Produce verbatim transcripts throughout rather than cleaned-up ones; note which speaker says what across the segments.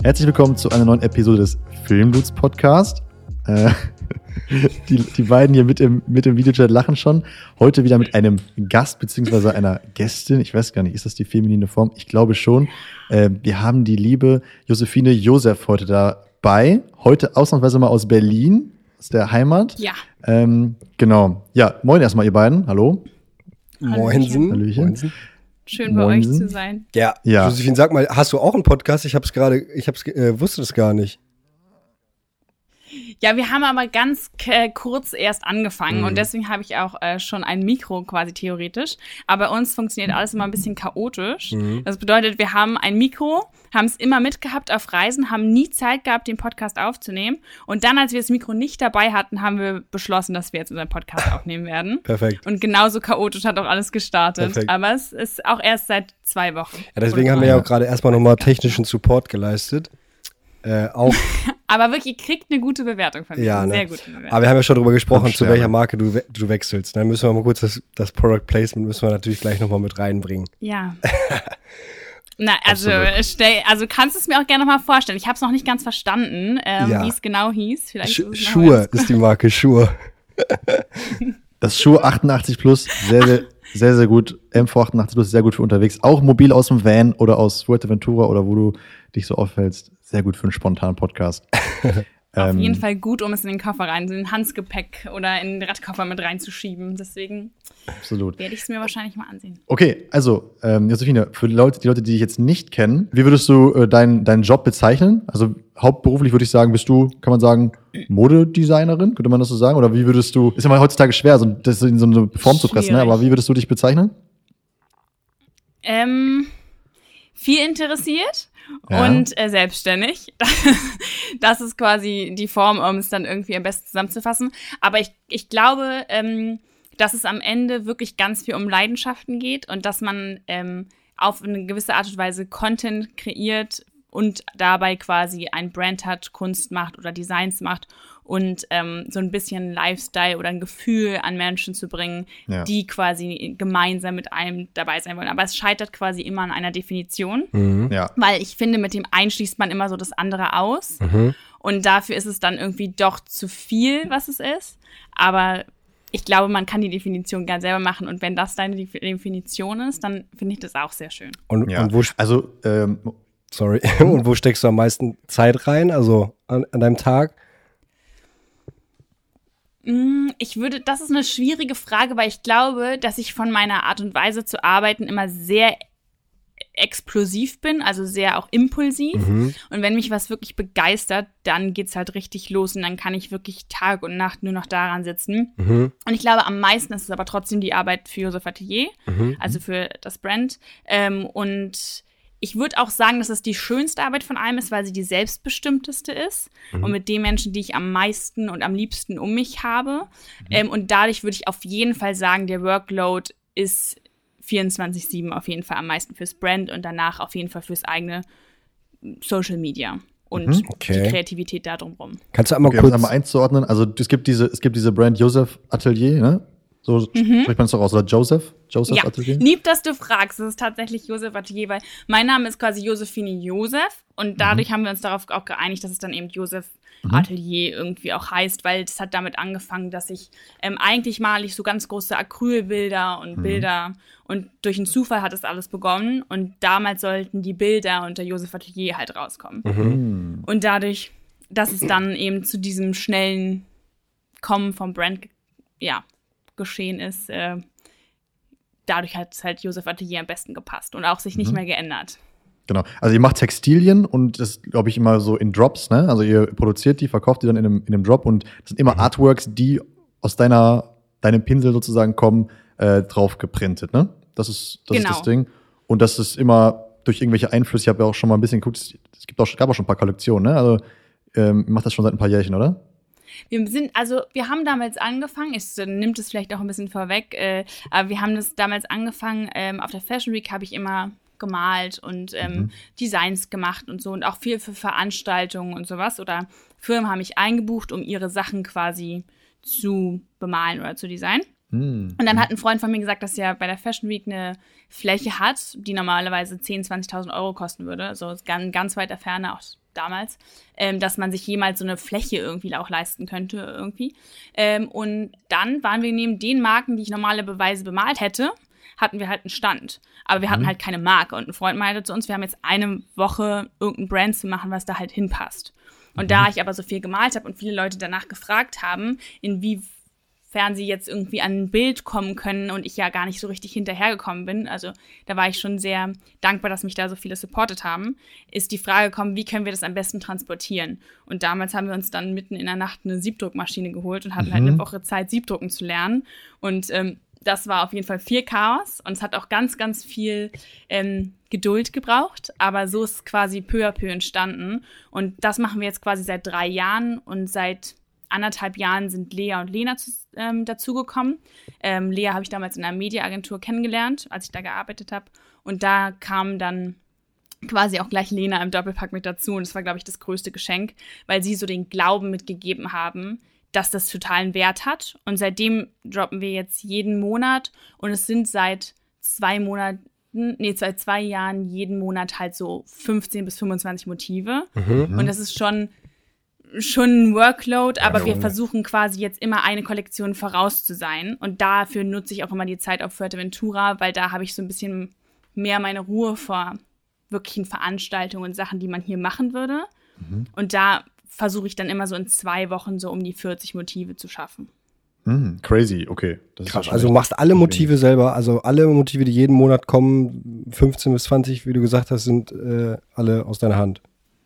Speaker 1: Herzlich willkommen zu einer neuen Episode des Filmdudes Podcast. Äh, die, die beiden hier mit im, mit im Videochat lachen schon. Heute wieder mit einem Gast bzw. einer Gästin. Ich weiß gar nicht, ist das die feminine Form? Ich glaube schon. Äh, wir haben die liebe Josephine Josef heute dabei. Heute ausnahmsweise mal aus Berlin, aus der Heimat.
Speaker 2: Ja.
Speaker 1: Ähm, genau. Ja, moin erstmal ihr beiden. Hallo.
Speaker 3: Moinsen.
Speaker 1: Hallöchen.
Speaker 3: Moinsen.
Speaker 2: Schön bei
Speaker 1: Moinsen.
Speaker 2: euch zu sein.
Speaker 3: Ja,
Speaker 1: Ja.
Speaker 3: Josephine, sag mal, hast du auch einen Podcast? Ich hab's gerade, ich hab's, äh, wusste das gar nicht.
Speaker 2: Ja, wir haben aber ganz äh, kurz erst angefangen
Speaker 3: Mhm.
Speaker 2: und deswegen habe ich auch äh, schon ein Mikro quasi theoretisch. Aber bei uns funktioniert alles immer ein bisschen chaotisch.
Speaker 3: Mhm.
Speaker 2: Das bedeutet, wir haben ein Mikro, haben es immer mitgehabt auf Reisen, haben nie Zeit gehabt, den Podcast aufzunehmen. Und dann, als wir das Mikro nicht dabei hatten, haben wir beschlossen, dass wir jetzt unseren Podcast aufnehmen werden.
Speaker 3: Perfekt.
Speaker 2: Und genauso chaotisch hat auch alles gestartet.
Speaker 3: Perfekt.
Speaker 2: Aber es ist auch erst seit zwei Wochen.
Speaker 3: Ja, deswegen
Speaker 2: Oder
Speaker 3: haben wir ja
Speaker 2: drei.
Speaker 3: auch gerade erstmal nochmal technischen Support geleistet. Äh, auch,
Speaker 2: Aber wirklich, ihr kriegt eine gute Bewertung von mir.
Speaker 3: ja,
Speaker 2: Eine
Speaker 3: ne?
Speaker 2: sehr gute Bewertung.
Speaker 3: Aber wir haben ja schon darüber gesprochen,
Speaker 1: Fünf
Speaker 3: zu
Speaker 1: Sterne.
Speaker 3: welcher Marke du, we- du wechselst. Dann müssen wir mal kurz das, das Product Placement müssen wir natürlich gleich nochmal mit reinbringen.
Speaker 2: Ja. Na, also,
Speaker 1: Absolut.
Speaker 2: stell, also kannst du es mir auch gerne noch mal vorstellen. Ich habe es noch nicht ganz verstanden, ähm,
Speaker 3: Ja.
Speaker 2: wie es genau hieß. Vielleicht
Speaker 3: Sch-
Speaker 2: ist es noch
Speaker 3: Schuhe
Speaker 2: ganz-
Speaker 3: ist die Marke, Schuhe.
Speaker 1: Das Schuhe achtundachtzig plus, sehr, sehr, sehr, sehr gut. M V achtundachtzig plus, sehr gut für unterwegs. Auch mobil aus dem Van oder aus Fuerteventura oder wo du dich so aufhältst. Sehr gut für einen spontanen Podcast.
Speaker 2: Auf
Speaker 1: Ähm,
Speaker 2: jeden Fall gut, um es in den Koffer rein, in den Handgepäck oder in den Radkoffer mit reinzuschieben. Deswegen
Speaker 1: Absolut.
Speaker 2: werde ich es mir wahrscheinlich mal ansehen.
Speaker 1: Okay, also, ähm, Josephine, für die Leute, die Leute, die dich jetzt nicht kennen, wie würdest du äh, deinen deinen Job bezeichnen? Also hauptberuflich würde ich sagen, bist du, kann man sagen, Modedesignerin? Könnte man das so sagen? Oder wie würdest du, ist ja mal heutzutage schwer, so, das in so eine Form zu pressen, ne?
Speaker 2: Schwierig.
Speaker 1: Aber wie würdest du dich bezeichnen?
Speaker 2: Ähm, viel interessiert
Speaker 1: Ja.
Speaker 2: und äh, selbstständig. Das ist quasi die Form, um es dann irgendwie am besten zusammenzufassen. Aber ich, ich glaube, ähm, dass es am Ende wirklich ganz viel um Leidenschaften geht und dass man ähm, auf eine gewisse Art und Weise Content kreiert und dabei quasi ein Brand hat, Kunst macht oder Designs macht und ähm, so ein bisschen Lifestyle oder ein Gefühl an Menschen zu bringen,
Speaker 1: Ja.
Speaker 2: die quasi gemeinsam mit einem dabei sein wollen. Aber es scheitert quasi immer an einer Definition,
Speaker 3: Mhm.
Speaker 1: Ja.
Speaker 2: weil ich finde, mit dem einen schließt man immer so das andere aus.
Speaker 3: Mhm.
Speaker 2: Und dafür ist es dann irgendwie doch zu viel, was es ist. Aber ich glaube, man kann die Definition ganz selber machen. Und wenn das deine Def- Definition ist, dann finde ich das auch sehr schön.
Speaker 3: Und,
Speaker 1: Ja.
Speaker 3: und wo, st-
Speaker 1: Also, ähm,
Speaker 3: sorry, und wo steckst du am meisten Zeit rein, also an, an deinem Tag?
Speaker 2: Mm, Ich würde, das ist eine schwierige Frage, weil ich glaube, dass ich von meiner Art und Weise zu arbeiten immer sehr explosiv bin, also sehr auch impulsiv.
Speaker 3: Mhm.
Speaker 2: Und wenn mich was wirklich begeistert, dann geht's halt richtig los und dann kann ich wirklich Tag und Nacht nur noch daran sitzen.
Speaker 3: Mhm.
Speaker 2: Und ich glaube, am meisten ist es aber trotzdem die Arbeit für Joseph Atelier,
Speaker 3: Mhm.
Speaker 2: also für das Brand. Ähm, und ich würde auch sagen, dass es die schönste Arbeit von allem ist, weil sie die selbstbestimmteste ist und mit den Menschen, die ich am meisten und am liebsten um mich habe. Ähm, und dadurch würde ich auf jeden Fall sagen, der Workload ist vierundzwanzig sieben auf jeden Fall am meisten fürs Brand und danach auf jeden Fall fürs eigene Social Media und
Speaker 1: Mhm,
Speaker 3: okay.
Speaker 2: die Kreativität da drumherum.
Speaker 3: Kannst du einmal
Speaker 1: okay, um
Speaker 3: kurz,
Speaker 1: es einmal einzuordnen, also es gibt diese, es gibt diese Brand Joseph Atelier, ne? So spricht man es doch aus, oder Joseph? Joseph
Speaker 2: Ja,
Speaker 1: Atelier?
Speaker 2: lieb, dass du fragst. Es ist tatsächlich Joseph Atelier, weil mein Name ist quasi Josephine Josef und dadurch haben wir uns darauf auch geeinigt, dass es dann eben Joseph Atelier irgendwie auch heißt, weil das hat damit angefangen, dass ich ähm, eigentlich male ich so ganz große Acrylbilder und Bilder und durch einen Zufall hat es alles begonnen und damals sollten die Bilder unter Joseph Atelier halt rauskommen.
Speaker 1: Mhm.
Speaker 2: Und dadurch, dass es dann eben zu diesem schnellen Kommen vom Brand, ja, geschehen ist, äh, dadurch hat es halt Joseph Atelier am besten gepasst und auch sich nicht mehr geändert.
Speaker 1: Genau. Also ihr macht Textilien und das glaube ich immer so in Drops, ne? Also ihr produziert die, verkauft die dann in einem, in einem Drop und das sind immer Artworks, die aus deiner, deinem Pinsel sozusagen kommen, äh, drauf geprintet, ne? Das ist das,
Speaker 2: Genau.
Speaker 1: ist das Ding. Und das ist immer durch irgendwelche Einflüsse, ich habe ja auch schon mal ein bisschen geguckt, es gibt auch, gab auch schon ein paar Kollektionen, ne? Also ähm, ihr macht das schon seit ein paar Jährchen, oder?
Speaker 2: Wir sind, also wir haben damals angefangen, ich äh, nimmt es vielleicht auch ein bisschen vorweg, äh, aber wir haben das damals angefangen, ähm, auf der Fashion Week habe ich immer gemalt und ähm,
Speaker 1: Mhm.
Speaker 2: Designs gemacht und so und auch viel für Veranstaltungen und sowas oder Firmen haben mich eingebucht, um ihre Sachen quasi zu bemalen oder zu designen.
Speaker 1: Hm.
Speaker 2: Und dann hat ein Freund von mir gesagt, dass er bei der Fashion Week eine Fläche hat, die normalerweise zehntausend, zwanzigtausend Euro kosten würde. Also ganz, ganz weiter Ferne, auch damals, ähm, dass man sich jemals so eine Fläche irgendwie auch leisten könnte irgendwie. Ähm, und dann waren wir neben den Marken, die ich normale Beweise bemalt hätte, hatten wir halt einen Stand. Aber wir hatten
Speaker 1: Mhm.
Speaker 2: halt keine Marke. Und ein Freund meinte zu uns, wir haben jetzt eine Woche irgendein Brand zu machen, was da halt hinpasst. Und
Speaker 1: Mhm.
Speaker 2: da ich aber so viel gemalt habe und viele Leute danach gefragt haben, inwiefern sie jetzt irgendwie an ein Bild kommen können und ich ja gar nicht so richtig hinterhergekommen bin, also da war ich schon sehr dankbar, dass mich da so viele supportet haben, ist die Frage gekommen, wie können wir das am besten transportieren? Und damals haben wir uns dann mitten in der Nacht eine Siebdruckmaschine geholt und hatten
Speaker 1: Mhm.
Speaker 2: halt eine Woche Zeit, Siebdrucken zu lernen. Und ähm, das war auf jeden Fall viel Chaos und es hat auch ganz, ganz viel ähm, Geduld gebraucht, aber so ist es quasi peu à peu entstanden. Und das machen wir jetzt quasi seit drei Jahren und seit anderthalb Jahren sind Lea und Lena zu, ähm, dazugekommen. Ähm, Lea habe ich damals in einer Mediaagentur kennengelernt, als ich da gearbeitet habe. Und da kam dann quasi auch gleich Lena im Doppelpack mit dazu. Und das war, glaube ich, das größte Geschenk, weil sie so den Glauben mitgegeben haben, dass das totalen Wert hat. Und seitdem droppen wir jetzt jeden Monat. Und es sind seit zwei Monaten, nee, seit zwei Jahren jeden Monat halt so fünfzehn bis fünfundzwanzig Motive.
Speaker 3: Mhm.
Speaker 2: Und das ist schon schon ein Workload, aber
Speaker 3: Ja,
Speaker 2: wir
Speaker 3: Junge.
Speaker 2: versuchen quasi jetzt immer eine Kollektion voraus zu sein. Und dafür nutze ich auch immer die Zeit auf Fuerteventura, weil da habe ich so ein bisschen mehr meine Ruhe vor wirklichen Veranstaltungen und Sachen, die man hier machen würde.
Speaker 1: Mhm.
Speaker 2: Und da versuche ich dann immer so in zwei Wochen so um die vierzig Motive zu schaffen.
Speaker 1: Mhm. Crazy, okay. Das ist ja
Speaker 3: Krass.
Speaker 1: schon
Speaker 3: Also du
Speaker 1: echt
Speaker 3: machst alle
Speaker 1: wenig.
Speaker 3: Motive selber, also alle Motive, die jeden Monat kommen, fünfzehn bis zwanzig, wie du gesagt hast, sind äh, alle aus deiner Hand.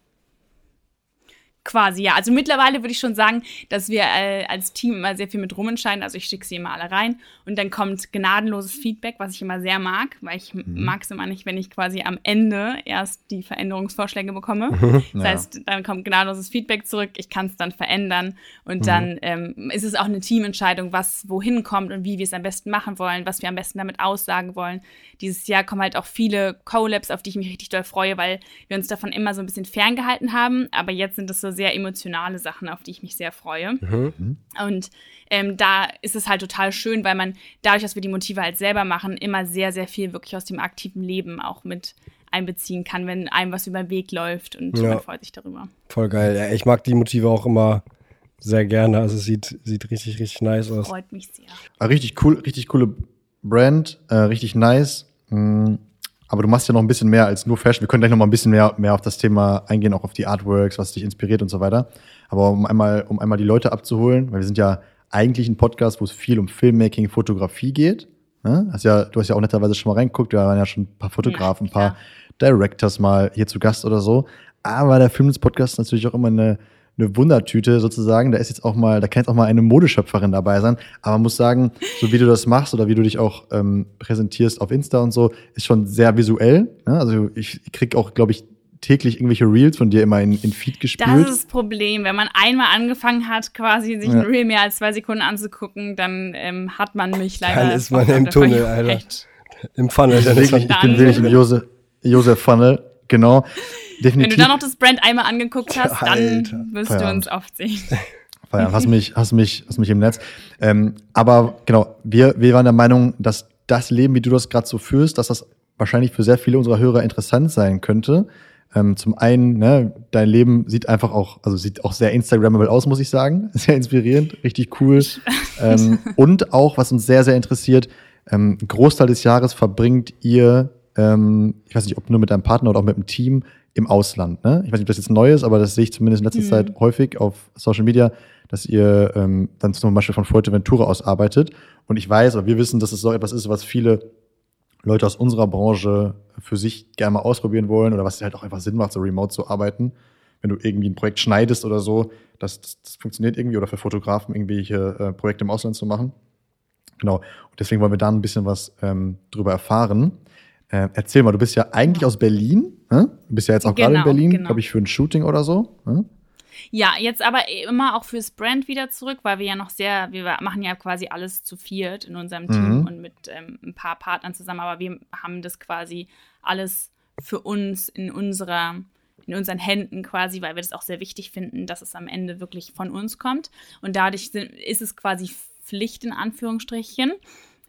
Speaker 2: Quasi, ja. Also mittlerweile würde ich schon sagen, dass wir äh, als Team immer sehr viel mit rumentscheiden. Also ich schicke sie immer alle rein und dann kommt gnadenloses Feedback, was ich immer sehr mag, weil ich mhm. mag es immer nicht, wenn ich quasi am Ende erst die Veränderungsvorschläge bekomme. Das
Speaker 1: Ja.
Speaker 2: heißt, dann kommt gnadenloses Feedback zurück, ich kann es dann verändern und
Speaker 1: Mhm.
Speaker 2: dann ähm, ist es auch eine Teamentscheidung, was wohin kommt und wie wir es am besten machen wollen, was wir am besten damit aussagen wollen. Dieses Jahr kommen halt auch viele Collabs, auf die ich mich richtig doll freue, weil wir uns davon immer so ein bisschen ferngehalten haben, aber jetzt sind es so sehr emotionale Sachen, auf die ich mich sehr freue.
Speaker 3: Mhm.
Speaker 2: Und ähm, da ist es halt total schön, weil man dadurch, dass wir die Motive halt selber machen, immer sehr, sehr viel wirklich aus dem aktiven Leben auch mit einbeziehen kann, wenn einem was über den Weg läuft und
Speaker 3: Ja.
Speaker 2: man freut sich darüber.
Speaker 3: Voll geil. Ja, ich mag die Motive auch immer sehr gerne. Also es sieht, sieht richtig, richtig nice aus.
Speaker 2: Freut mich sehr.
Speaker 1: Ah, richtig cool, richtig coole Brand, äh, richtig nice. Mm, aber du machst ja noch ein bisschen mehr als nur Fashion. Wir können gleich noch mal ein bisschen mehr, mehr auf das Thema eingehen, auch auf die Artworks, was dich inspiriert und so weiter. Aber um einmal, um einmal die Leute abzuholen, weil wir sind ja eigentlich ein Podcast, wo es viel um Filmmaking, Fotografie geht. Ne? Hast ja, du hast ja auch netterweise schon mal reingeguckt, da waren ja schon ein paar Fotografen,
Speaker 2: Ja,
Speaker 1: ein paar Directors mal hier zu Gast oder so. Aber der Filmlutz-Podcast ist natürlich auch immer eine, eine Wundertüte sozusagen. Da ist jetzt auch mal, da kann jetzt auch mal eine Modeschöpferin dabei sein. Aber man muss sagen, so wie du das machst oder wie du dich auch ähm, präsentierst auf Insta und so, ist schon sehr visuell. Ne? Also ich krieg auch, glaube ich, täglich irgendwelche Reels von dir immer in, in Feed gespült.
Speaker 2: Das ist das Problem. Wenn man einmal angefangen hat, quasi sich
Speaker 1: Ja.
Speaker 2: ein Reel mehr als zwei Sekunden anzugucken, dann ähm, hat man mich leider.
Speaker 3: Dann ist man
Speaker 2: sofort
Speaker 3: im
Speaker 2: auf der
Speaker 3: Tunnel,
Speaker 2: Vergangenheit.
Speaker 3: Im Funnel. Dann ist
Speaker 1: Wirklich,
Speaker 3: man,
Speaker 1: ich bin
Speaker 2: Dann-
Speaker 1: wirklich im Josef, Josef Funnel, genau.
Speaker 2: Wenn du
Speaker 1: Definitiv.
Speaker 2: dann noch das Brand einmal angeguckt hast,
Speaker 3: Alter.
Speaker 2: dann wirst du
Speaker 1: Feierabend.
Speaker 2: uns oft sehen.
Speaker 1: Feierabend. Hast mich, hast mich, hast mich im Netz. Ähm, aber genau, wir, wir waren der Meinung, dass das Leben, wie du das gerade so führst, dass das wahrscheinlich für sehr viele unserer Hörer interessant sein könnte. Ähm, zum einen, ne, dein Leben sieht einfach auch, also sieht auch sehr Instagrammable aus, muss ich sagen. Sehr inspirierend, richtig cool. ähm, und auch, was uns sehr, sehr interessiert, ähm, einen Großteil des Jahres verbringt ihr, ähm, ich weiß nicht, ob nur mit deinem Partner oder auch mit dem Team, im Ausland. Ne? Ich weiß nicht, ob das jetzt neu ist, aber das sehe ich zumindest in letzter
Speaker 2: Mhm.
Speaker 1: Zeit häufig auf Social Media, dass ihr ähm, dann zum Beispiel von Fuerteventura aus arbeitet. Und ich weiß, oder wir wissen, dass es so etwas ist, was viele Leute aus unserer Branche für sich gerne mal ausprobieren wollen oder was halt auch einfach Sinn macht, so remote zu arbeiten. Wenn du irgendwie ein Projekt schneidest oder so, das, das, das funktioniert irgendwie, oder für Fotografen irgendwelche äh, Projekte im Ausland zu machen. Genau. Und deswegen wollen wir da ein bisschen was ähm, drüber erfahren. Äh, erzähl mal, du bist ja eigentlich aus Berlin, ne? Du bist ja jetzt auch gerade in
Speaker 2: Genau,
Speaker 1: Berlin,
Speaker 2: genau.
Speaker 1: glaube ich, für ein Shooting oder so. Ne?
Speaker 2: Ja, jetzt aber immer auch fürs Brand wieder zurück, weil wir ja noch sehr, wir machen ja quasi alles zu viert in unserem Team
Speaker 1: Mhm.
Speaker 2: und mit ähm, ein paar Partnern zusammen, aber wir haben das quasi alles für uns in unserer, in unseren Händen quasi, weil wir das auch sehr wichtig finden, dass es am Ende wirklich von uns kommt. Und dadurch sind, ist es quasi Pflicht in Anführungsstrichen,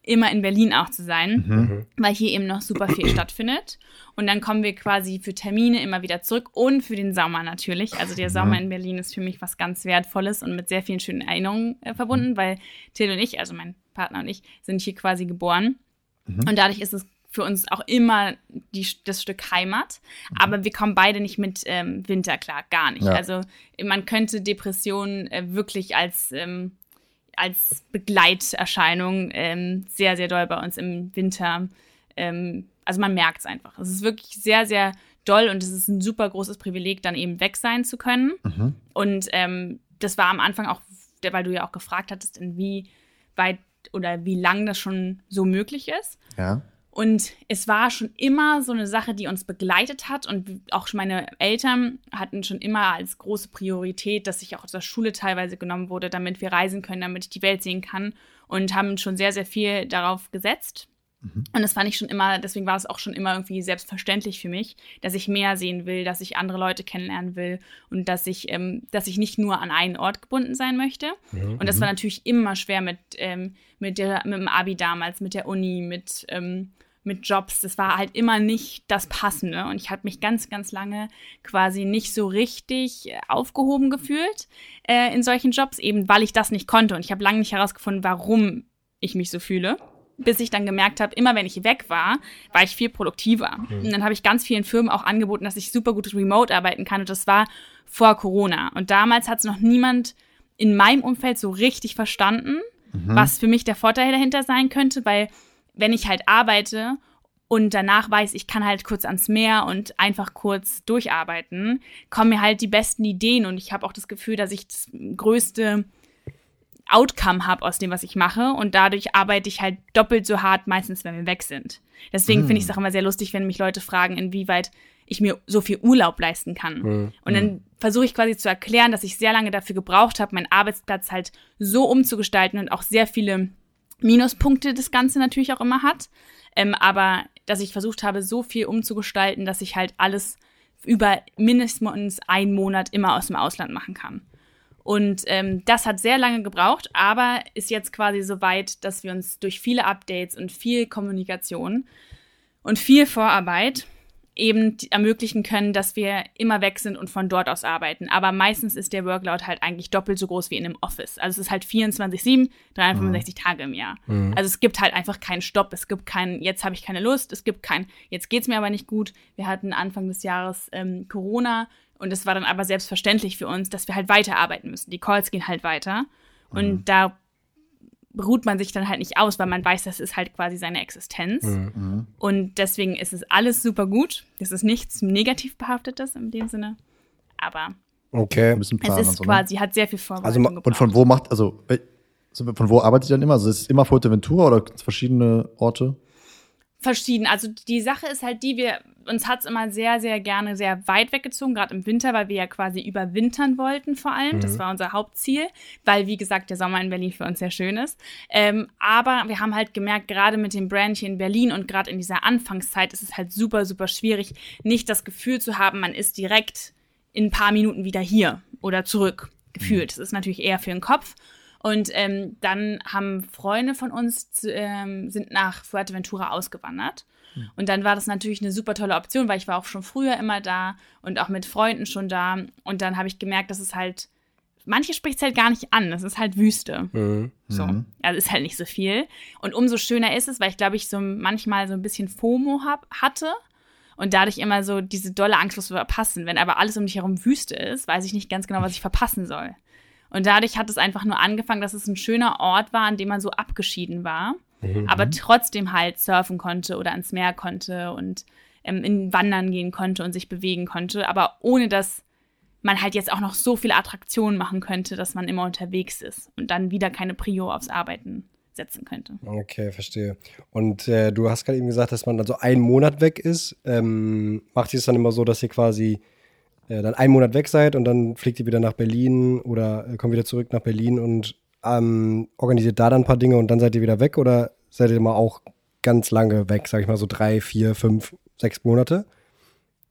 Speaker 2: immer in Berlin auch zu sein,
Speaker 1: Mhm.
Speaker 2: weil hier eben noch super viel stattfindet. Und dann kommen wir quasi für Termine immer wieder zurück und für den Sommer natürlich. Also der Sommer in Berlin ist für mich was ganz Wertvolles und mit sehr vielen schönen Erinnerungen äh, verbunden, weil Till und ich, also mein Partner und ich, sind hier quasi geboren.
Speaker 1: Mhm.
Speaker 2: Und dadurch ist es für uns auch immer die, das Stück Heimat. Aber wir kommen beide nicht mit ähm, Winter klar, gar nicht.
Speaker 1: Ja.
Speaker 2: Also man könnte Depressionen äh, wirklich als ähm, als Begleiterscheinung ähm, sehr, sehr doll bei uns im Winter. Ähm, also man merkt es einfach. Es ist wirklich sehr, sehr doll und es ist ein super großes Privileg, dann eben weg sein zu können.
Speaker 1: Mhm.
Speaker 2: Und ähm, das war am Anfang auch, weil du ja auch gefragt hattest, inwieweit oder wie lang das schon so möglich ist.
Speaker 1: Ja.
Speaker 2: Und es war schon immer so eine Sache, die uns begleitet hat. Und auch meine Eltern hatten schon immer als große Priorität, dass ich auch aus der Schule teilweise genommen wurde, damit wir reisen können, damit ich die Welt sehen kann. Und haben schon sehr, sehr viel darauf gesetzt. Mhm. Und das fand ich schon immer, deswegen war es auch schon immer irgendwie selbstverständlich für mich, dass ich mehr sehen will, dass ich andere Leute kennenlernen will und dass ich, ähm, dass ich nicht nur an einen Ort gebunden sein möchte. Mhm. Und das war natürlich immer schwer mit, ähm, mit, der, mit dem Abi damals, mit der Uni, mit ähm, mit Jobs, das war halt immer nicht das Passende und ich habe mich ganz, ganz lange quasi nicht so richtig aufgehoben gefühlt äh, in solchen Jobs, eben weil ich das nicht konnte und ich habe lange nicht herausgefunden, warum ich mich so fühle, bis ich dann gemerkt habe, immer wenn ich weg war, war ich viel produktiver. Mhm. Und dann habe ich ganz vielen Firmen auch angeboten, dass ich super gut remote arbeiten kann und das war vor Corona und damals hat es noch niemand in meinem Umfeld so richtig verstanden, mhm. was für mich der Vorteil dahinter sein könnte, weil wenn ich halt arbeite und danach weiß, ich kann halt kurz ans Meer und einfach kurz durcharbeiten, kommen mir halt die besten Ideen und ich habe auch das Gefühl, dass ich das größte Outcome habe aus dem, was ich mache und dadurch arbeite ich halt doppelt so hart meistens, wenn wir weg sind. Deswegen mm. finde ich es auch immer sehr lustig, wenn mich Leute fragen, inwieweit ich mir so viel Urlaub leisten kann. Mm. Und dann versuche ich quasi zu erklären, dass ich sehr lange dafür gebraucht habe, meinen Arbeitsplatz halt so umzugestalten und auch sehr viele Minuspunkte das Ganze natürlich auch immer hat, ähm, aber dass ich versucht habe, so viel umzugestalten, dass ich halt alles über mindestens einen Monat immer aus dem Ausland machen kann. Und ähm, das hat sehr lange gebraucht, aber ist jetzt quasi so weit, dass wir uns durch viele Updates und viel Kommunikation und viel Vorarbeit eben ermöglichen können, dass wir immer weg sind und von dort aus arbeiten. Aber meistens ist der Workload halt eigentlich doppelt so groß wie in einem Office. Also es ist halt vierundzwanzig sieben, dreihundertfünfundsechzig mhm. Tage im Jahr. Mhm. Also es gibt halt einfach keinen Stopp. Es gibt keinen, jetzt habe ich keine Lust. Es gibt kein, jetzt geht's mir aber nicht gut. Wir hatten Anfang des Jahres ähm, Corona und es war dann aber selbstverständlich für uns, dass wir halt weiterarbeiten müssen. Die Calls gehen halt weiter. Mhm. Und da ruht man sich dann halt nicht aus, weil man weiß, das ist halt quasi seine Existenz. Mhm. Und deswegen ist es alles super gut. Das ist nichts negativ behaftetes in dem Sinne. Aber
Speaker 3: okay.
Speaker 1: Ein bisschen
Speaker 2: es ist
Speaker 1: so,
Speaker 2: quasi,
Speaker 1: ne?
Speaker 2: hat sehr viel Vorbereitung
Speaker 1: also,
Speaker 2: gebraucht.
Speaker 1: Und von wo macht, also von wo arbeitet ihr dann immer? Also ist es immer Fuerteventura oder verschiedene Orte?
Speaker 2: Verschieden. Also die Sache ist halt die, wir uns hat's immer sehr, sehr gerne sehr weit weggezogen, gerade im Winter, weil wir ja quasi überwintern wollten vor allem. Mhm. Das war unser Hauptziel, weil, wie gesagt, der Sommer in Berlin für uns sehr schön ist. Ähm, aber wir haben halt gemerkt, gerade mit dem Brand hier in Berlin und gerade in dieser Anfangszeit ist es halt super, super schwierig, nicht das Gefühl zu haben, man ist direkt in ein paar Minuten wieder hier oder zurück gefühlt. Das ist natürlich eher für den Kopf. Und ähm, dann haben Freunde von uns zu, ähm, sind nach Fuerteventura ausgewandert. Mhm. Und dann war das natürlich eine super tolle Option, weil ich war auch schon früher immer da und auch mit Freunden schon da. Und dann habe ich gemerkt, dass es halt, manche spricht es halt gar nicht an. Das ist halt Wüste. Mhm. So. Also ist halt nicht so viel. Und umso schöner ist es, weil ich glaube, ich so manchmal so ein bisschen FOMO hab, hatte. Und dadurch immer so diese dolle Angst, was zu verpassen. Wenn aber alles um dich herum Wüste ist, weiß ich nicht ganz genau, was ich verpassen soll. Und dadurch hat es einfach nur angefangen, dass es ein schöner Ort war, an dem man so abgeschieden war, mhm. aber trotzdem halt surfen konnte oder ans Meer konnte und ähm, in Wandern gehen konnte und sich bewegen konnte, aber ohne dass man halt jetzt auch noch so viele Attraktionen machen könnte, dass man immer unterwegs ist und dann wieder keine Prio aufs Arbeiten setzen könnte.
Speaker 3: Okay, verstehe. Und äh, du hast gerade eben gesagt, dass man also einen Monat weg ist. Ähm, macht ihr es dann immer so, dass ihr quasi äh, dann einen Monat weg seid und dann fliegt ihr wieder nach Berlin oder äh, kommt wieder zurück nach Berlin und ähm, organisiert da dann ein paar Dinge und dann seid ihr wieder weg oder seid ihr mal auch ganz lange weg, sag ich mal so drei, vier, fünf, sechs Monate?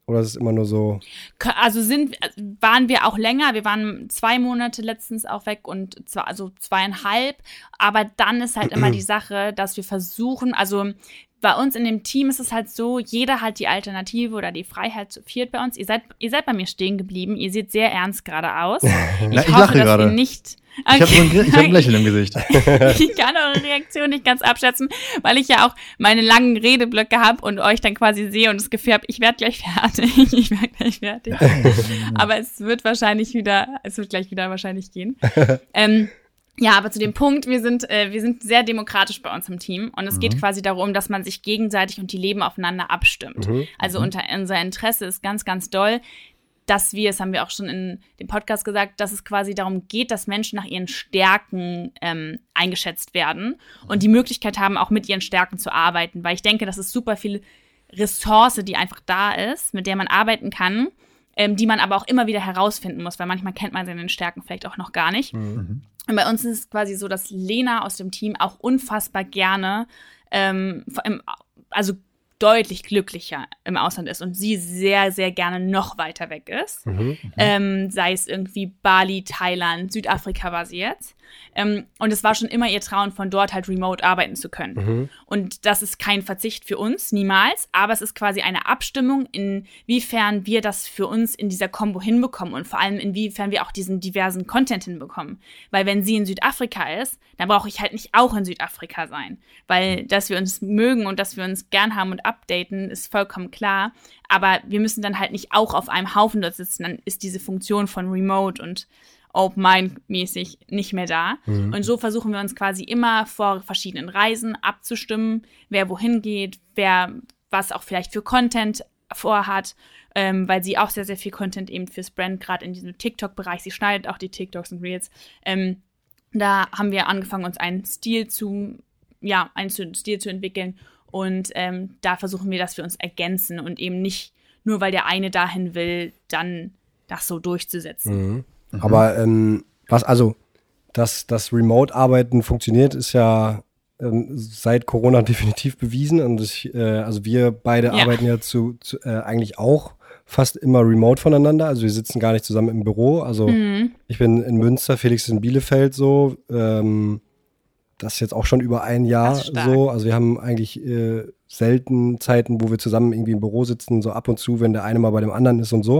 Speaker 3: Oder ist es immer nur so?
Speaker 2: Also sind, waren wir auch länger. Wir waren zwei Monate letztens auch weg und zwar also zweieinhalb. Aber dann ist halt immer die Sache, dass wir versuchen, also bei uns in dem Team ist es halt so, jeder hat die Alternative oder die Freiheit zu viert bei uns. Ihr seid, ihr seid bei mir stehen geblieben. Ihr seht sehr ernst gerade aus. Ich,
Speaker 1: Na, ich
Speaker 2: hoffe,
Speaker 1: lache
Speaker 2: dass
Speaker 1: gerade.
Speaker 2: ihr nicht.
Speaker 1: Ich habe so ein, ich hab ein Lächeln im Gesicht.
Speaker 2: Ich kann eure Reaktion nicht ganz abschätzen, weil ich ja auch meine langen Redeblöcke habe und euch dann quasi sehe und das Gefühl habe, ich werde gleich fertig. Ich werde gleich fertig. Aber es wird wahrscheinlich wieder, es wird gleich wieder wahrscheinlich gehen. ähm, Ja, aber zu dem Punkt, wir sind, äh, wir sind sehr demokratisch bei uns im Team und es mhm. geht quasi darum, dass man sich gegenseitig und die Leben aufeinander abstimmt. Mhm. Also unter unser Interesse ist ganz, ganz doll, dass wir, das haben wir auch schon in dem Podcast gesagt, dass es quasi darum geht, dass Menschen nach ihren Stärken ähm, eingeschätzt werden und die Möglichkeit haben, auch mit ihren Stärken zu arbeiten, weil ich denke, das ist super viel Ressource, die einfach da ist, mit der man arbeiten kann, ähm, die man aber auch immer wieder herausfinden muss, weil manchmal kennt man seine Stärken vielleicht auch noch gar nicht. Mhm. Und bei uns ist es quasi so, dass Lena aus dem Team auch unfassbar gerne, ähm, also deutlich glücklicher im Ausland ist und sie sehr, sehr gerne noch weiter weg ist. Mhm, ähm, sei es irgendwie Bali, Thailand, Südafrika war sie jetzt. Ähm, und es war schon immer ihr Traum, von dort halt remote arbeiten zu können. Mhm. Und das ist kein Verzicht für uns, niemals, aber es ist quasi eine Abstimmung, inwiefern wir das für uns in dieser Kombo hinbekommen und vor allem inwiefern wir auch diesen diversen Content hinbekommen. Weil wenn sie in Südafrika ist, dann brauche ich halt nicht auch in Südafrika sein. Weil, dass wir uns mögen und dass wir uns gern haben und updaten, ist vollkommen klar. Aber wir müssen dann halt nicht auch auf einem Haufen dort sitzen. Dann ist diese Funktion von Remote und Open-Mind-mäßig nicht mehr da. Mhm. Und so versuchen wir uns quasi immer vor verschiedenen Reisen abzustimmen, wer wohin geht, wer was auch vielleicht für Content vorhat, ähm, weil sie auch sehr, sehr viel Content eben fürs Brand, gerade in diesem TikTok-Bereich, sie schneidet auch die TikToks und Reels. Ähm, da haben wir angefangen, uns einen Stil zu, ja, einen Stil zu entwickeln und ähm, da versuchen wir, dass wir uns ergänzen und eben nicht nur, weil der eine dahin will, dann das so durchzusetzen.
Speaker 3: Mhm. Mhm. Aber ähm, was, also, dass das Remote-Arbeiten funktioniert, ist ja ähm, seit Corona definitiv bewiesen. Und ich, äh, also wir beide ja. arbeiten ja zu, zu äh, eigentlich auch fast immer remote voneinander. Also wir sitzen gar nicht zusammen im Büro. Also mhm. ich bin in Münster, Felix ist in Bielefeld so. Ähm, das ist jetzt auch schon über ein Jahr so. Also wir haben eigentlich äh, selten Zeiten, wo wir zusammen irgendwie im Büro sitzen, so ab und zu, wenn der eine mal bei dem anderen ist und so.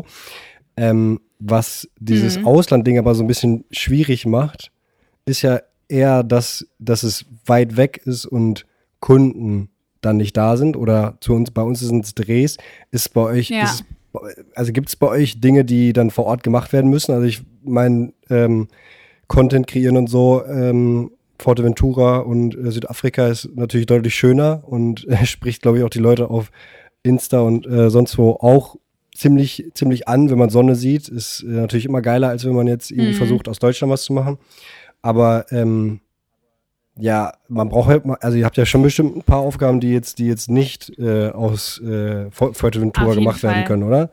Speaker 3: Ähm, was dieses mhm. Ausland-Ding aber so ein bisschen schwierig macht, ist ja eher, dass, dass es weit weg ist und Kunden dann nicht da sind oder zu uns, bei uns sind es Drehs. Ist bei euch, ja. ist es, also gibt es bei euch Dinge, die dann vor Ort gemacht werden müssen? Also ich mein ähm, Content kreieren und so, ähm, Fuerteventura und äh, Südafrika ist natürlich deutlich schöner und äh, spricht, glaube ich, auch die Leute auf Insta und äh, sonst wo auch ziemlich, ziemlich an, wenn man Sonne sieht. Ist äh, natürlich immer geiler, als wenn man jetzt irgendwie mhm. versucht, aus Deutschland was zu machen. Aber ähm, ja, man braucht halt mal, also ihr habt ja schon bestimmt ein paar Aufgaben, die jetzt, die jetzt nicht äh, aus äh, Fuerteventura gemacht Fall. werden können, oder?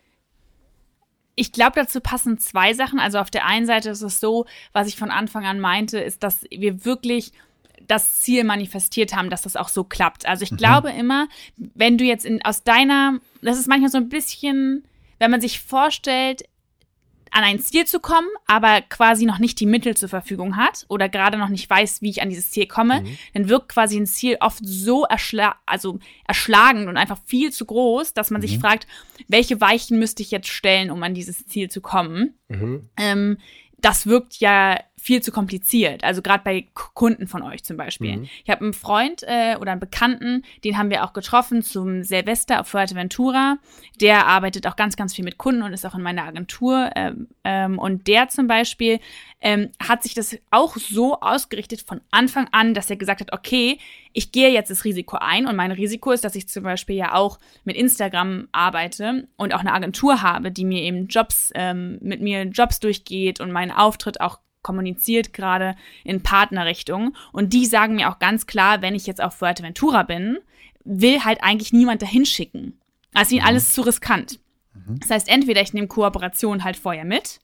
Speaker 2: Ich glaube, dazu passen zwei Sachen. Also auf der einen Seite ist es so, was ich von Anfang an meinte, ist, dass wir wirklich das Ziel manifestiert haben, dass das auch so klappt. Also ich mhm. glaube immer, wenn du jetzt in, aus deiner, das ist manchmal so ein bisschen, wenn man sich vorstellt, an ein Ziel zu kommen, aber quasi noch nicht die Mittel zur Verfügung hat oder gerade noch nicht weiß, wie ich an dieses Ziel komme, mhm. dann wirkt quasi ein Ziel oft so erschla- also erschlagend und einfach viel zu groß, dass man mhm. sich fragt, welche Weichen müsste ich jetzt stellen, um an dieses Ziel zu kommen. Mhm. Ähm, das wirkt ja viel zu kompliziert. Also gerade bei K- Kunden von euch zum Beispiel. Mhm. Ich habe einen Freund äh, oder einen Bekannten, den haben wir auch getroffen zum Silvester auf Fuerteventura. Der arbeitet auch ganz, ganz viel mit Kunden und ist auch in meiner Agentur. Ähm, ähm, und der zum Beispiel ähm, hat sich das auch so ausgerichtet von Anfang an, dass er gesagt hat, okay, ich gehe jetzt das Risiko ein. Und mein Risiko ist, dass ich zum Beispiel ja auch mit Instagram arbeite und auch eine Agentur habe, die mir eben Jobs, ähm, mit mir Jobs durchgeht und meinen Auftritt auch kommuniziert gerade in Partnerrichtung. Und die sagen mir auch ganz klar, wenn ich jetzt auf Fuerteventura bin, will halt eigentlich niemand dahin schicken. Also ihnen alles zu riskant. Mhm. Das heißt, entweder ich nehme Kooperation halt vorher mit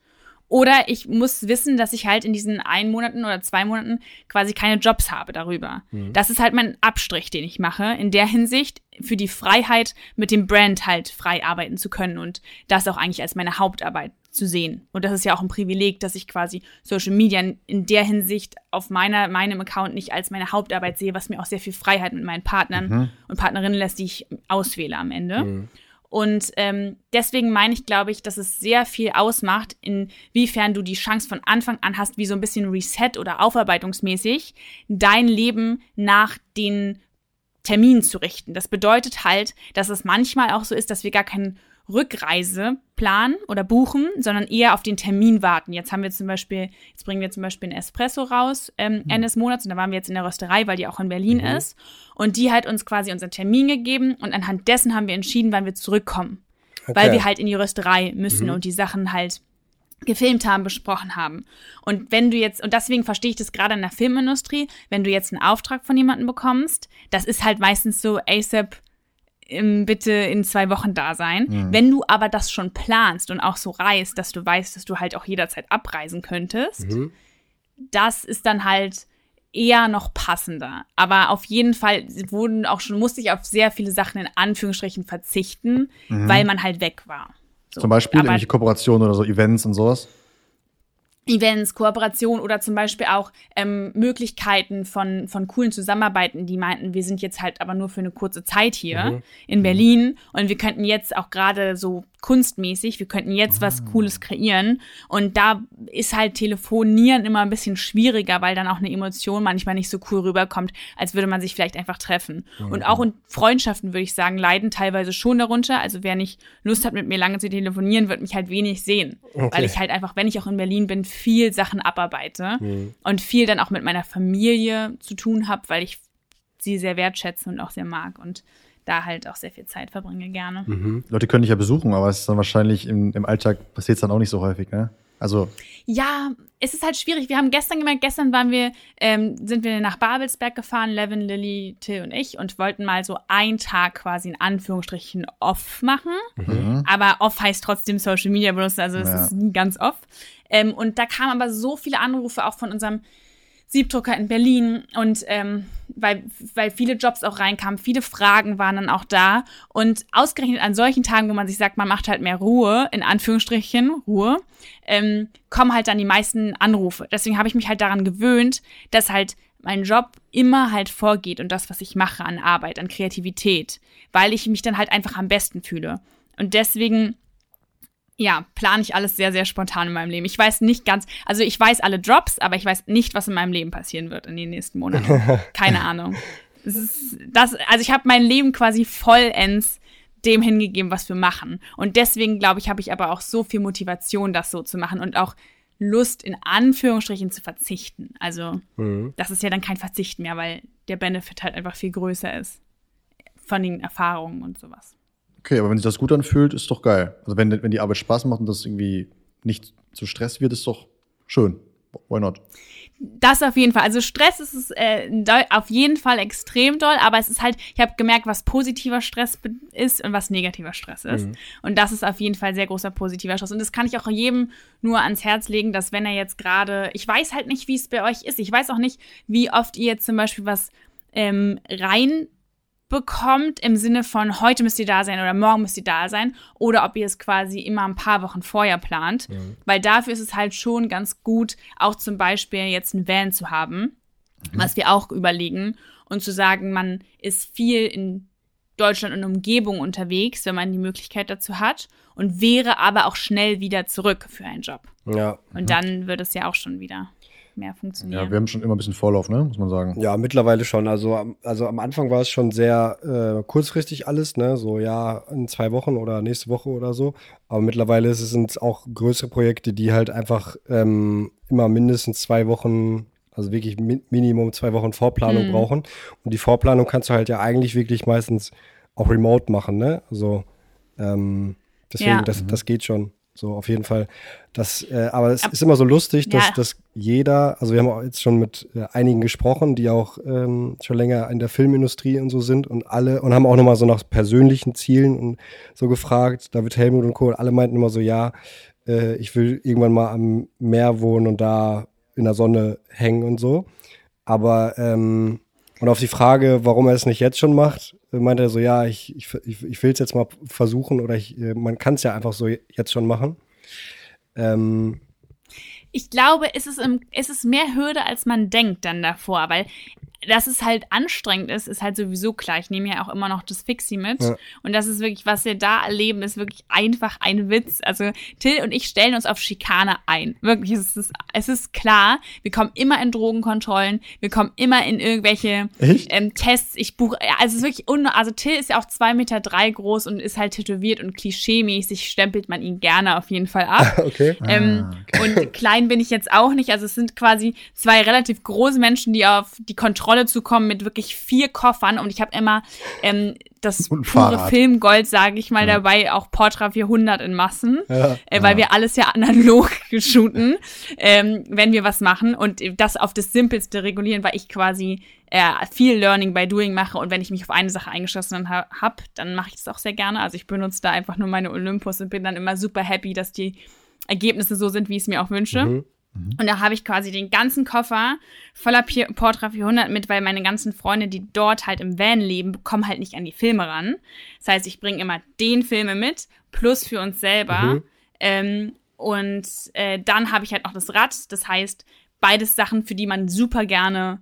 Speaker 2: Oder ich muss wissen, dass ich halt in diesen ein Monaten oder zwei Monaten quasi keine Jobs habe darüber. Mhm. Das ist halt mein Abstrich, den ich mache, in der Hinsicht für die Freiheit, mit dem Brand halt frei arbeiten zu können und das auch eigentlich als meine Hauptarbeit zu sehen. Und das ist ja auch ein Privileg, dass ich quasi Social Media in der Hinsicht auf meiner, meinem Account nicht als meine Hauptarbeit sehe, was mir auch sehr viel Freiheit mit meinen Partnern mhm. und Partnerinnen lässt, die ich auswähle am Ende. Mhm. Und ähm, deswegen meine ich, glaube ich, dass es sehr viel ausmacht, inwiefern du die Chance von Anfang an hast, wie so ein bisschen Reset oder aufarbeitungsmäßig dein Leben nach den Terminen zu richten. Das bedeutet halt, dass es manchmal auch so ist, dass wir gar keinen Rückreise planen oder buchen, sondern eher auf den Termin warten. Jetzt haben wir zum Beispiel, jetzt bringen wir zum Beispiel einen Espresso raus ähm, Ende des Monats und da waren wir jetzt in der Rösterei, weil die auch in Berlin mhm. ist und die hat uns quasi unseren Termin gegeben und anhand dessen haben wir entschieden, wann wir zurückkommen, okay. weil wir halt in die Rösterei müssen mhm. und die Sachen halt gefilmt haben, besprochen haben. Und wenn du jetzt, und deswegen verstehe ich das gerade in der Filmindustrie, wenn du jetzt einen Auftrag von jemandem bekommst, das ist halt meistens so ASAP im, bitte in zwei Wochen da sein. Mhm. Wenn du aber das schon planst und auch so reist, dass du weißt, dass du halt auch jederzeit abreisen könntest, mhm. das ist dann halt eher noch passender. Aber auf jeden Fall wurden auch schon, musste ich auf sehr viele Sachen in Anführungsstrichen verzichten, mhm. weil man halt weg war. So.
Speaker 1: Zum Beispiel irgendwelche Kooperationen oder so Events und sowas?
Speaker 2: Events, Kooperation oder zum Beispiel auch ähm, Möglichkeiten von von coolen Zusammenarbeiten, die meinten, wir sind jetzt halt aber nur für eine kurze Zeit hier mhm. in Berlin und wir könnten jetzt auch gerade so kunstmäßig, wir könnten jetzt ah. was Cooles kreieren und da ist halt Telefonieren immer ein bisschen schwieriger, weil dann auch eine Emotion manchmal nicht so cool rüberkommt, als würde man sich vielleicht einfach treffen. Mhm. Und auch in Freundschaften, würde ich sagen, leiden teilweise schon darunter, also wer nicht Lust hat, mit mir lange zu telefonieren, wird mich halt wenig sehen, okay. weil ich halt einfach, wenn ich auch in Berlin bin, viel Sachen abarbeite mhm. und viel dann auch mit meiner Familie zu tun habe, weil ich sie sehr wertschätze und auch sehr mag und da halt auch sehr viel Zeit verbringe gerne.
Speaker 1: Mhm. Leute können dich ja besuchen, aber es ist dann wahrscheinlich im, im Alltag passiert es dann auch nicht so häufig, ne? Also
Speaker 2: ja, es ist halt schwierig. Wir haben gestern gemerkt, gestern waren wir, ähm, sind wir nach Babelsberg gefahren, Levin, Lilly, Till und ich und wollten mal so einen Tag quasi in Anführungsstrichen off machen. Mhm. Aber off heißt trotzdem Social Media benutzen, also es ja. ist nie ganz off. Ähm, und da kamen aber so viele Anrufe auch von unserem Siebdrucker in Berlin und ähm, weil, weil viele Jobs auch reinkamen, viele Fragen waren dann auch da und ausgerechnet an solchen Tagen, wo man sich sagt, man macht halt mehr Ruhe, in Anführungsstrichen Ruhe, ähm, kommen halt dann die meisten Anrufe. Deswegen habe ich mich halt daran gewöhnt, dass halt mein Job immer halt vorgeht und das, was ich mache an Arbeit, an Kreativität, weil ich mich dann halt einfach am besten fühle. Und deswegen ja, plane ich alles sehr, sehr spontan in meinem Leben. Ich weiß nicht ganz, also ich weiß alle Drops, aber ich weiß nicht, was in meinem Leben passieren wird in den nächsten Monaten. Keine Ahnung. Das ist, das, also ich habe mein Leben quasi vollends dem hingegeben, was wir machen. Und deswegen, glaube ich, habe ich aber auch so viel Motivation, das so zu machen und auch Lust, in Anführungsstrichen, zu verzichten. Also mhm. das ist ja dann kein Verzicht mehr, weil der Benefit halt einfach viel größer ist von den Erfahrungen und sowas.
Speaker 1: Okay, aber wenn sich das gut anfühlt, ist doch geil. Also wenn, wenn die Arbeit Spaß macht und das irgendwie nicht zu Stress wird, ist doch schön. Why not?
Speaker 2: Das auf jeden Fall. Also Stress ist es äh, auf jeden Fall extrem doll, aber es ist halt, ich habe gemerkt, was positiver Stress ist und was negativer Stress ist. Mhm. Und das ist auf jeden Fall sehr großer positiver Stress. Und das kann ich auch jedem nur ans Herz legen, dass wenn er jetzt gerade, ich weiß halt nicht, wie es bei euch ist. Ich weiß auch nicht, wie oft ihr jetzt zum Beispiel was ähm, rein bekommt im Sinne von heute müsst ihr da sein oder morgen müsst ihr da sein oder ob ihr es quasi immer ein paar Wochen vorher plant, mhm. weil dafür ist es halt schon ganz gut, auch zum Beispiel jetzt einen Van zu haben, mhm. was wir auch überlegen und zu sagen, man ist viel in Deutschland und Umgebung unterwegs, wenn man die Möglichkeit dazu hat und wäre aber auch schnell wieder zurück für einen Job.
Speaker 3: Ja.
Speaker 2: Und mhm. dann wird es ja auch schon wieder mehr funktionieren.
Speaker 1: Ja, wir haben schon immer ein bisschen Vorlauf, ne, muss man sagen.
Speaker 3: Ja, mittlerweile schon. Also, also am Anfang war es schon sehr äh, kurzfristig alles, ne, so ja, in zwei Wochen oder nächste Woche oder so. Aber mittlerweile sind es auch größere Projekte, die halt einfach ähm, immer mindestens zwei Wochen, also wirklich mi- Minimum zwei Wochen Vorplanung mhm. brauchen. Und die Vorplanung kannst du halt ja eigentlich wirklich meistens auch remote machen, ne? Also ähm, deswegen, ja. das, das geht schon. So, auf jeden Fall. Das, äh, aber es Ab, ist immer so lustig, dass, ja. dass jeder, also wir haben auch jetzt schon mit äh, einigen gesprochen, die auch ähm, schon länger in der Filmindustrie und so sind und alle, und haben auch nochmal so nach persönlichen Zielen und so gefragt, David Helmut und Co. Und alle meinten immer so, ja, äh, ich will irgendwann mal am Meer wohnen und da in der Sonne hängen und so. Aber, ähm, und auf die Frage, warum er es nicht jetzt schon macht, meinte er so, ja, ich, ich, ich, ich will es jetzt mal versuchen oder ich, man kann es ja einfach so jetzt schon machen. Ähm,
Speaker 2: Ich glaube, es ist, im, es ist mehr Hürde, als man denkt dann davor, weil dass es halt anstrengend ist, ist halt sowieso klar. Ich nehme ja auch immer noch das Fixie mit. Ja. Und das ist wirklich, was wir da erleben, ist wirklich einfach ein Witz. Also Till und ich stellen uns auf Schikane ein. Wirklich, es ist, es ist klar, wir kommen immer in Drogenkontrollen, wir kommen immer in irgendwelche ähm, Tests. Ich buche, also es ist wirklich, un- also Till ist ja auch zwei Meter drei groß und ist halt tätowiert und klischeemäßig stempelt man ihn gerne auf jeden Fall ab.
Speaker 3: Okay.
Speaker 2: Ähm,
Speaker 1: Ah, okay.
Speaker 2: Und klein bin ich jetzt auch nicht. Also es sind quasi zwei relativ große Menschen, die auf die Kontrolle zu kommen mit wirklich vier Koffern und ich habe immer ähm, das
Speaker 1: Und
Speaker 2: pure
Speaker 1: Fahrrad.
Speaker 2: Filmgold, sage ich mal,
Speaker 1: Ja.
Speaker 2: dabei, auch Portra vierhundert in Massen,
Speaker 3: Ja.
Speaker 2: äh, weil
Speaker 1: Ja.
Speaker 2: wir alles ja analog shooten, ähm, wenn wir was machen und das auf das Simpelste regulieren, weil ich quasi äh, viel Learning by Doing mache und wenn ich mich auf eine Sache eingeschossen ha- habe, dann mache ich das auch sehr gerne. Also ich benutze da einfach nur meine Olympus und bin dann immer super happy, dass die Ergebnisse so sind, wie ich es mir auch wünsche.
Speaker 3: Mhm.
Speaker 2: Und da habe ich quasi den ganzen Koffer voller P- Portra vierhundert mit, weil meine ganzen Freunde, die dort halt im Van leben, kommen halt nicht an die Filme ran. Das heißt, ich bringe immer den Filme mit, plus für uns selber.
Speaker 3: Mhm.
Speaker 2: Ähm, und äh, dann habe ich halt noch das Rad. Das heißt, beides Sachen, für die man super gerne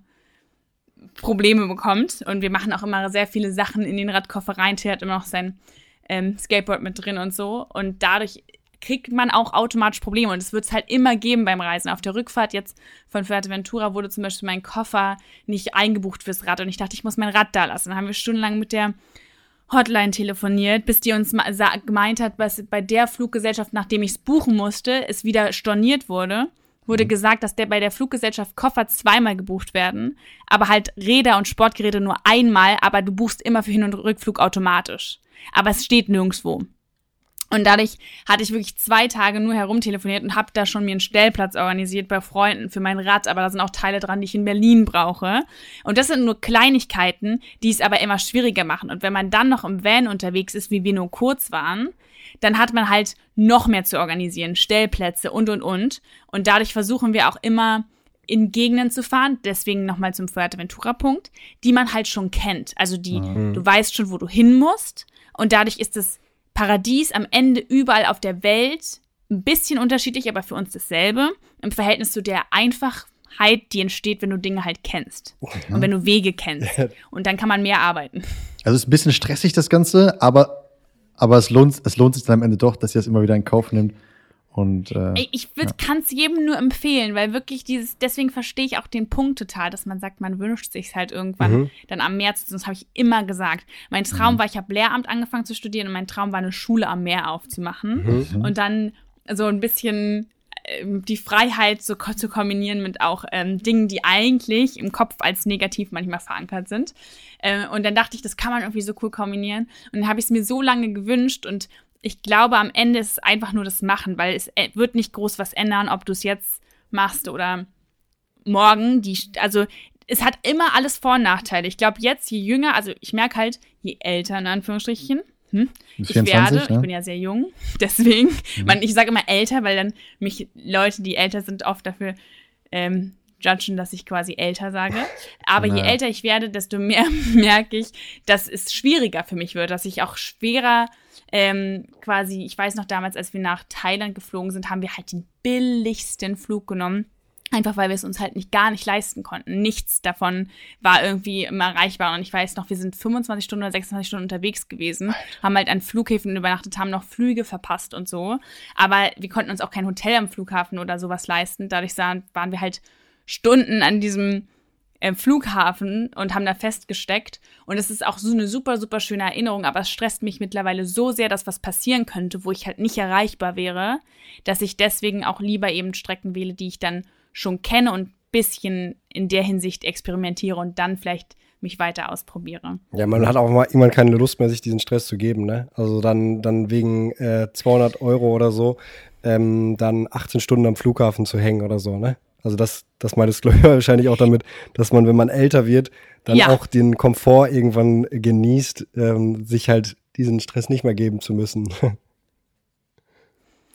Speaker 2: Probleme bekommt. Und wir machen auch immer sehr viele Sachen in den Radkoffer rein. Till hat immer noch sein ähm, Skateboard mit drin und so. Und dadurch kriegt man auch automatisch Probleme. Und es wird es halt immer geben beim Reisen. Auf der Rückfahrt jetzt von Fuerteventura wurde zum Beispiel mein Koffer nicht eingebucht fürs Rad. Und ich dachte, ich muss mein Rad da lassen. Dann haben wir stundenlang mit der Hotline telefoniert, bis die uns ma- sa- gemeint hat, dass bei der Fluggesellschaft, nachdem ich es buchen musste, es wieder storniert wurde. Wurde mhm. gesagt, dass der bei der Fluggesellschaft Koffer zweimal gebucht werden, aber halt Räder und Sportgeräte nur einmal, aber du buchst immer für Hin- und Rückflug automatisch. Aber es steht nirgendwo. Und dadurch hatte ich wirklich zwei Tage nur herumtelefoniert und habe da schon mir einen Stellplatz organisiert bei Freunden für mein Rad, aber da sind auch Teile dran, die ich in Berlin brauche. Und das sind nur Kleinigkeiten, die es aber immer schwieriger machen. Und wenn man dann noch im Van unterwegs ist, wie wir nur kurz waren, dann hat man halt noch mehr zu organisieren, Stellplätze und, und, und. Und dadurch versuchen wir auch immer in Gegenden zu fahren, deswegen nochmal zum Fuerteventura-Punkt, die man halt schon kennt. Also die, mhm. du weißt schon, wo du hin musst. Und dadurch ist das Paradies am Ende überall auf der Welt ein bisschen unterschiedlich, aber für uns dasselbe, im Verhältnis zu der Einfachheit, die entsteht, wenn du Dinge halt kennst mhm. und wenn du Wege kennst. Und dann kann man mehr arbeiten.
Speaker 1: Also es ist ein bisschen stressig, das Ganze, aber, aber es, lohnt, es lohnt sich dann am Ende doch, dass ihr das immer wieder in Kauf nimmt. Und, äh,
Speaker 2: Ey, ich
Speaker 1: ja.
Speaker 2: kann es jedem nur empfehlen, weil wirklich dieses, deswegen verstehe ich auch den Punkt total, dass man sagt, man wünscht sich halt irgendwann
Speaker 3: Mhm.
Speaker 2: dann am Meer zu sitzen. Das habe ich immer gesagt. Mein Traum
Speaker 1: Mhm.
Speaker 2: war, ich habe Lehramt angefangen zu studieren und mein Traum war, eine Schule am Meer aufzumachen.
Speaker 3: Mhm.
Speaker 2: Und dann so ein bisschen ähm, die Freiheit so ko- zu kombinieren mit auch ähm, Dingen, die eigentlich im Kopf als negativ manchmal verankert sind. Äh, und dann dachte ich, das kann man irgendwie so cool kombinieren. Und dann habe ich es mir so lange gewünscht und ich glaube, am Ende ist es einfach nur das Machen, weil es äh, wird nicht groß was ändern, ob du es jetzt machst oder morgen. Die, also es hat immer alles Vor- und Nachteile. Ich glaube, jetzt, je jünger, also ich merke halt, je älter, in Anführungsstrichen, hm,
Speaker 1: Bis
Speaker 2: ich
Speaker 1: vierundzwanzig,
Speaker 2: werde,
Speaker 1: ne?
Speaker 2: ich bin ja sehr jung, deswegen,
Speaker 1: Mhm.
Speaker 2: man, ich sage immer älter, weil dann mich Leute, die älter sind, oft dafür ähm, judgen, dass ich quasi älter sage. Aber je
Speaker 1: Ja.
Speaker 2: älter ich werde, desto mehr merke ich, dass es schwieriger für mich wird, dass ich auch schwerer ähm, quasi, ich weiß noch damals, als wir nach Thailand geflogen sind, haben wir halt den billigsten Flug genommen. Einfach weil wir es uns halt nicht gar nicht leisten konnten. Nichts davon war irgendwie immer erreichbar. Und ich weiß noch, wir sind fünfundzwanzig Stunden oder sechsundzwanzig Stunden unterwegs gewesen, haben halt an Flughäfen übernachtet, haben noch Flüge verpasst und so. Aber wir konnten uns auch kein Hotel am Flughafen oder sowas leisten. Dadurch sahen, waren wir halt Stunden an diesem äh, Flughafen und haben da festgesteckt. Und es ist auch so eine super, super schöne Erinnerung. Aber es stresst mich mittlerweile so sehr, dass was passieren könnte, wo ich halt nicht erreichbar wäre, dass ich deswegen auch lieber eben Strecken wähle, die ich dann schon kenne und ein bisschen in der Hinsicht experimentiere und dann vielleicht mich weiter ausprobiere.
Speaker 3: Ja, man hat auch mal irgendwann keine Lust mehr, sich diesen Stress zu geben, ne? Also dann, dann wegen äh, zweihundert Euro oder so, ähm, dann achtzehn Stunden am Flughafen zu hängen oder so, ne? Also das, das meint es, glaube ich, wahrscheinlich auch damit, dass man, wenn man älter wird, dann
Speaker 2: Ja.
Speaker 3: auch den Komfort irgendwann genießt, ähm, sich halt diesen Stress nicht mehr geben zu müssen.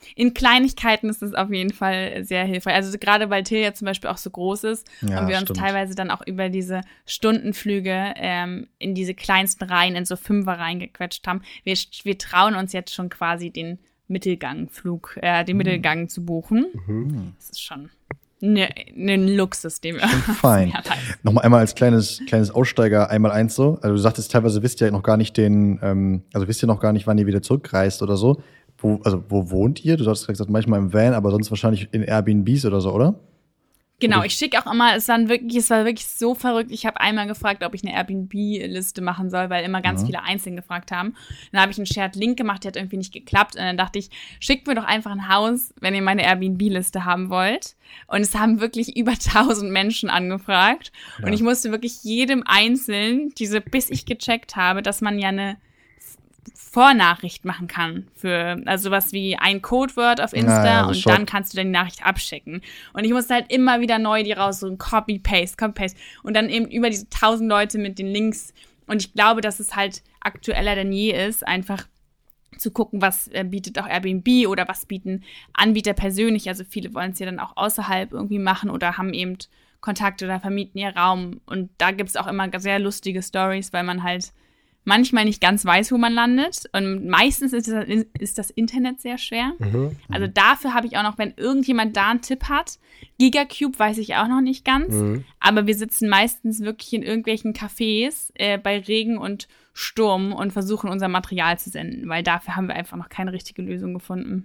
Speaker 2: in Kleinigkeiten ist es auf jeden Fall sehr hilfreich. Also gerade weil Till ja zum Beispiel auch so groß ist
Speaker 1: Ja,
Speaker 2: und wir uns
Speaker 1: stimmt.
Speaker 2: teilweise dann auch über diese Stundenflüge ähm, in diese kleinsten Reihen, in so Fünfer reingequetscht haben. Wir, wir trauen uns jetzt schon quasi den Mittelgangflug, äh, den Mittelgang zu buchen.
Speaker 3: Mhm.
Speaker 2: Das ist schon ne, ne Luxus, den wir
Speaker 1: Fein.
Speaker 2: ja,
Speaker 1: Nochmal einmal als kleines, kleines Aussteiger einmal eins so. Also du sagtest teilweise, wisst ihr noch gar nicht den, ähm, also wisst ihr noch gar nicht, wann ihr wieder zurückreist oder so. Wo, also wo wohnt ihr? Du hast gesagt, manchmal im Van, aber sonst wahrscheinlich in Airbnbs oder so, oder?
Speaker 2: Genau, ich schicke auch immer, es, dann wirklich, es war wirklich so verrückt. Ich habe einmal gefragt, ob ich eine Airbnb-Liste machen soll, weil immer ganz
Speaker 1: Ja.
Speaker 2: viele einzeln gefragt haben. Dann habe ich einen Shared-Link gemacht, der hat irgendwie nicht geklappt. Und dann dachte ich, schickt mir doch einfach ein Haus, wenn ihr meine Airbnb-Liste haben wollt. Und es haben wirklich über tausend Menschen angefragt.
Speaker 1: Ja.
Speaker 2: Und ich musste wirklich jedem einzeln, diese, bis ich gecheckt habe, dass man ja eine Vornachricht machen kann für, also sowas wie ein Codewort auf Insta
Speaker 1: Ja, ja,
Speaker 2: und
Speaker 1: schon.
Speaker 2: dann kannst du dann die Nachricht abschicken. Und ich musste halt immer wieder neu die raus, so Copy-Paste, Copy-Paste und dann eben über diese tausend Leute mit den Links. Und ich glaube, dass es halt aktueller denn je ist, einfach zu gucken, was äh, bietet auch Airbnb oder was bieten Anbieter persönlich. Also viele wollen es ja dann auch außerhalb irgendwie machen oder haben eben Kontakte oder vermieten ihr Raum. Und da gibt es auch immer sehr lustige Stories, weil man halt manchmal nicht ganz weiß, wo man landet. Und meistens ist das, ist das Internet sehr schwer.
Speaker 3: Mhm.
Speaker 2: Also dafür habe ich auch noch, wenn irgendjemand da einen Tipp hat, Gigacube weiß ich auch noch nicht ganz.
Speaker 3: Mhm.
Speaker 2: Aber wir sitzen meistens wirklich in irgendwelchen Cafés äh, bei Regen und Sturm und versuchen unser Material zu senden, weil dafür haben wir einfach noch keine richtige Lösung gefunden.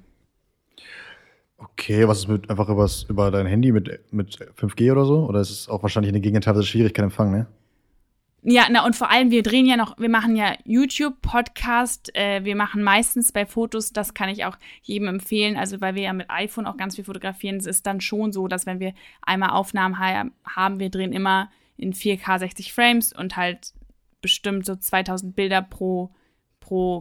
Speaker 1: Okay, was ist mit einfach übers, über dein Handy mit, mit fünf G oder so? Oder ist es auch wahrscheinlich in den Gegenden teilweise schwierig, kein Empfang, ne?
Speaker 2: Ja, na und vor allem, wir drehen ja noch, wir machen ja YouTube, Podcast, äh, wir machen meistens bei Fotos, das kann ich auch jedem empfehlen, also weil wir ja mit iPhone auch ganz viel fotografieren, es ist dann schon so, dass wenn wir einmal Aufnahmen ha- haben, wir drehen immer in vier K sechzig Frames und halt bestimmt so zweitausend Bilder pro, pro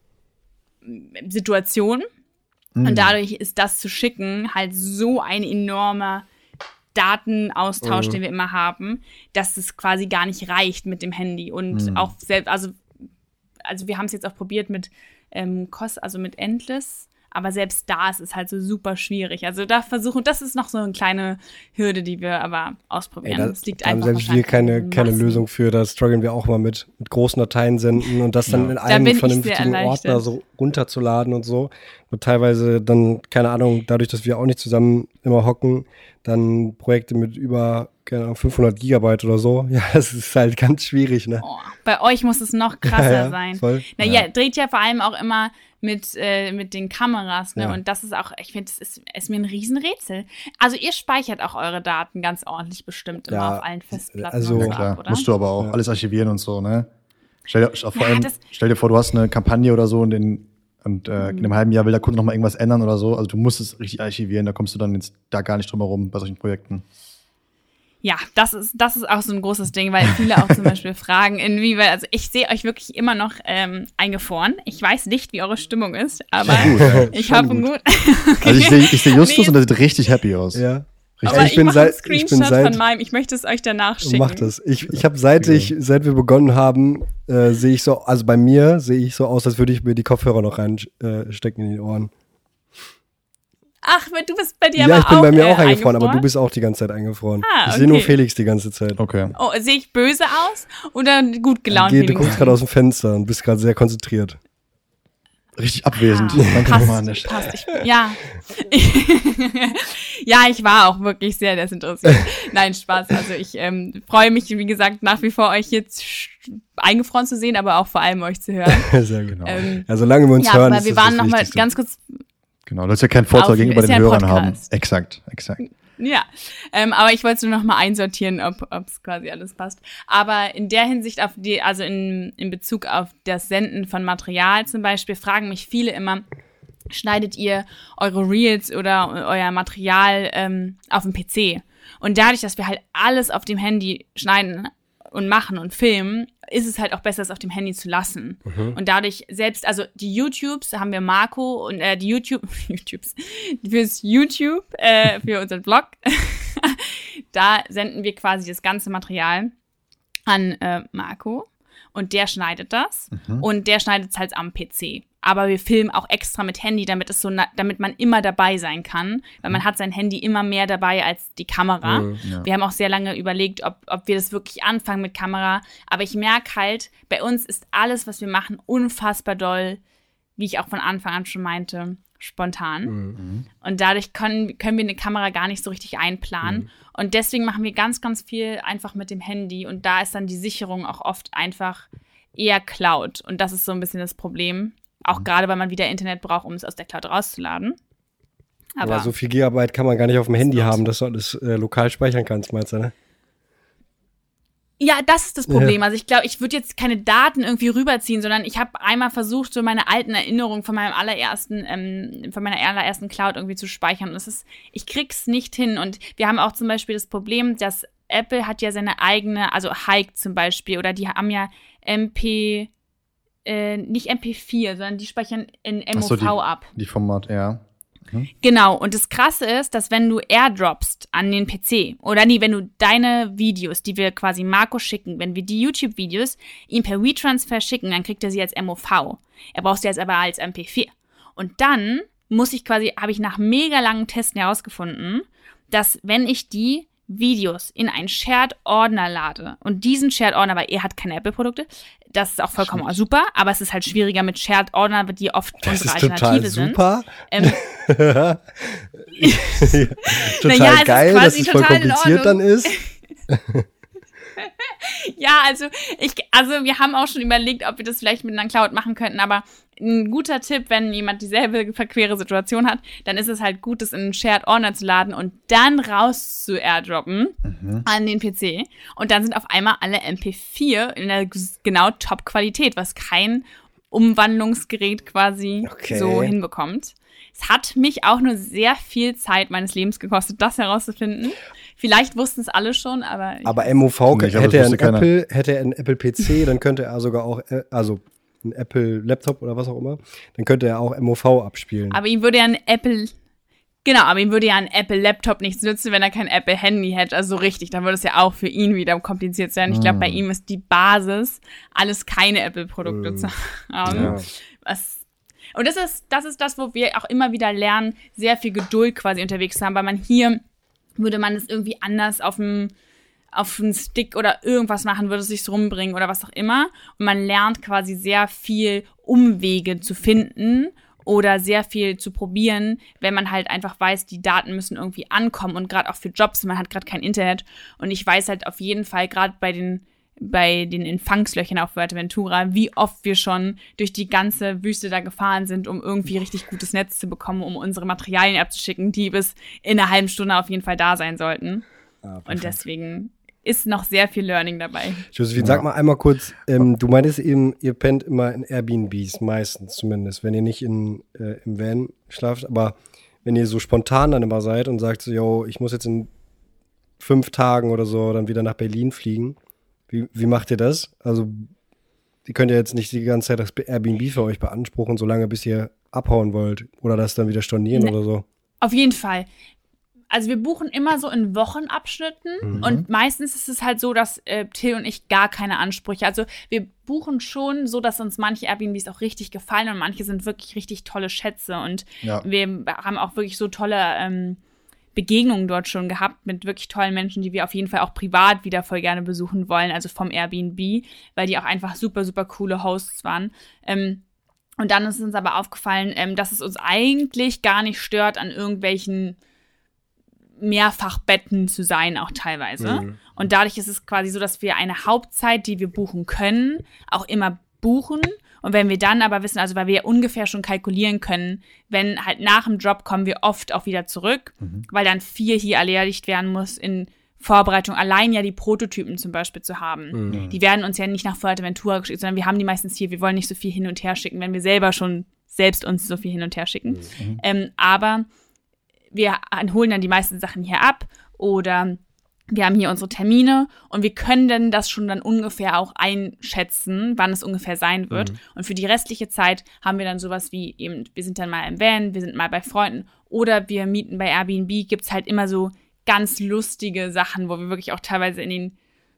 Speaker 2: Situation.
Speaker 1: Mhm.
Speaker 2: Und dadurch ist das zu schicken halt so ein enormer Datenaustausch,
Speaker 3: Mhm.
Speaker 2: den wir immer haben, dass es quasi gar nicht reicht mit dem Handy. Und
Speaker 1: Mhm.
Speaker 2: auch selbst, also, also wir haben es jetzt auch probiert mit ähm, Kost, also mit Endless, aber selbst da ist es halt so super schwierig. Also da versuchen, das ist noch so eine kleine Hürde, die wir aber ausprobieren.
Speaker 3: Ey, da,
Speaker 2: Es liegt
Speaker 3: da haben
Speaker 2: einfach
Speaker 3: selbst wir
Speaker 2: wahrscheinlich
Speaker 3: keine,
Speaker 2: an den
Speaker 3: keine
Speaker 2: Massen.
Speaker 3: Lösung für. Da strugglen wir auch mal mit, mit großen Dateien senden und das dann
Speaker 1: Ja.
Speaker 3: in
Speaker 2: Da
Speaker 3: einen
Speaker 2: bin ich
Speaker 3: vernünftigen
Speaker 2: sehr
Speaker 3: Ordner
Speaker 2: erleichtert.
Speaker 3: so runterzuladen und so. Und teilweise dann, keine Ahnung, dadurch, dass wir auch nicht zusammen immer hocken, dann Projekte mit über, keine Ahnung, fünfhundert Gigabyte oder so. Ja, das ist halt ganz schwierig, ne?
Speaker 2: Oh, bei euch muss es noch krasser
Speaker 3: Ja, ja,
Speaker 2: sein.
Speaker 3: voll.
Speaker 2: Na
Speaker 1: Ja.
Speaker 2: ja, dreht ja vor allem auch immer mit, äh, mit den Kameras, ne?
Speaker 3: Ja.
Speaker 2: Und das ist auch, ich finde, das ist, ist mir ein Riesenrätsel. Also ihr speichert auch eure Daten ganz ordentlich bestimmt immer
Speaker 3: Ja,
Speaker 2: auf allen Festplatten
Speaker 3: also-
Speaker 2: und
Speaker 1: Ja,
Speaker 2: so
Speaker 1: klar.
Speaker 2: ab, oder?
Speaker 1: Musst du aber auch
Speaker 3: Ja.
Speaker 1: alles archivieren und so, ne? Stell dir, vor
Speaker 2: Ja,
Speaker 1: allem,
Speaker 2: das-
Speaker 1: stell dir vor, du hast eine Kampagne oder so und, in, und äh,
Speaker 2: Mhm.
Speaker 1: in einem halben Jahr will der Kunde noch mal irgendwas ändern oder so. Also du musst es richtig archivieren, da kommst du dann jetzt da gar nicht drum herum bei solchen Projekten.
Speaker 2: Ja, das ist, das ist auch so ein großes Ding, weil viele auch zum Beispiel fragen, inwieweit, also ich sehe euch wirklich immer noch ähm, eingefroren. Ich weiß nicht, wie eure Stimmung ist, aber
Speaker 1: Gut, ja.
Speaker 2: ich
Speaker 3: Schon
Speaker 2: hoffe
Speaker 3: gut.
Speaker 2: gut.
Speaker 1: Also ich sehe ich seh Justus
Speaker 2: Nee.
Speaker 1: und der sieht richtig happy aus.
Speaker 3: Ja.
Speaker 1: Richtig.
Speaker 2: Aber
Speaker 3: ich
Speaker 2: ich,
Speaker 3: bin
Speaker 2: mache
Speaker 3: seit-
Speaker 2: einen
Speaker 3: ich bin
Speaker 2: Screenshot
Speaker 3: seit-
Speaker 2: von meinem, ich möchte es euch danach schicken.
Speaker 3: Mach das. Ich, ich habe seit ich, seit wir begonnen haben, äh, sehe ich so, also bei mir sehe ich so aus, als würde ich mir die Kopfhörer noch reinstecken äh, stecken in die Ohren.
Speaker 2: Ach, du bist bei dir
Speaker 3: Ja,
Speaker 2: aber
Speaker 3: ich bin
Speaker 2: auch,
Speaker 3: bei mir
Speaker 2: äh,
Speaker 3: auch eingefroren, aber du bist auch die ganze Zeit eingefroren.
Speaker 2: Ah,
Speaker 3: Ich sehe nur
Speaker 2: okay.
Speaker 3: Felix die ganze Zeit.
Speaker 1: Okay.
Speaker 2: Oh, sehe ich böse aus oder gut gelaunt?
Speaker 3: Geh, du
Speaker 2: wenigstens?
Speaker 3: guckst gerade aus dem Fenster und bist gerade sehr konzentriert.
Speaker 1: Richtig abwesend.
Speaker 2: Ah,
Speaker 1: Danke
Speaker 2: passt,
Speaker 1: nochmal an der Stelle.
Speaker 2: passt. Ich, ja. ja, ich war auch wirklich sehr desinteressiert. Nein, Spaß. Also ich ähm, freue mich, wie gesagt, nach wie vor euch jetzt sch- eingefroren zu sehen, aber auch vor allem euch zu hören.
Speaker 3: Sehr gut.
Speaker 1: Genau.
Speaker 2: Ähm,
Speaker 3: Ja, solange wir uns
Speaker 2: ja,
Speaker 3: hören,
Speaker 2: aber
Speaker 3: ist
Speaker 2: wir
Speaker 3: das
Speaker 2: waren
Speaker 3: das
Speaker 2: noch mal
Speaker 3: Wichtigste.
Speaker 2: ganz kurz.
Speaker 1: Genau, du willst ja keinen Vorteil
Speaker 2: Auf-
Speaker 1: gegenüber
Speaker 2: ist
Speaker 1: den
Speaker 2: ja ein
Speaker 1: Hörern haben.
Speaker 2: Podcast.
Speaker 1: Exakt, exakt.
Speaker 2: Ja, ähm, aber ich wollte es nur noch mal einsortieren, ob es quasi alles passt. Aber in der Hinsicht, auf die, also in, in Bezug auf das Senden von Material zum Beispiel, fragen mich viele immer, schneidet ihr eure Reels oder euer Material ähm, auf dem P C? Und dadurch, dass wir halt alles auf dem Handy schneiden und machen und filmen, ist es halt auch besser, es auf dem Handy zu lassen.
Speaker 3: Mhm.
Speaker 2: Und dadurch selbst, also die YouTubes, da haben wir Marco und äh, die YouTube, YouTubes, fürs YouTube, äh, für unseren Blog, da senden wir quasi das ganze Material an äh, Marco und der schneidet das
Speaker 1: Mhm.
Speaker 2: und der schneidet es halt am P C. aber wir filmen auch extra mit Handy, damit es so, na- damit man immer dabei sein kann, weil man hat sein Handy immer mehr dabei als die Kamera.
Speaker 3: Mhm,
Speaker 1: ja.
Speaker 2: Wir haben auch sehr lange überlegt, ob, ob wir das wirklich anfangen mit Kamera, aber ich merke halt, bei uns ist alles, was wir machen, unfassbar doll, wie ich auch von Anfang an schon meinte, spontan.
Speaker 3: Mhm.
Speaker 2: Und dadurch können, können wir eine Kamera gar nicht so richtig einplanen.
Speaker 3: Mhm.
Speaker 2: Und deswegen machen wir ganz, ganz viel einfach mit dem Handy. Und da ist dann die Sicherung auch oft einfach eher Cloud. Und das ist so ein bisschen das Problem. Auch
Speaker 3: Mhm.
Speaker 2: gerade, weil man wieder Internet braucht, um es aus der Cloud rauszuladen.
Speaker 3: Aber,
Speaker 2: Aber
Speaker 3: so viel Gigabyte kann man gar nicht auf dem Handy
Speaker 2: Slot.
Speaker 3: haben, dass du alles äh, lokal speichern kannst, meinst du, ne?
Speaker 2: ja, das ist das Problem. Also ich glaube, ich würde jetzt keine Daten irgendwie rüberziehen, sondern ich habe einmal versucht, so meine alten Erinnerungen von meinem allerersten, ähm, von meiner allerersten Cloud irgendwie zu speichern. Und das ist, ich krieg's nicht hin. Und wir haben auch zum Beispiel das Problem, dass Apple hat ja seine eigene, also Hike zum Beispiel, oder die haben ja M P, äh, nicht M P vier, sondern die speichern in M O V
Speaker 1: Ach so, die-
Speaker 2: ab.
Speaker 1: Die Format, ja.
Speaker 2: Genau, und das Krasse ist, dass wenn du airdroppst an den P C, oder nee, wenn du deine Videos, die wir quasi Marco schicken, wenn wir die YouTube-Videos ihm per WeTransfer schicken, dann kriegt er sie als M O V. Er braucht sie jetzt aber als M P vier. Und dann muss ich quasi, habe ich nach mega langen Testen herausgefunden, dass wenn ich die Videos in einen Shared-Ordner lade und diesen Shared-Ordner, weil er hat keine Apple-Produkte, das ist auch vollkommen super, aber es ist halt schwieriger mit Shared-Ordner, die oft
Speaker 3: Das
Speaker 2: unsere
Speaker 3: ist total
Speaker 2: Alternative sind.
Speaker 3: super.
Speaker 2: Ähm,
Speaker 3: total
Speaker 2: Naja, es ist
Speaker 3: geil, dass
Speaker 2: quasi
Speaker 3: es voll
Speaker 2: total in
Speaker 3: kompliziert dann
Speaker 2: Ordnung.
Speaker 3: ist.
Speaker 2: Ja, also ich, also wir haben auch schon überlegt, ob wir das vielleicht mit einer Cloud machen könnten, aber ein guter Tipp, wenn jemand dieselbe verquere Situation hat, dann ist es halt gut, das in einen Shared Ordner zu laden und dann raus zu airdroppen
Speaker 1: Mhm.
Speaker 2: an den P C. Und dann sind auf einmal alle M P vier in der g- genau Top-Qualität, was kein Umwandlungsgerät quasi
Speaker 3: Okay.
Speaker 2: so hinbekommt. Es hat mich auch nur sehr viel Zeit meines Lebens gekostet, das herauszufinden. Vielleicht wussten es alle schon, aber ich
Speaker 3: Aber M O V,
Speaker 1: Nee, ich glaube,
Speaker 3: hätte er
Speaker 1: das
Speaker 3: einen
Speaker 1: wusste keiner.
Speaker 3: Apple, hätte er einen Apple P C, dann könnte er sogar auch, äh, also ein Apple Laptop oder was auch immer, dann könnte er auch M O V abspielen.
Speaker 2: Aber ihm würde ja ein Apple, genau, aber ihm würde ja ein Apple Laptop nichts nützen, wenn er kein Apple Handy hätte. Also so richtig, dann würde es ja auch für ihn wieder kompliziert sein. Ich glaube, bei ihm ist die Basis, alles keine Apple-Produkte
Speaker 3: Mm.
Speaker 2: zu haben.
Speaker 3: Ja.
Speaker 2: Was, und das ist, das ist das, wo wir auch immer wieder lernen, sehr viel Geduld quasi unterwegs zu haben, weil man hier würde man es irgendwie anders auf dem auf einen Stick oder irgendwas machen, würde es sich rumbringen oder was auch immer. Und man lernt quasi sehr viel Umwege zu finden oder sehr viel zu probieren, wenn man halt einfach weiß, die Daten müssen irgendwie ankommen und gerade auch für Jobs, man hat gerade kein Internet. Und ich weiß halt auf jeden Fall, gerade bei den bei den Empfangslöchern auf Fuerteventura, wie oft wir schon durch die ganze Wüste da gefahren sind, um irgendwie richtig gutes Netz zu bekommen, um unsere Materialien abzuschicken, die bis in einer halben Stunde auf jeden Fall da sein sollten.
Speaker 3: Ah, perfekt.
Speaker 2: Und deswegen ist noch sehr viel Learning dabei.
Speaker 3: Josephine, sag mal einmal kurz, ähm, du meintest eben, ihr pennt immer in Airbnbs, meistens zumindest, wenn ihr nicht in, äh, im Van schlaft, aber wenn ihr so spontan dann immer seid und sagt so, yo, ich muss jetzt in fünf Tagen oder so dann wieder nach Berlin fliegen, wie, wie macht ihr das? Also, ihr könnt ja jetzt nicht die ganze Zeit das Airbnb für euch beanspruchen, solange bis ihr abhauen wollt oder das dann wieder stornieren
Speaker 2: Ne.
Speaker 3: oder so.
Speaker 2: Auf jeden Fall. Also wir buchen immer so in Wochenabschnitten
Speaker 3: Mhm.
Speaker 2: und meistens ist es halt so, dass äh, Till und ich gar keine Ansprüche. Also wir buchen schon so, dass uns manche Airbnbs auch richtig gefallen und manche sind wirklich richtig tolle Schätze und
Speaker 1: Ja.
Speaker 2: wir haben auch wirklich so tolle ähm, Begegnungen dort schon gehabt mit wirklich tollen Menschen, die wir auf jeden Fall auch privat wieder voll gerne besuchen wollen, also vom Airbnb, weil die auch einfach super, super coole Hosts waren. Ähm, und dann ist uns aber aufgefallen, ähm, dass es uns eigentlich gar nicht stört, an irgendwelchen Mehrfachbetten zu sein, auch teilweise.
Speaker 3: Mhm.
Speaker 2: Und dadurch ist es quasi so, dass wir eine Hauptzeit, die wir buchen können, auch immer buchen. Und wenn wir dann aber wissen, also weil wir ungefähr schon kalkulieren können, wenn halt nach dem Job kommen wir oft auch wieder zurück,
Speaker 1: Mhm.
Speaker 2: weil dann viel hier erledigt werden muss in Vorbereitung, allein ja die Prototypen zum Beispiel zu haben.
Speaker 3: Mhm.
Speaker 2: Die werden uns ja nicht nach Fuerteventura geschickt, sondern wir haben die meistens hier. Wir wollen nicht so viel hin und her schicken, wenn wir selber schon selbst uns so viel hin und her schicken.
Speaker 1: Mhm.
Speaker 2: Ähm, aber wir holen dann die meisten Sachen hier ab oder wir haben hier unsere Termine und wir können dann das schon dann ungefähr auch einschätzen, wann es ungefähr sein wird.
Speaker 3: Mhm.
Speaker 2: Und für die restliche Zeit haben wir dann sowas wie eben, wir sind dann mal im Van, wir sind mal bei Freunden oder wir mieten bei Airbnb, gibt's halt immer so ganz lustige Sachen, wo wir wirklich auch teilweise in den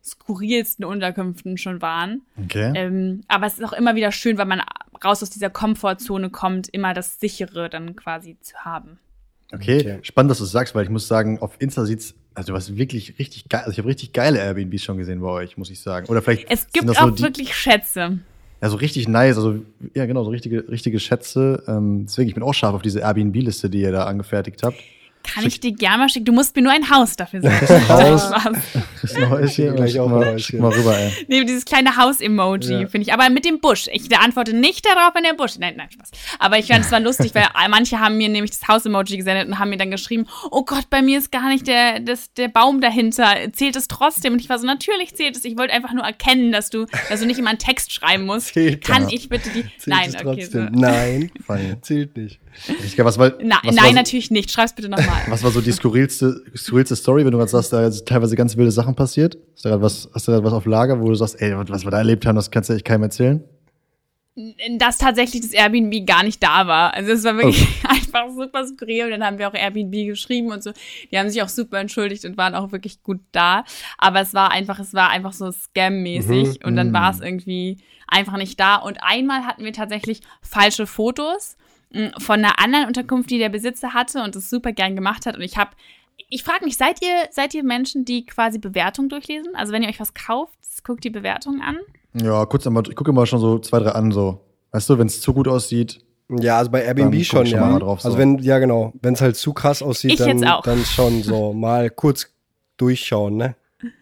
Speaker 2: skurrilsten Unterkünften schon waren.
Speaker 1: Okay.
Speaker 2: Ähm, aber es ist auch immer wieder schön, weil man raus aus dieser Komfortzone kommt, immer das Sichere dann quasi zu haben.
Speaker 1: Okay,
Speaker 3: Okay.
Speaker 1: spannend, dass du es sagst, weil ich muss sagen, auf Insta sieht's, also du hast wirklich richtig geil, also ich habe richtig geile Airbnbs schon gesehen bei euch, muss ich sagen. Oder vielleicht
Speaker 2: Es
Speaker 1: sind
Speaker 2: gibt
Speaker 1: das
Speaker 2: auch
Speaker 1: so die,
Speaker 2: wirklich Schätze.
Speaker 1: ja, so richtig nice, also ja genau, so richtige, richtige Schätze. Ähm, deswegen, ich bin auch scharf auf diese Airbnb-Liste, die ihr da angefertigt habt.
Speaker 2: Kann ich dir gerne mal schicken. Du musst mir nur ein Haus dafür sagen.
Speaker 1: Haus.
Speaker 2: Spaß.
Speaker 1: Das ist ein Häuschen,
Speaker 3: Schick gleich
Speaker 1: schick
Speaker 3: auch
Speaker 1: mal,
Speaker 3: ein
Speaker 1: schick
Speaker 3: Häuschen.
Speaker 1: mal rüber, ey.
Speaker 2: Nee, dieses kleine Haus-Emoji,
Speaker 3: Ja.
Speaker 2: finde ich. Aber mit dem Busch. Ich antworte nicht darauf, wenn der Busch. Nein, nein, Spaß. Aber ich fand es war lustig, weil manche haben mir nämlich das Haus-Emoji gesendet und haben mir dann geschrieben, oh Gott, bei mir ist gar nicht der, das, der Baum dahinter. Zählt es trotzdem? Und ich war so, natürlich zählt es. Ich wollte einfach nur erkennen, dass du, dass du nicht immer einen Text schreiben musst.
Speaker 3: Zählt
Speaker 2: Kann
Speaker 1: ja.
Speaker 2: ich bitte die.
Speaker 3: Zählt
Speaker 2: Nein,
Speaker 3: es
Speaker 2: okay. So.
Speaker 3: trotzdem? Nein,
Speaker 1: Funny.
Speaker 3: zählt nicht.
Speaker 1: Richtig geil. Was war,
Speaker 2: Na,
Speaker 1: was
Speaker 2: nein,
Speaker 1: war so,
Speaker 2: natürlich nicht. Schreib's bitte nochmal.
Speaker 1: Was war so die skurrilste, skurrilste Story, wenn du gerade sagst, da sind teilweise ganz wilde Sachen passiert? Hast du gerade was, hast du gerade was auf Lager, wo du sagst, ey, was wir da erlebt haben, das kannst du echt keinem erzählen?
Speaker 2: Dass tatsächlich das Airbnb gar nicht da war. Also es war wirklich einfach super skurril. Und dann haben wir auch Airbnb geschrieben und so. Die haben sich auch super entschuldigt und waren auch wirklich gut da. Aber es war einfach, es war einfach so Scam-mäßig.
Speaker 3: Mhm.
Speaker 2: Und dann
Speaker 1: Mhm.
Speaker 2: war es irgendwie einfach nicht da. Und einmal hatten wir tatsächlich falsche Fotos mh, von einer anderen Unterkunft, die der Besitzer hatte und das super gern gemacht hat. Und ich habe, ich frage mich, seid ihr, seid ihr Menschen, die quasi Bewertungen durchlesen? Also wenn ihr euch was kauft, guckt die Bewertungen an?
Speaker 1: Ja, kurz einmal, ich gucke immer schon so zwei, drei an, so. Weißt du, wenn es zu gut aussieht,
Speaker 3: Ja, also bei
Speaker 1: Dann
Speaker 3: Airbnb
Speaker 1: guck
Speaker 3: schon,
Speaker 1: ich schon
Speaker 3: ja.
Speaker 1: mal drauf, so.
Speaker 3: Also wenn, ja genau, wenn es halt zu krass aussieht,
Speaker 2: Ich
Speaker 3: dann,
Speaker 2: jetzt auch.
Speaker 3: dann schon so mal kurz durchschauen, ne?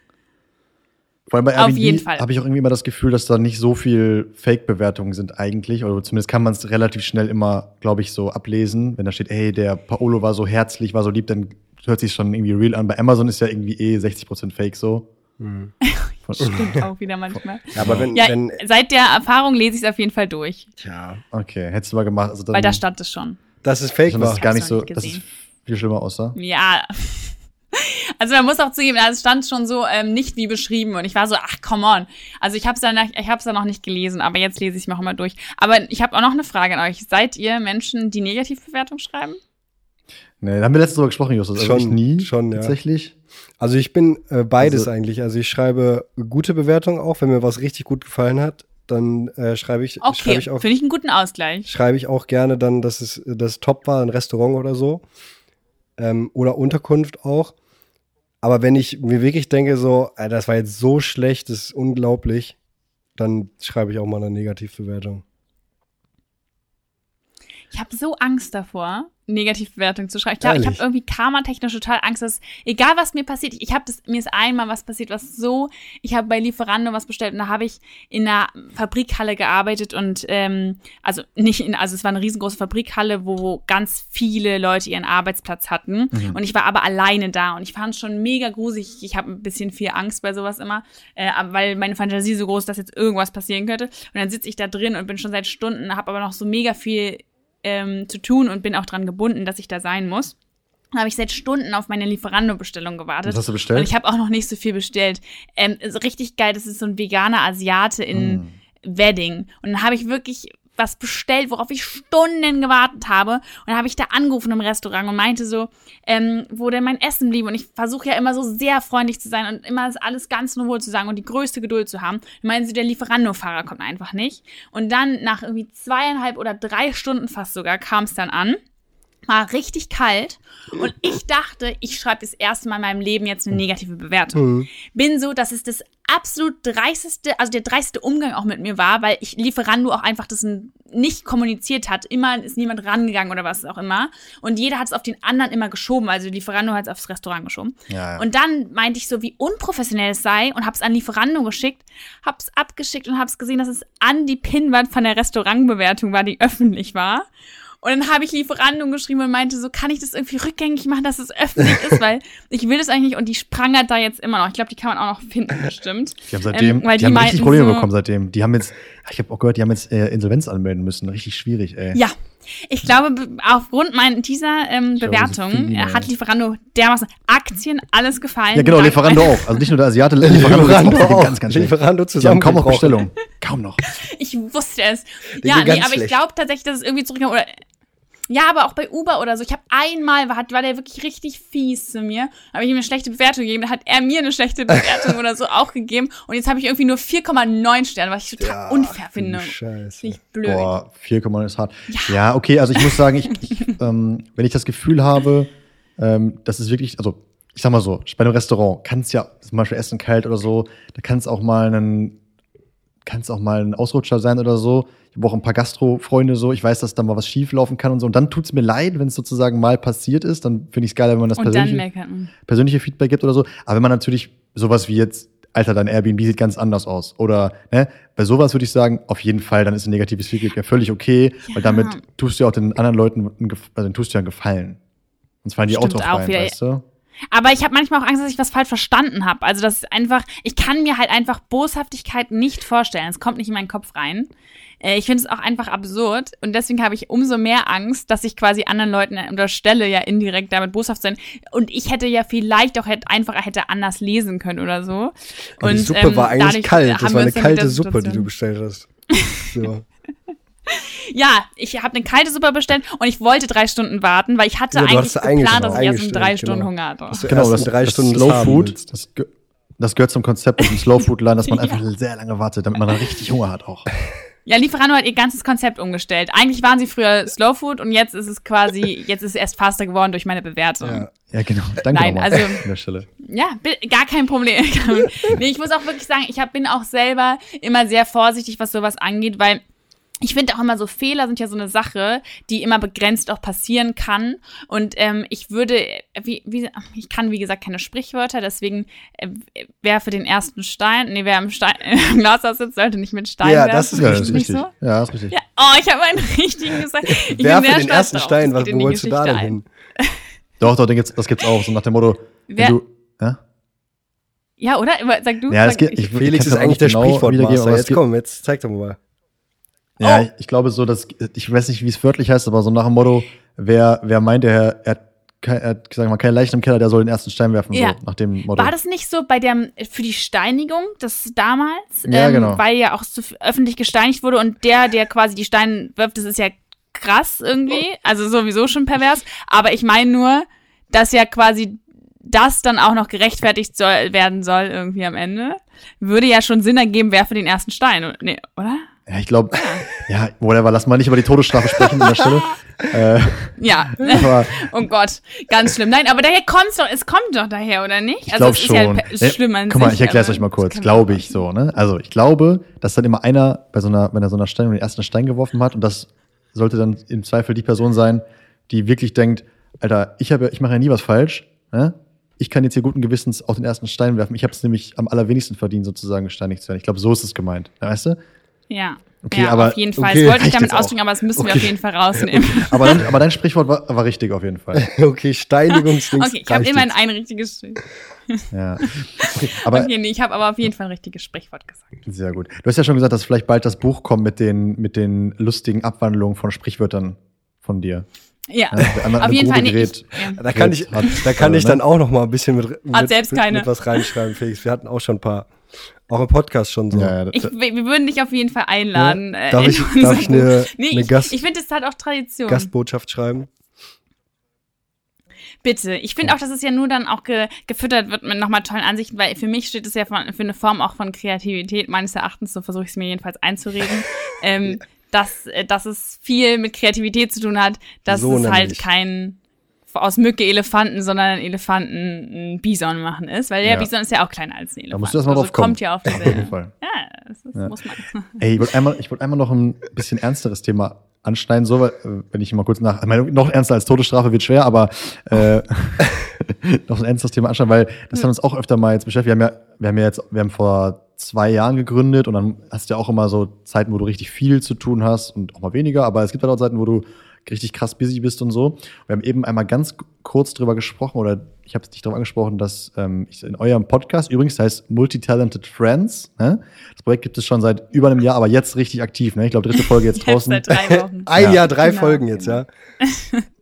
Speaker 1: vor allem bei
Speaker 2: Auf jeden
Speaker 1: Airbnb
Speaker 2: Fall.
Speaker 1: habe ich auch irgendwie immer das Gefühl, dass da nicht so viel Fake-Bewertungen sind eigentlich. Oder zumindest kann man es relativ schnell immer, glaube ich, so ablesen. Wenn da steht, ey, der Paolo war so herzlich, war so lieb, dann hört sich schon irgendwie real an. Bei Amazon ist ja irgendwie eh sechzig Prozent Fake so. Von-
Speaker 2: Stimmt auch wieder manchmal.
Speaker 3: Ja, aber wenn,
Speaker 2: Ja,
Speaker 3: wenn,
Speaker 2: seit der Erfahrung lese ich es auf jeden Fall durch.
Speaker 3: tja,
Speaker 1: Okay, hättest du mal gemacht. Also dann,
Speaker 2: Weil da stand es schon.
Speaker 3: dass es fake
Speaker 1: dass
Speaker 3: war.
Speaker 1: es gar nicht
Speaker 2: Hab's noch
Speaker 1: so,
Speaker 2: nicht
Speaker 1: dass es
Speaker 2: gesehen.
Speaker 1: viel schlimmer aussah.
Speaker 2: Ja. Also man muss auch zugeben, also es stand schon so ähm, nicht wie beschrieben und ich war so, ach come on. Also ich habe es dann, ich habe es dann noch nicht gelesen, aber jetzt lese ich es mir auch immer durch. Aber ich habe auch noch eine Frage an euch. Seid ihr Menschen, die Negativbewertungen schreiben?
Speaker 1: Nee, da haben wir letztens drüber gesprochen, Justus. Also
Speaker 3: Schon,
Speaker 1: ich nie,
Speaker 3: schon, ja.
Speaker 1: tatsächlich.
Speaker 3: Also ich bin äh, beides
Speaker 1: Also-
Speaker 3: eigentlich. Also ich schreibe gute Bewertungen auch, wenn mir was richtig gut gefallen hat, dann äh, schreibe ich,
Speaker 2: Okay,
Speaker 3: schreibe ich auch,
Speaker 2: finde ich einen guten Ausgleich.
Speaker 3: schreibe ich auch gerne dann, dass es das top war, ein Restaurant oder so. Ähm, oder Unterkunft auch. Aber wenn ich mir wirklich denke, so, Alter, das war jetzt so schlecht, das ist unglaublich, dann schreibe ich auch mal eine Negativbewertung.
Speaker 2: Ich habe so Angst davor, Negativbewertungen zu schreiben. Ich glaube, ich habe
Speaker 3: Ehrlich?
Speaker 2: irgendwie karmatechnisch total Angst, dass egal was mir passiert, ich habe das, mir ist einmal was passiert, was so, ich habe bei Lieferando was bestellt und da habe ich in einer Fabrikhalle gearbeitet und ähm, also nicht in, also es war eine riesengroße Fabrikhalle, wo ganz viele Leute ihren Arbeitsplatz hatten und ich war aber alleine da und ich fand es schon mega gruselig. Ich habe ein bisschen viel Angst bei sowas immer, äh, weil meine Fantasie so groß ist, dass jetzt irgendwas passieren könnte und dann sitze ich da drin und bin schon seit Stunden, habe aber noch so mega viel Ähm, zu tun und bin auch dran gebunden, dass ich da sein muss. Dann habe ich seit Stunden auf meine Lieferando-Bestellung gewartet.
Speaker 1: Was hast du bestellt?
Speaker 2: Und ich habe auch noch nicht so viel bestellt. Ähm, ist richtig geil, das ist so ein veganer Asiate in
Speaker 1: Mm.
Speaker 2: Wedding. Und dann habe ich wirklich was bestellt, worauf ich Stunden gewartet habe. Und dann habe ich da angerufen im Restaurant und meinte so, ähm, wo denn mein Essen blieb. Und ich versuche ja immer so sehr freundlich zu sein und immer alles ganz in Ruhe zu sagen und die größte Geduld zu haben. Und meinen sie, der Lieferando-Fahrer kommt einfach nicht. Und dann nach irgendwie zweieinhalb oder drei Stunden fast sogar kam es dann an. War richtig kalt und ich dachte, ich schreibe das erste Mal in meinem Leben jetzt eine negative Bewertung. Bin so, dass es das absolut dreisteste, also der dreiste Umgang auch mit mir war, weil ich Lieferando auch einfach das nicht kommuniziert hat. Immer ist niemand rangegangen oder was auch immer. Und jeder hat es auf den anderen immer geschoben. Also Lieferando hat es aufs Restaurant geschoben.
Speaker 1: Ja, ja.
Speaker 2: Und dann meinte ich so, wie unprofessionell es sei und hab's an Lieferando geschickt, hab's abgeschickt und hab's gesehen, dass es an die Pinnwand von der Restaurantbewertung war, die öffentlich war. Und dann habe ich Lieferando geschrieben und meinte so, kann ich das irgendwie rückgängig machen, dass es öffentlich ist, weil ich will das eigentlich nicht. Und die sprangert da jetzt immer noch. Ich glaube, die kann man auch noch finden, bestimmt.
Speaker 1: Die haben seitdem,
Speaker 2: Ähm, weil
Speaker 1: die,
Speaker 2: die
Speaker 1: haben
Speaker 2: meinten
Speaker 1: richtig Probleme
Speaker 2: so-
Speaker 1: bekommen seitdem. Die haben jetzt, ich habe auch gehört, die haben jetzt äh, Insolvenz anmelden müssen. Richtig schwierig, ey.
Speaker 2: Ja, ich glaube, be- aufgrund mein, dieser ähm,
Speaker 1: Ich glaube,
Speaker 2: Bewertung
Speaker 1: so viel,
Speaker 2: äh, hat
Speaker 1: ey.
Speaker 2: Lieferando dermaßen Aktien, alles gefallen.
Speaker 1: Ja, genau,
Speaker 2: Dank-
Speaker 1: Lieferando auch. Also nicht nur der Asiate, Lieferando,
Speaker 3: Lieferando
Speaker 1: geht's auch
Speaker 3: auch.
Speaker 1: ganz, ganz schlecht.
Speaker 3: Lieferando
Speaker 1: Die haben kaum noch
Speaker 3: zusammengebrochen.
Speaker 1: Bestellung. Kaum noch.
Speaker 2: Ich wusste es.
Speaker 3: Die
Speaker 2: Ja,
Speaker 3: ging
Speaker 2: nee,
Speaker 3: ganz
Speaker 2: aber ich
Speaker 3: schlecht.
Speaker 2: glaube tatsächlich, dass es irgendwie zurückkommt. Oder Ja, aber auch bei Uber oder so. Ich habe einmal, war, war der wirklich richtig fies zu mir. Habe ich ihm eine schlechte Bewertung gegeben. Da hat er mir eine schlechte Bewertung oder so auch gegeben. Und jetzt habe ich irgendwie nur vier Komma neun Sterne, was ich total ja, unfair finde.
Speaker 3: Scheiße.
Speaker 2: Nicht blöd.
Speaker 1: Boah, vier Komma neun ist hart. Ja. ja, okay, also ich muss sagen, ich, ich, ähm, wenn ich das Gefühl habe, ähm, das ist wirklich, also ich sag mal so, bei einem Restaurant kann es ja zum Beispiel Essen kalt oder so, da kann es auch mal einen, kann es auch mal ein Ausrutscher sein oder so. Ich habe auch ein paar Gastro-Freunde so. Ich weiß, dass da mal was schief laufen kann und so. Und dann tut's mir leid, wenn es sozusagen mal passiert ist. Dann finde ich es geil, wenn man das persönliche, persönliche Feedback gibt oder so. Aber wenn man natürlich sowas wie jetzt, Alter, dein Airbnb sieht ganz anders aus. Oder ne, bei sowas würde ich sagen, auf jeden Fall, dann ist ein negatives Feedback ja völlig okay. Ja. Weil damit tust du ja auch den anderen Leuten, einen, also tust du ja einen Gefallen. Sonst fallen die
Speaker 2: Stimmt
Speaker 1: auch drauf rein,
Speaker 2: ja.
Speaker 1: weißt du?
Speaker 2: Aber ich habe manchmal auch Angst, dass ich was falsch verstanden habe. Also das ist einfach, ich kann mir halt einfach Boshaftigkeit nicht vorstellen. Es kommt nicht in meinen Kopf rein. Äh, ich finde es auch einfach absurd. Und deswegen habe ich umso mehr Angst, dass ich quasi anderen Leuten unterstelle, ja indirekt damit boshaft sein. Und ich hätte ja vielleicht auch hätte, einfach hätte anders lesen können oder so.
Speaker 3: Und, und die Suppe ähm, war eigentlich kalt. Das war eine kalte Suppe, die du bestellt hast. So.
Speaker 2: Ja, ich habe eine kalte Suppe bestellt und ich wollte drei Stunden warten, weil ich hatte
Speaker 3: ja,
Speaker 2: eigentlich geplant, dass ich erst in drei
Speaker 3: genau.
Speaker 2: Stunden Hunger hatte.
Speaker 3: Dass du genau, das drei
Speaker 1: das
Speaker 3: Stunden
Speaker 1: Slow Food, das, das gehört zum Konzept im Slow Food Laden, dass man ja. einfach sehr lange wartet, damit man dann richtig Hunger hat auch.
Speaker 2: Ja, Lieferando hat ihr ganzes Konzept umgestellt. Eigentlich waren sie früher Slow Food und jetzt ist es quasi, jetzt ist es erst faster geworden durch meine Bewertung.
Speaker 1: Ja, ja genau. Danke
Speaker 2: Nein,
Speaker 1: nochmal
Speaker 2: also,
Speaker 1: an der Stelle.
Speaker 2: Ja, gar kein Problem. Nee, ich muss auch wirklich sagen, ich hab, bin auch selber immer sehr vorsichtig, was sowas angeht, weil ich finde auch immer so, Fehler sind ja so eine Sache, die immer begrenzt auch passieren kann. Und ähm, ich würde, wie, wie, ich kann wie gesagt keine Sprichwörter, deswegen äh, wer für den ersten Stein, nee, wer im, Stein, im Glashaus sitzt, sollte nicht mit Stein
Speaker 3: ja,
Speaker 2: werfen.
Speaker 3: Das ist
Speaker 1: ja,
Speaker 3: richtig.
Speaker 1: das ist richtig.
Speaker 2: So?
Speaker 1: Ja, das ist richtig.
Speaker 2: Ja, oh, ich habe einen richtigen gesagt. Ich
Speaker 3: wer
Speaker 2: bin
Speaker 3: für den ersten
Speaker 2: drauf.
Speaker 3: Stein, was wolltest du da denn hin?
Speaker 1: Doch, doch, den gibt's, das gibt's auch, so nach dem Motto,
Speaker 2: wer,
Speaker 1: wenn du, ja?
Speaker 2: Ja, oder? Sag du.
Speaker 1: Ja,
Speaker 2: sag,
Speaker 1: es geht, ich,
Speaker 3: Felix
Speaker 1: ich
Speaker 3: ist eigentlich der
Speaker 1: genau
Speaker 3: Sprichwortmaster. Jetzt komm, jetzt zeig doch mal.
Speaker 1: Ja,
Speaker 2: oh.
Speaker 1: ich, ich glaube so, dass, ich weiß nicht, wie es wörtlich heißt, aber so nach dem Motto, wer, wer meint, er, er hat, kein, er hat sag mal, keine Leichen im Keller, der soll den ersten Stein werfen,
Speaker 2: ja.
Speaker 1: so nach dem Motto.
Speaker 2: War das nicht so bei der, für die Steinigung, das damals?
Speaker 1: Ja,
Speaker 2: ähm,
Speaker 1: genau.
Speaker 2: Weil ja auch so öffentlich gesteinigt wurde und der, der quasi die Steine wirft, das ist ja krass irgendwie, also sowieso schon pervers, aber ich meine nur, dass ja quasi das dann auch noch gerechtfertigt soll, werden soll irgendwie am Ende, würde ja schon Sinn ergeben, wer für den ersten Stein, nee, oder?
Speaker 1: Ja, ich glaube, ja, whatever, lass mal nicht über die Todesstrafe sprechen an der Stelle. äh,
Speaker 2: ja,
Speaker 1: aber,
Speaker 2: oh Gott, ganz schlimm. Nein, aber daher kommt's doch, es kommt doch daher, oder nicht?
Speaker 1: Ich glaube schon.
Speaker 2: Ist ja schlimm an
Speaker 1: Guck mal,
Speaker 2: sich,
Speaker 1: ich erkläre es euch mal kurz, glaube ich so, ne? Also ich glaube, dass dann immer einer bei so einer, wenn er so einer Stein, den ersten Stein geworfen hat und das sollte dann im Zweifel die Person sein, die wirklich denkt, Alter, ich habe, ich mache ja nie was falsch, ne? Ich kann jetzt hier guten Gewissens auch den ersten Stein werfen. Ich habe es nämlich am allerwenigsten verdient, sozusagen gesteinigt zu werden. Ich glaube, so ist es gemeint, weißt du?
Speaker 2: Ja,
Speaker 1: okay,
Speaker 2: ja
Speaker 1: aber,
Speaker 2: auf jeden Fall.
Speaker 1: Okay,
Speaker 2: das wollte ich damit
Speaker 1: ausdrücken,
Speaker 2: aber das müssen
Speaker 1: okay.
Speaker 2: wir auf jeden Fall rausnehmen.
Speaker 1: Okay. Aber, dann, aber dein Sprichwort war, war richtig auf jeden Fall.
Speaker 3: Okay, Steinigungsdings.
Speaker 2: Okay, ich habe immerhin ein richtiges
Speaker 1: Ja. Okay, aber,
Speaker 2: okay, nee, ich habe aber auf jeden Fall ein richtiges Sprichwort gesagt.
Speaker 1: Sehr gut. Du hast ja schon gesagt, dass vielleicht bald das Buch kommt mit den, mit den lustigen Abwandlungen von Sprichwörtern von dir.
Speaker 2: Ja,
Speaker 1: ja
Speaker 2: auf jeden Fall.
Speaker 1: Gerät,
Speaker 2: ich, ja.
Speaker 3: Da kann ich,
Speaker 1: hat,
Speaker 3: da kann ich dann auch noch mal ein bisschen mit,
Speaker 2: hat
Speaker 3: mit,
Speaker 2: selbst
Speaker 3: mit,
Speaker 2: keine.
Speaker 3: mit was reinschreiben, Felix. Wir hatten auch schon ein paar, auch im Podcast schon so.
Speaker 1: Ja, ja,
Speaker 2: ich, wir würden dich auf jeden Fall einladen.
Speaker 3: Ja, darf, ich, darf ich eine,
Speaker 2: nee,
Speaker 3: eine
Speaker 2: ich,
Speaker 3: Gast,
Speaker 2: ich finde, es hat auch Tradition.
Speaker 3: Gastbotschaft schreiben?
Speaker 2: Bitte. Ich finde auch, dass es ja nur dann auch ge, gefüttert wird mit nochmal tollen Ansichten, weil für mich steht es ja von, für eine Form auch von Kreativität, meines Erachtens, so versuche ich es mir jedenfalls einzureden, ähm, dass, dass es viel mit Kreativität zu tun hat, dass
Speaker 3: so
Speaker 2: es
Speaker 3: nämlich.
Speaker 2: halt kein aus Mücke Elefanten, sondern Elefanten ein Bison machen ist, weil der
Speaker 1: ja.
Speaker 2: Bison ist ja auch kleiner als ein Elefant.
Speaker 1: Da musst du erst mal
Speaker 2: also
Speaker 1: drauf kommen.
Speaker 2: Kommt ja auf
Speaker 1: Auf jeden
Speaker 2: diese,
Speaker 1: Fall.
Speaker 2: ja, das ist,
Speaker 1: Ja.
Speaker 2: muss man.
Speaker 1: Ey, ich wollte einmal, ich wollte einmal noch ein bisschen ernsteres Thema anschneiden, so, weil, wenn ich mal kurz nach, ich meine, noch ernster als Todesstrafe wird schwer, aber äh, noch ein ernstes Thema anschneiden, weil das hat uns auch öfter mal jetzt beschäftigt. Wir haben ja, wir haben ja jetzt, wir haben vor zwei Jahren gegründet und dann hast du ja auch immer so Zeiten, wo du richtig viel zu tun hast und auch mal weniger, aber es gibt halt auch Zeiten, wo du richtig krass busy bist und so. Wir haben eben einmal ganz kurz drüber gesprochen, oder ich habe dich darauf angesprochen, dass ähm, ich in eurem Podcast, übrigens, das heißt Multi-Talented Friends, ne? Das Projekt gibt es schon seit über einem Jahr, aber jetzt richtig aktiv, ne? Ich glaube, dritte Folge jetzt draußen.
Speaker 2: Seit drei Wochen.
Speaker 3: Ein
Speaker 1: Ja.
Speaker 3: Jahr, drei
Speaker 2: Genau,
Speaker 3: Folgen jetzt,
Speaker 2: genau.
Speaker 3: ja.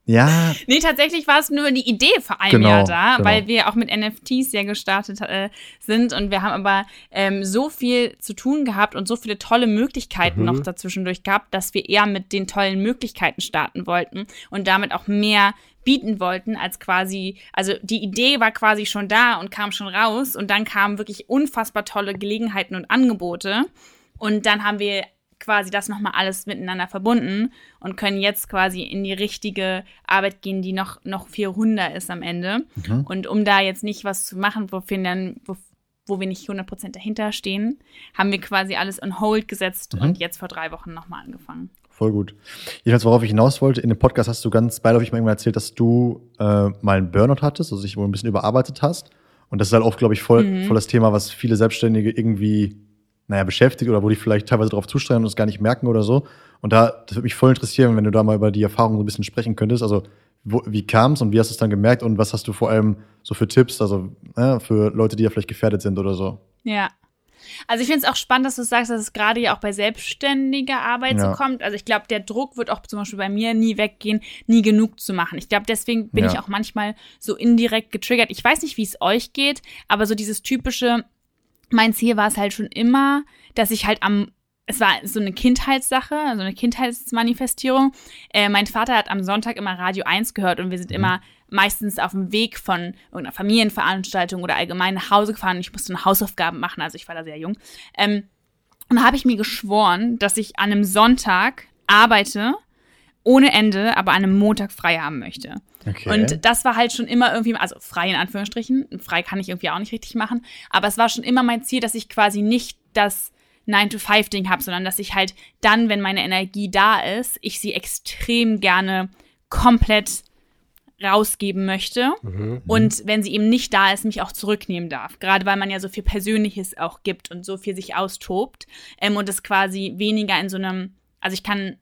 Speaker 1: Ja.
Speaker 2: Nee, tatsächlich war es nur die Idee vor einem
Speaker 1: Genau,
Speaker 2: Jahr da,
Speaker 1: genau.
Speaker 2: weil wir auch mit N F Ts ja gestartet äh, sind und wir haben aber ähm, so viel zu tun gehabt und so viele tolle Möglichkeiten
Speaker 3: Mhm.
Speaker 2: noch dazwischendurch gehabt, dass wir eher mit den tollen Möglichkeiten starten wollten und damit auch mehr bieten wollten als quasi, also die Idee war quasi schon da und kam schon raus und dann kamen wirklich unfassbar tolle Gelegenheiten und Angebote und dann haben wir quasi das nochmal alles miteinander verbunden und können jetzt quasi in die richtige Arbeit gehen, die noch, noch viel runder ist am Ende.
Speaker 1: Mhm.
Speaker 2: Und um da jetzt nicht was zu machen, wo wir dann, wo, wo wir nicht hundert Prozent dahinter stehen, haben wir quasi alles on hold gesetzt
Speaker 1: Mhm.
Speaker 2: und jetzt vor drei Wochen nochmal angefangen.
Speaker 1: Voll gut. Jedenfalls, worauf ich hinaus wollte, in dem Podcast hast du ganz beiläufig mal irgendwann erzählt, dass du äh, mal einen Burnout hattest, also dich wohl ein bisschen überarbeitet hast. Und das ist halt oft, glaube ich, voll,
Speaker 2: Mhm.
Speaker 1: voll das Thema, was viele Selbstständige irgendwie, naja, beschäftigt oder wo die vielleicht teilweise darauf zusteuern und es gar nicht merken oder so. Und da, das würde mich voll interessieren, wenn du da mal über die Erfahrung so ein bisschen sprechen könntest. Also, wo, wie kam es und wie hast du es dann gemerkt und was hast du vor allem so für Tipps, also äh, für Leute, die ja vielleicht gefährdet sind oder so?
Speaker 2: Ja. Also ich finde es auch spannend, dass du sagst, dass es gerade ja auch bei selbstständiger Arbeit
Speaker 1: Ja.
Speaker 2: so kommt. Also ich glaube, der Druck wird auch zum Beispiel bei mir nie weggehen, nie genug zu machen. Ich glaube, deswegen bin
Speaker 1: Ja.
Speaker 2: ich auch manchmal so indirekt getriggert. Ich weiß nicht, wie es euch geht, aber so dieses typische, mein Ziel war es halt schon immer, dass ich halt am, es war so eine Kindheitssache, so eine Kindheitsmanifestierung. Äh, mein Vater hat am Sonntag immer Radio eins gehört und wir sind
Speaker 1: Mhm.
Speaker 2: immer meistens auf dem Weg von irgendeiner Familienveranstaltung oder allgemein nach Hause gefahren. Ich musste noch Hausaufgaben machen, also ich war da sehr jung. Ähm, und da habe ich mir geschworen, dass ich an einem Sonntag arbeite, ohne Ende, aber an einem Montag frei haben möchte.
Speaker 1: Okay.
Speaker 2: Und das war halt schon immer irgendwie, also frei in Anführungsstrichen, frei kann ich irgendwie auch nicht richtig machen, aber es war schon immer mein Ziel, dass ich quasi nicht das nine to five Ding habe, sondern dass ich halt dann, wenn meine Energie da ist, ich sie extrem gerne komplett rausgeben möchte
Speaker 3: Mhm.
Speaker 2: und wenn sie eben nicht da ist, mich auch zurücknehmen darf. Gerade weil man ja so viel Persönliches auch gibt und so viel sich austobt ähm, und es quasi weniger in so einem, also ich kann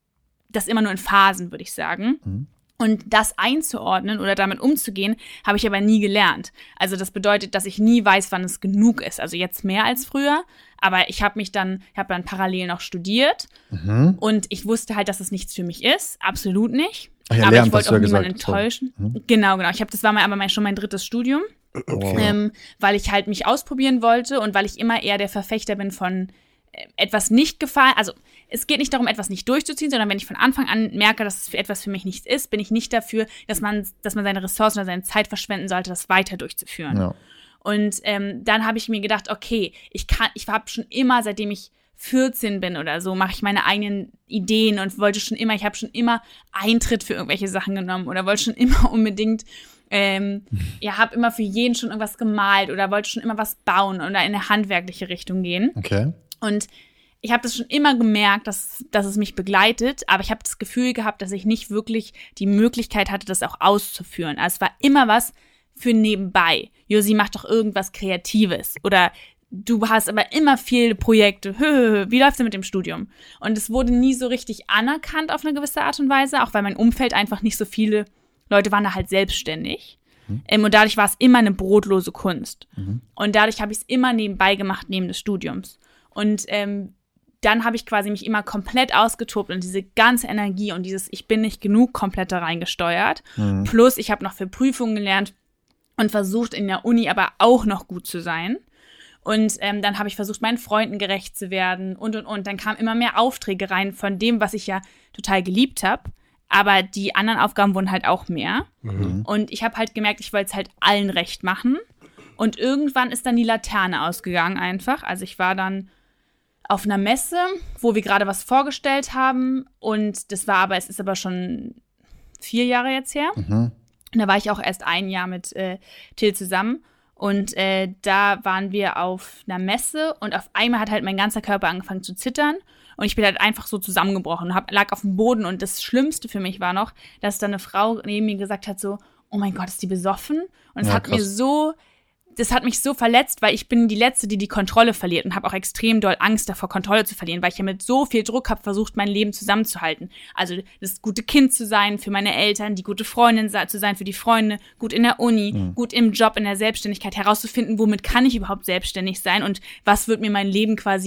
Speaker 2: das immer nur in Phasen, würde ich sagen.
Speaker 1: Mhm.
Speaker 2: Und das einzuordnen oder damit umzugehen, habe ich aber nie gelernt. Also das bedeutet, dass ich nie weiß, wann es genug ist. Also jetzt mehr als früher. Aber ich habe mich dann, ich habe dann parallel noch studiert
Speaker 1: Mhm.
Speaker 2: und ich wusste halt, dass es nichts für mich ist. Absolut nicht.
Speaker 1: Ach ja,
Speaker 2: aber
Speaker 1: Lehramt
Speaker 2: ich
Speaker 1: hast
Speaker 2: wollte
Speaker 1: du
Speaker 2: auch
Speaker 1: ja
Speaker 2: niemanden
Speaker 1: gesagt. Sorry.
Speaker 2: enttäuschen.
Speaker 1: Mhm.
Speaker 2: Genau, genau. Ich habe, das war mal aber mein, schon mein drittes Studium,
Speaker 1: Okay.
Speaker 2: ähm, weil ich halt mich ausprobieren wollte und weil ich immer eher der Verfechter bin von äh, etwas nicht gefallen. Also es geht nicht darum, etwas nicht durchzuziehen, sondern wenn ich von Anfang an merke, dass es für etwas für mich nichts ist, bin ich nicht dafür, dass man, dass man seine Ressourcen oder seine Zeit verschwenden sollte, das weiter durchzuführen.
Speaker 1: Ja.
Speaker 2: Und ähm, dann habe ich mir gedacht, okay, ich kann, ich habe schon immer, seitdem ich vierzehn bin oder so, mache ich meine eigenen Ideen und wollte schon immer, ich habe schon immer Eintritt für irgendwelche Sachen genommen oder wollte schon immer unbedingt, ähm, ja, habe immer für jeden schon irgendwas gemalt oder wollte schon immer was bauen oder in eine handwerkliche Richtung gehen.
Speaker 1: Okay.
Speaker 2: Und ich habe das schon immer gemerkt, dass, dass es mich begleitet, aber ich habe das Gefühl gehabt, dass ich nicht wirklich die Möglichkeit hatte, das auch auszuführen. Also es war immer was für nebenbei. Josi macht doch irgendwas Kreatives oder du hast aber immer viele Projekte. Hö, hö, hö. Wie läuft's denn mit dem Studium? Und es wurde nie so richtig anerkannt auf eine gewisse Art und Weise, auch weil mein Umfeld einfach nicht so viele Leute waren da halt selbstständig. Mhm. Ähm, und dadurch war es immer eine brotlose Kunst. Mhm. Und dadurch habe ich es immer nebenbei gemacht, neben des Studiums. Und ähm, dann habe ich quasi mich immer komplett ausgetobt und diese ganze Energie und dieses Ich bin nicht genug komplett da reingesteuert. Mhm. Plus ich habe noch für Prüfungen gelernt und versucht in der Uni aber auch noch gut zu sein. Und ähm, dann habe ich versucht, meinen Freunden gerecht zu werden und, und, und. Dann kamen immer mehr Aufträge rein von dem, was ich ja total geliebt habe. Aber die anderen Aufgaben wurden halt auch mehr. Mhm. Und ich habe halt gemerkt, ich wollte es halt allen recht machen. Und irgendwann ist dann die Laterne ausgegangen einfach. Also ich war dann auf einer Messe, wo wir gerade was vorgestellt haben. Und das war aber, es ist aber schon vier Jahre jetzt her. Mhm. Und da war ich auch erst ein Jahr mit äh, Till zusammen. Und äh, da waren wir auf einer Messe und auf einmal hat halt mein ganzer Körper angefangen zu zittern. Und ich bin halt einfach so zusammengebrochen, hab, lag auf dem Boden. Und das Schlimmste für mich war noch, dass da eine Frau neben mir gesagt hat so, oh mein Gott, ist die besoffen? Und es
Speaker 1: ja,
Speaker 2: hat
Speaker 1: krass.
Speaker 2: mir so... Das hat mich so verletzt, weil ich bin die Letzte, die die Kontrolle verliert und habe auch extrem doll Angst davor, Kontrolle zu verlieren, weil ich ja mit so viel Druck habe versucht, mein Leben zusammenzuhalten. Also das gute Kind zu sein für meine Eltern, die gute Freundin zu sein für die Freunde, gut in der Uni, mhm. gut im Job, in der Selbstständigkeit, herauszufinden, womit kann ich überhaupt selbstständig sein und was wird mir mein Leben quasi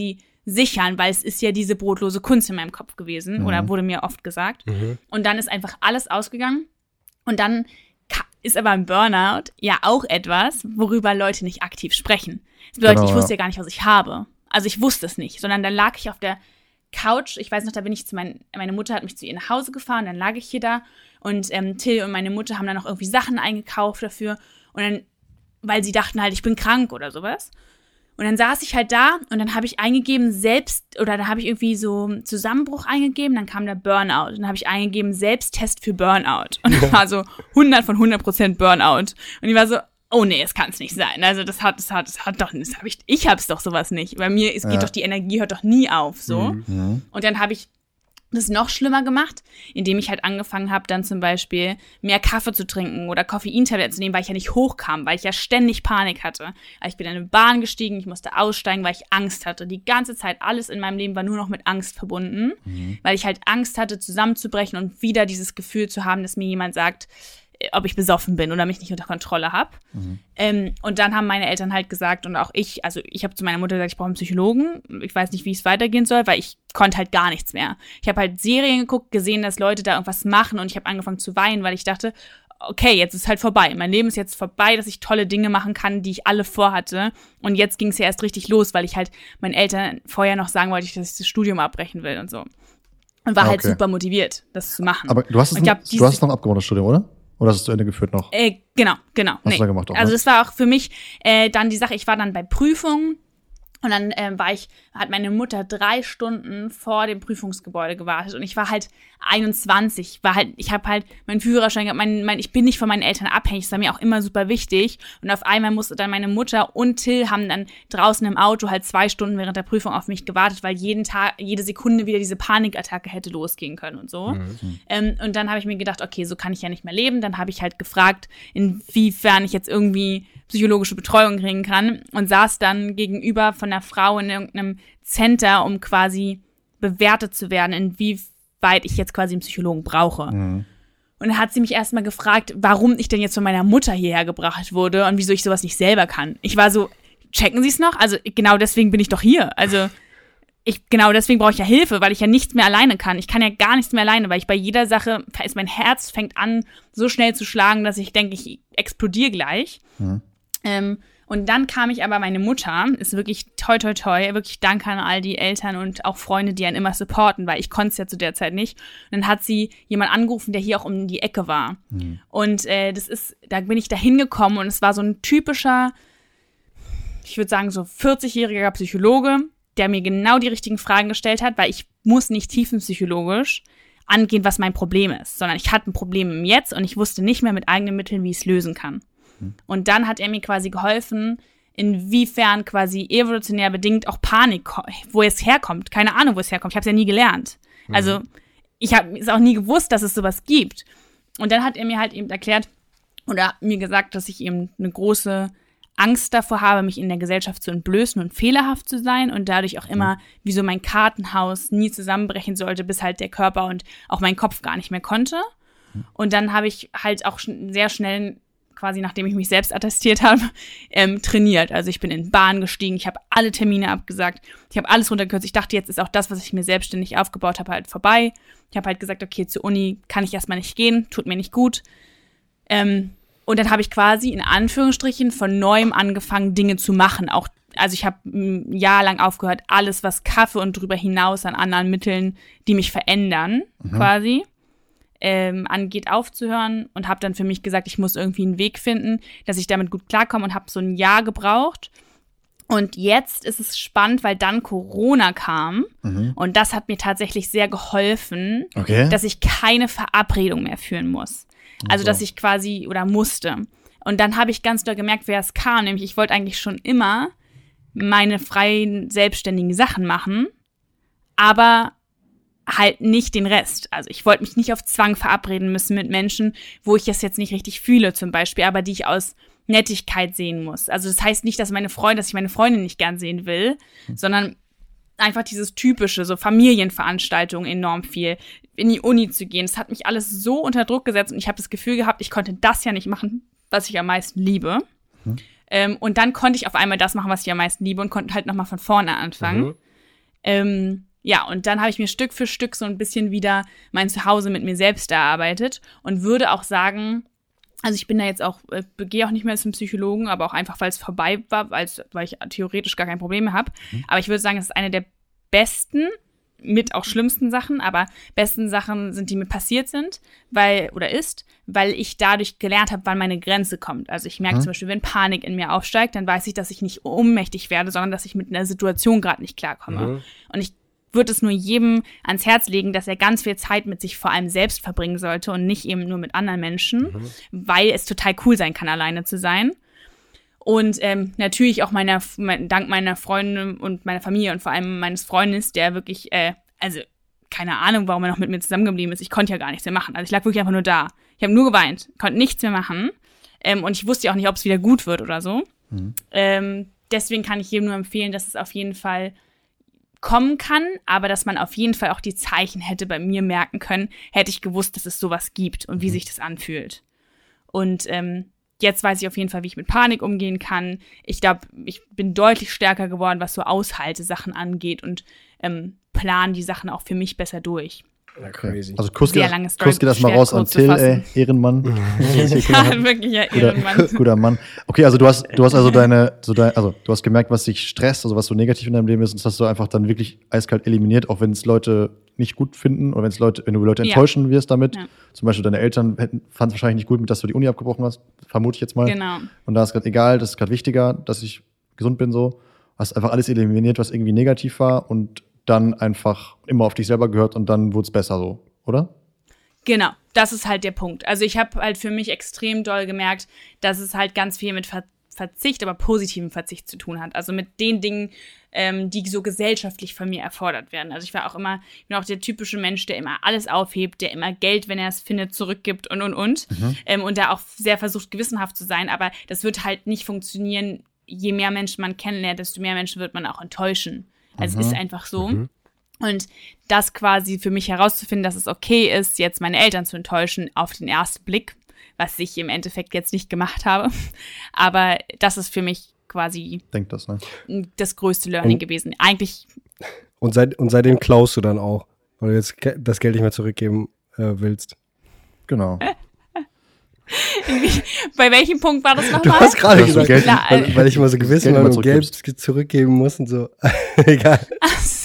Speaker 2: sichern, weil es ist ja diese brotlose Kunst in meinem Kopf gewesen
Speaker 1: Mhm.
Speaker 2: oder wurde mir oft gesagt.
Speaker 3: Mhm.
Speaker 2: Und dann ist einfach alles ausgegangen und dann ka- ist aber ein Burnout ja auch etwas, worüber Leute nicht aktiv sprechen. Das bedeutet,
Speaker 1: Genau,
Speaker 2: ich wusste
Speaker 1: ja.
Speaker 2: ja gar nicht, was ich habe. Also ich wusste es nicht, sondern dann lag ich auf der Couch. Ich weiß noch, da bin ich zu meinen, meine Mutter hat mich zu ihr nach Hause gefahren, dann lag ich hier da und ähm, Till und meine Mutter haben dann noch irgendwie Sachen eingekauft dafür und dann, weil sie dachten halt, ich bin krank oder sowas. Und dann saß ich halt da und dann habe ich eingegeben, selbst, oder da habe ich irgendwie so Zusammenbruch eingegeben, dann kam der Burnout. Und dann habe ich eingegeben, Selbsttest für Burnout. Und das war so hundert von hundert Prozent Burnout. Und ich war so, oh nee, das kann es nicht sein. Also das hat, das hat, das hat doch, das habe ich, ich hab's doch sowas nicht. Bei mir, es geht
Speaker 1: Ja.
Speaker 2: doch, die Energie hört doch nie auf, so.
Speaker 1: Mhm.
Speaker 2: Und dann habe ich das noch schlimmer gemacht, indem ich halt angefangen habe, dann zum Beispiel mehr Kaffee zu trinken oder Koffeintabletten zu nehmen, weil ich ja nicht hochkam, weil ich ja ständig Panik hatte. Also ich bin in eine Bahn gestiegen, ich musste aussteigen, weil ich Angst hatte. Die ganze Zeit, alles in meinem Leben war nur noch mit Angst verbunden,
Speaker 1: Mhm.
Speaker 2: weil ich halt Angst hatte, zusammenzubrechen und wieder dieses Gefühl zu haben, dass mir jemand sagt, ob ich besoffen bin oder mich nicht unter Kontrolle habe.
Speaker 1: Mhm.
Speaker 2: Ähm, und dann haben meine Eltern halt gesagt und auch ich, also ich habe zu meiner Mutter gesagt, ich brauche einen Psychologen. Ich weiß nicht, wie es weitergehen soll, weil ich konnte halt gar nichts mehr. Ich habe halt Serien geguckt, gesehen, dass Leute da irgendwas machen und ich habe angefangen zu weinen, weil ich dachte, okay, jetzt ist halt vorbei. Mein Leben ist jetzt vorbei, dass ich tolle Dinge machen kann, die ich alle vorhatte. Und jetzt ging es ja erst richtig los, weil ich halt meinen Eltern vorher noch sagen wollte, dass ich das Studium abbrechen will und so. Und war
Speaker 1: Ah,
Speaker 2: halt
Speaker 1: okay.
Speaker 2: super motiviert, das zu machen.
Speaker 1: Aber du hast es,
Speaker 2: Und ich glaub,
Speaker 1: noch,
Speaker 2: diese-
Speaker 1: du hast es noch abgerundet, das Studium, oder? Oder hast du es zu Ende geführt noch?
Speaker 2: Äh, genau, genau.
Speaker 1: Hast du da gemacht auch,
Speaker 2: also
Speaker 1: ne?
Speaker 2: das war auch für mich äh, dann die Sache, ich war dann bei Prüfungen und dann ähm, war ich, hat meine Mutter drei Stunden vor dem Prüfungsgebäude gewartet und ich war halt einundzwanzig, war halt, ich habe halt meinen Führerschein gehabt, mein, mein, ich bin nicht von meinen Eltern abhängig, das war mir auch immer super wichtig und auf einmal musste dann meine Mutter und Till haben dann draußen im Auto halt zwei Stunden während der Prüfung auf mich gewartet, weil jeden Tag, jede Sekunde wieder diese Panikattacke hätte losgehen können und so.
Speaker 3: Mhm.
Speaker 2: Ähm, und dann habe ich mir gedacht, okay, so kann ich ja nicht mehr leben. Dann habe ich halt gefragt, inwiefern ich jetzt irgendwie psychologische Betreuung kriegen kann und saß dann gegenüber von einer Frau in irgendeinem Center, um quasi bewertet zu werden, inwieweit ich jetzt quasi einen Psychologen brauche.
Speaker 1: Mhm.
Speaker 2: Und dann hat sie mich erstmal gefragt, warum ich denn jetzt von meiner Mutter hierher gebracht wurde und wieso ich sowas nicht selber kann. Ich war so, checken Sie es noch? Also genau deswegen bin ich doch hier. Also ich, genau deswegen brauche ich ja Hilfe, weil ich ja nichts mehr alleine kann. Ich kann ja gar nichts mehr alleine, weil ich bei jeder Sache, ist mein Herz fängt an, so schnell zu schlagen, dass ich denke, ich explodiere gleich.
Speaker 1: Mhm.
Speaker 2: Ähm, und dann kam ich aber, meine Mutter, ist wirklich toi toi toi, wirklich danke an all die Eltern und auch Freunde, die einen immer supporten, weil ich konnte es ja zu der Zeit nicht. Und dann hat sie jemand angerufen, der hier auch um die Ecke war.
Speaker 1: Mhm.
Speaker 2: Und äh, das ist, da bin ich da hingekommen und es war so ein typischer, ich würde sagen so vierzigjähriger Psychologe, der mir genau die richtigen Fragen gestellt hat, weil ich muss nicht tiefenpsychologisch angehen, was mein Problem ist, sondern ich hatte ein Problem im Jetzt und ich wusste nicht mehr mit eigenen Mitteln, wie ich es lösen kann. Und dann hat er mir quasi geholfen, inwiefern quasi evolutionär bedingt auch Panik, wo es herkommt. Keine Ahnung, wo es herkommt. Ich habe es ja nie gelernt. Mhm. Also ich habe es auch nie gewusst, dass es sowas gibt. Und dann hat er mir halt eben erklärt oder mir gesagt, dass ich eben eine große Angst davor habe, mich in der Gesellschaft zu entblößen und fehlerhaft zu sein und dadurch auch immer, wie so mein Kartenhaus nie zusammenbrechen sollte, bis halt der Körper und auch mein Kopf gar nicht mehr konnte. Und dann habe ich halt auch sehr schnell quasi nachdem ich mich selbst attestiert habe, ähm, trainiert. Also ich bin in Bahn gestiegen, ich habe alle Termine abgesagt, ich habe alles runtergekürzt. Ich dachte, jetzt ist auch das, was ich mir selbstständig aufgebaut habe, halt vorbei. Ich habe halt gesagt, okay, zur Uni kann ich erstmal nicht gehen, tut mir nicht gut. Ähm, und dann habe ich quasi in Anführungsstrichen von neuem angefangen, Dinge zu machen. Auch, also ich habe ein Jahr lang aufgehört, alles, was Kaffee und darüber hinaus an anderen Mitteln, die mich verändern, mhm. quasi. Ähm, angeht, aufzuhören und habe dann für mich gesagt, ich muss irgendwie einen Weg finden, dass ich damit gut klarkomme und habe so ein Jahr gebraucht. Und jetzt ist es spannend, weil dann Corona kam mhm. und das hat mir tatsächlich sehr geholfen,
Speaker 1: okay.
Speaker 2: dass ich keine Verabredung mehr führen muss. Also, so. dass ich quasi oder musste. Und dann habe ich ganz doll gemerkt, wer es kam, nämlich ich wollte eigentlich schon immer meine freien, selbstständigen Sachen machen, aber halt nicht den Rest. Also ich wollte mich nicht auf Zwang verabreden müssen mit Menschen, wo ich das jetzt nicht richtig fühle zum Beispiel, aber die ich aus Nettigkeit sehen muss. Also das heißt nicht, dass meine Freunde, dass ich meine Freundin nicht gern sehen will, mhm. sondern einfach dieses typische, so Familienveranstaltungen enorm viel, in die Uni zu gehen. Das hat mich alles so unter Druck gesetzt und ich habe das Gefühl gehabt, ich konnte das ja nicht machen, was ich am meisten liebe. Mhm. Ähm, und dann konnte ich auf einmal das machen, was ich am meisten liebe und konnte halt nochmal von vorne anfangen. Mhm. Ähm, ja, und dann habe ich mir Stück für Stück so ein bisschen wieder mein Zuhause mit mir selbst erarbeitet und würde auch sagen, also ich bin da jetzt auch, äh, gehe auch nicht mehr zum Psychologen, aber auch einfach, weil es vorbei war, weil ich theoretisch gar kein Problem mehr habe. Mhm. Aber ich würde sagen, es ist eine der besten, mit auch schlimmsten Sachen, aber besten Sachen sind, die mir passiert sind, weil, oder ist, weil ich dadurch gelernt habe, wann meine Grenze kommt. Also ich merke mhm. zum Beispiel, wenn Panik in mir aufsteigt, dann weiß ich, dass ich nicht ohnmächtig werde, sondern dass ich mit einer Situation gerade nicht klarkomme. Mhm. Und ich würde es nur jedem ans Herz legen, dass er ganz viel Zeit mit sich vor allem selbst verbringen sollte und nicht eben nur mit anderen Menschen, mhm. weil es total cool sein kann, alleine zu sein. Und ähm, natürlich auch meiner, mein, dank meiner Freunde und meiner Familie und vor allem meines Freundes, der wirklich, äh, also keine Ahnung, warum er noch mit mir zusammengeblieben ist. Ich konnte ja gar nichts mehr machen. Also ich lag wirklich einfach nur da. Ich habe nur geweint, konnte nichts mehr machen. Ähm, und ich wusste ja auch nicht, ob es wieder gut wird oder so. Mhm. Ähm, deswegen kann ich jedem nur empfehlen, dass es auf jeden Fall kommen kann, aber dass man auf jeden Fall auch die Zeichen hätte bei mir merken können, hätte ich gewusst, dass es sowas gibt und wie mhm. sich das anfühlt. Und ähm, jetzt weiß ich auf jeden Fall, wie ich mit Panik umgehen kann. Ich glaube, ich bin deutlich stärker geworden, was so Aushaltesachen angeht und ähm, plan die Sachen auch für mich besser durch.
Speaker 3: Ja, crazy.
Speaker 1: Also kuss dir das, kuss dir das mal raus an Till, ey, Ehrenmann.
Speaker 2: Ja, wirklich, ja, Ehrenmann.
Speaker 1: Guter, guter Mann. Okay, also du hast, du hast also deine, so dein, also du hast gemerkt, was dich stresst, also was so negativ in deinem Leben ist, und das hast du einfach dann wirklich eiskalt eliminiert, auch wenn es Leute nicht gut finden oder wenn es Leute, wenn du Leute enttäuschen ja. wirst damit. Ja. Zum Beispiel deine Eltern fanden es wahrscheinlich nicht gut, mit dass du die Uni abgebrochen hast, vermute ich jetzt mal.
Speaker 2: Genau.
Speaker 1: Und da ist gerade egal, das ist gerade wichtiger, dass ich gesund bin, so. Hast einfach alles eliminiert, was irgendwie negativ war, und dann einfach immer auf dich selber gehört, und dann wurde es besser so, oder?
Speaker 2: Genau, das ist halt der Punkt. Also ich habe halt für mich extrem doll gemerkt, dass es halt ganz viel mit Ver- Verzicht, aber positivem Verzicht zu tun hat. Also mit den Dingen, ähm, die so gesellschaftlich von mir erfordert werden. Also ich war auch immer, ich bin auch der typische Mensch, der immer alles aufhebt, der immer Geld, wenn er es findet, zurückgibt und, und, und. Mhm. Ähm, und da auch sehr versucht, gewissenhaft zu sein. Aber das wird halt nicht funktionieren. Je mehr Menschen man kennenlernt, desto mehr Menschen wird man auch enttäuschen. Also es ist einfach so. Mhm. Und das quasi für mich herauszufinden, dass es okay ist, jetzt meine Eltern zu enttäuschen auf den ersten Blick, was ich im Endeffekt jetzt nicht gemacht habe. Aber das ist für mich quasi
Speaker 1: Denk das, ne?
Speaker 2: das größte Learning
Speaker 3: und,
Speaker 2: gewesen. Eigentlich.
Speaker 3: Und, seit, und seitdem klaust du dann auch, weil du jetzt das Geld nicht mehr zurückgeben äh, willst.
Speaker 1: Genau.
Speaker 2: Bei welchem Punkt war das nochmal?
Speaker 3: Du hast gerade gesagt,
Speaker 1: Geld,
Speaker 3: Na, weil, weil ich immer so gewissen war und Geld zurückgeben muss und so. Egal.
Speaker 2: Ach so.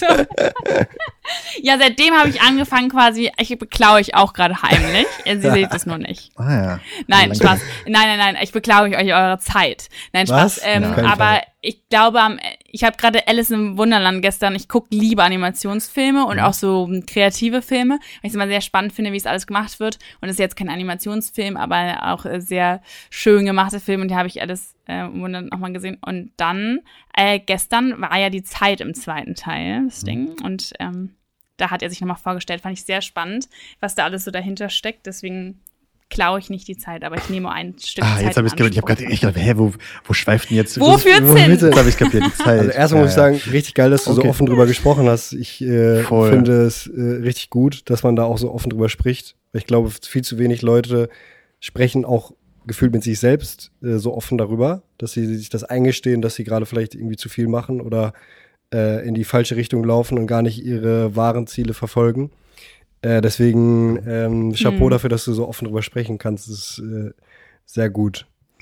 Speaker 2: Ja, seitdem habe ich angefangen quasi, ich beklaue euch auch gerade heimlich. Sie seht es nur nicht.
Speaker 1: Ah ja.
Speaker 2: Nein, Spaß. Nein, nein, nein, ich beklaue euch eure Zeit. Nein, Spaß. Ähm, aber ich glaube, ich habe gerade Alice im Wunderland gestern, ich gucke lieber Animationsfilme und ja. auch so kreative Filme, weil ich es immer sehr spannend finde, wie es alles gemacht wird. Und es ist jetzt kein Animationsfilm, aber auch sehr schön gemachte Film, und die habe ich Alice äh, im Wunderland nochmal gesehen. Und dann, äh, gestern war ja die Zeit im zweiten Teil, das Ding, und ähm, da hat er sich nochmal vorgestellt, fand ich sehr spannend, was da alles so dahinter steckt, deswegen klaue ich nicht die Zeit, aber ich nehme ein Stück
Speaker 1: ah,
Speaker 2: Zeit.
Speaker 1: Jetzt habe ich gedacht, ich habe gerade echt gedacht, hä, wo, wo schweift denn jetzt?
Speaker 2: Wo führt's hin?
Speaker 1: Jetzt habe ich kapiert, die Zeit.
Speaker 3: Also erstmal ja, muss ich sagen, richtig geil, dass du okay. so offen drüber gesprochen hast. Ich äh, finde es äh, richtig gut, dass man da auch so offen drüber spricht. Ich glaube, viel zu wenig Leute sprechen auch gefühlt mit sich selbst äh, so offen darüber, dass sie sich das eingestehen, dass sie gerade vielleicht irgendwie zu viel machen oder äh, in die falsche Richtung laufen und gar nicht ihre wahren Ziele verfolgen. Äh, deswegen ähm, Chapeau hm. dafür, dass du so offen drüber sprechen kannst. Das ist äh, sehr gut.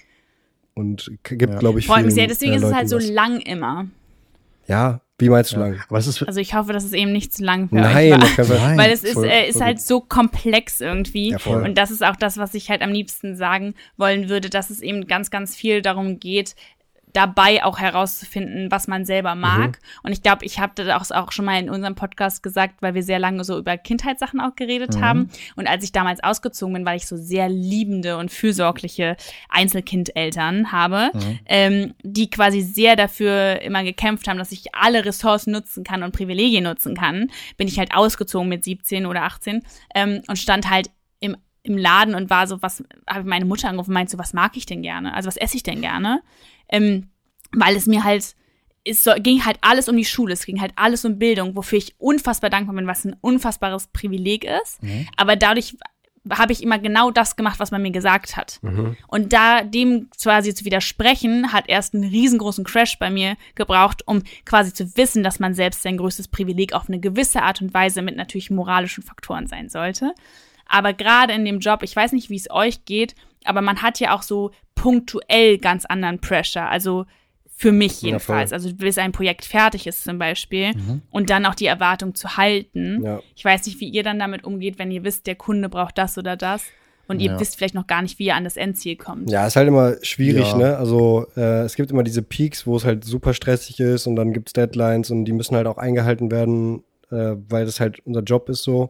Speaker 3: Und gibt, ja. glaube ich,
Speaker 2: Freut mich sehr. Deswegen äh, ist es halt so was. lang immer.
Speaker 3: Ja, wie meinst du ja. lang?
Speaker 1: Was ist
Speaker 2: also ich hoffe, dass es eben nicht zu lang für
Speaker 3: Nein,
Speaker 2: euch war.
Speaker 3: Nein,
Speaker 2: weil es ist,
Speaker 3: voll,
Speaker 2: äh, ist
Speaker 3: voll
Speaker 2: halt so komplex irgendwie.
Speaker 3: Ja, voll.
Speaker 2: Und das ist auch das, was ich halt am liebsten sagen wollen würde, dass es eben ganz, ganz viel darum geht, dabei auch herauszufinden, was man selber mag. Mhm. Und ich glaube, ich habe das auch schon mal in unserem Podcast gesagt, weil wir sehr lange so über Kindheitssachen auch geredet mhm. haben. Und als ich damals ausgezogen bin, weil ich so sehr liebende und fürsorgliche Einzelkindeltern habe, mhm. ähm, die quasi sehr dafür immer gekämpft haben, dass ich alle Ressourcen nutzen kann und Privilegien nutzen kann, bin ich halt ausgezogen mit siebzehn oder achtzehn ähm, und stand halt im im Laden und war so, was, habe ich meine Mutter angerufen und meinte so, was mag ich denn gerne? Also was esse ich denn gerne? Ähm, weil es mir halt, es so, ging halt alles um die Schule, es ging halt alles um Bildung, wofür ich unfassbar dankbar bin, was ein unfassbares Privileg ist. Mhm. Aber dadurch habe ich immer genau das gemacht, was man mir gesagt hat.
Speaker 3: Mhm.
Speaker 2: Und da dem quasi zu widersprechen, hat erst einen riesengroßen Crash bei mir gebraucht, um quasi zu wissen, dass man selbst sein größtes Privileg auf eine gewisse Art und Weise mit natürlich moralischen Faktoren sein sollte. Aber gerade in dem Job, ich weiß nicht, wie es euch geht, aber man hat ja auch so punktuell ganz anderen Pressure. Also für mich jedenfalls.
Speaker 3: Ja,
Speaker 2: also bis ein Projekt fertig ist zum Beispiel
Speaker 1: Mhm.
Speaker 2: und dann auch die Erwartung zu halten.
Speaker 3: Ja.
Speaker 2: Ich weiß nicht, wie ihr dann damit umgeht, wenn ihr wisst, der Kunde braucht das oder das und ihr
Speaker 1: Ja.
Speaker 2: wisst vielleicht noch gar nicht, wie ihr an das Endziel kommt.
Speaker 3: Ja, ist halt immer schwierig,
Speaker 1: Ja.
Speaker 3: ne? Also äh, es gibt immer diese Peaks, wo es halt super stressig ist und dann gibt's Deadlines und die müssen halt auch eingehalten werden, äh, weil das halt unser Job ist so.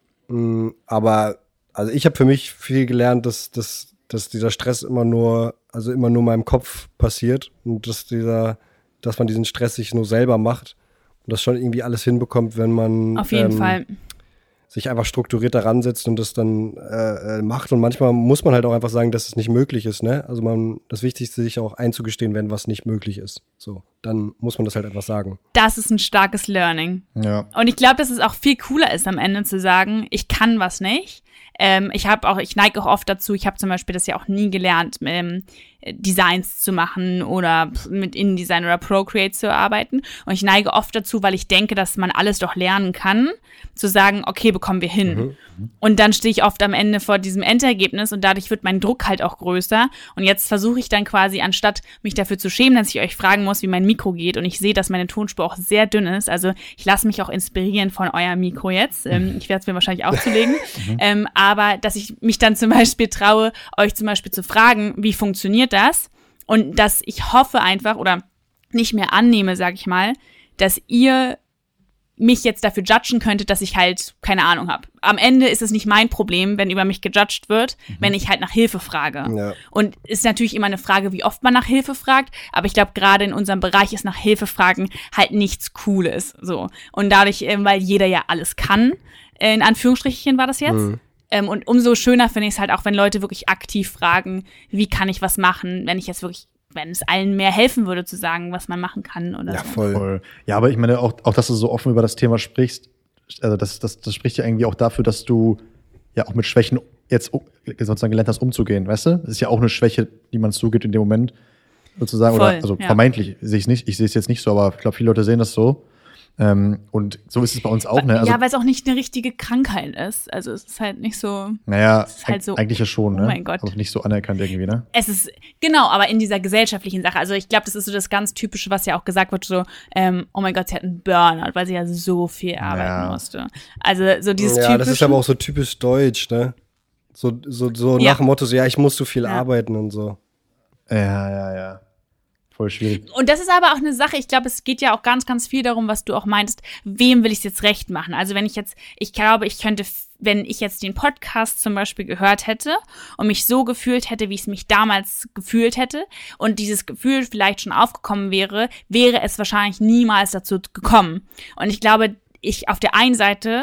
Speaker 3: Mm, aber also ich habe für mich viel gelernt, dass, dass, dass dieser Stress immer nur, also immer nur in meinem Kopf passiert und dass dieser, dass man diesen Stress sich nur selber macht und das schon irgendwie alles hinbekommt, wenn man
Speaker 2: Auf jeden
Speaker 3: ähm,
Speaker 2: Fall.
Speaker 3: sich einfach strukturiert daran setzt und das dann äh, äh, macht. Und manchmal muss man halt auch einfach sagen, dass es nicht möglich ist, ne? Also man, das Wichtigste, sich auch einzugestehen, wenn was nicht möglich ist. So, dann muss man das halt einfach sagen.
Speaker 2: Das ist ein starkes Learning.
Speaker 1: Ja.
Speaker 2: Und ich glaube, dass es auch viel cooler ist, am Ende zu sagen, ich kann was nicht. Ähm, ich habe auch, ich neige auch oft dazu, ich habe zum Beispiel das ja auch nie gelernt, ähm, Designs zu machen oder mit InDesign oder Procreate zu arbeiten. Und ich neige oft dazu, weil ich denke, dass man alles doch lernen kann, zu sagen, okay, bekommen wir hin.
Speaker 3: Mhm.
Speaker 2: Und dann stehe ich oft am Ende vor diesem Endergebnis und dadurch wird mein Druck halt auch größer. Und jetzt versuche ich dann quasi, anstatt mich dafür zu schämen, dass ich euch fragen muss, wie mein Mikro geht und ich sehe, dass meine Tonspur auch sehr dünn ist. Also ich lasse mich auch inspirieren von eurem Mikro jetzt. Ähm, ich werde es mir wahrscheinlich auch zulegen. ähm, aber dass ich mich dann zum Beispiel traue, euch zum Beispiel zu fragen, wie funktioniert das? Und dass ich hoffe einfach oder nicht mehr annehme, sag ich mal, dass ihr mich jetzt dafür judgen könntet, dass ich halt keine Ahnung habe. Am Ende ist es nicht mein Problem, wenn über mich gejudged wird, mhm. wenn ich halt nach Hilfe frage.
Speaker 3: Ja.
Speaker 2: Und ist natürlich immer eine Frage, wie oft man nach Hilfe fragt, aber ich glaube, gerade in unserem Bereich ist nach Hilfe fragen halt nichts Cooles. So. Und dadurch, äh, weil jeder ja alles kann, äh, in Anführungsstrichen war das jetzt.
Speaker 3: Mhm.
Speaker 2: Ähm, und umso schöner finde ich es halt auch, wenn Leute wirklich aktiv fragen, wie kann ich was machen, wenn ich jetzt wirklich wenn es allen mehr helfen würde, zu sagen, was man machen kann oder
Speaker 3: Ja,
Speaker 2: so.
Speaker 3: voll.
Speaker 1: Voll. Ja, aber ich meine auch, auch, dass du so offen über das Thema sprichst, also das, das, das spricht ja irgendwie auch dafür, dass du ja auch mit Schwächen jetzt sozusagen gelernt hast, umzugehen, weißt du? Das ist ja auch eine Schwäche, die man zugibt in dem Moment, sozusagen,
Speaker 2: Voll,
Speaker 1: oder also
Speaker 2: ja.
Speaker 1: vermeintlich sehe ich es nicht, ich sehe es jetzt nicht so, aber ich glaube, viele Leute sehen das so. Ähm, und so ist es bei uns auch, ne? Also,
Speaker 2: ja, weil es auch nicht eine richtige Krankheit ist. Also es ist halt nicht so.
Speaker 1: naja,
Speaker 2: es ist halt so,
Speaker 1: eigentlich ja schon, ne?
Speaker 2: oh mein Gott.
Speaker 1: Aber nicht so anerkannt irgendwie, ne?
Speaker 2: Es ist, genau, aber in dieser gesellschaftlichen Sache. Also ich glaube, das ist so das ganz Typische, was ja auch gesagt wird, so, ähm, oh mein Gott, sie hat einen Burnout, weil sie ja so viel arbeiten
Speaker 1: Ja.
Speaker 2: musste. Also so dieses
Speaker 3: Ja,
Speaker 2: typische.
Speaker 3: das ist aber auch so typisch deutsch, ne? So, so, so
Speaker 2: Ja.
Speaker 3: nach dem Motto, so, ja, ich muss so viel
Speaker 2: Ja.
Speaker 3: arbeiten und so.
Speaker 1: Ja, ja, ja. Voll schwierig.
Speaker 2: Und das ist aber auch eine Sache, ich glaube, es geht ja auch ganz, ganz viel darum, was du auch meintest, wem will ich es jetzt recht machen? Also wenn ich jetzt, ich glaube, ich könnte, wenn ich jetzt den Podcast zum Beispiel gehört hätte und mich so gefühlt hätte, wie ich es mich damals gefühlt hätte und dieses Gefühl vielleicht schon aufgekommen wäre, wäre es wahrscheinlich niemals dazu gekommen. Und ich glaube, ich auf der einen Seite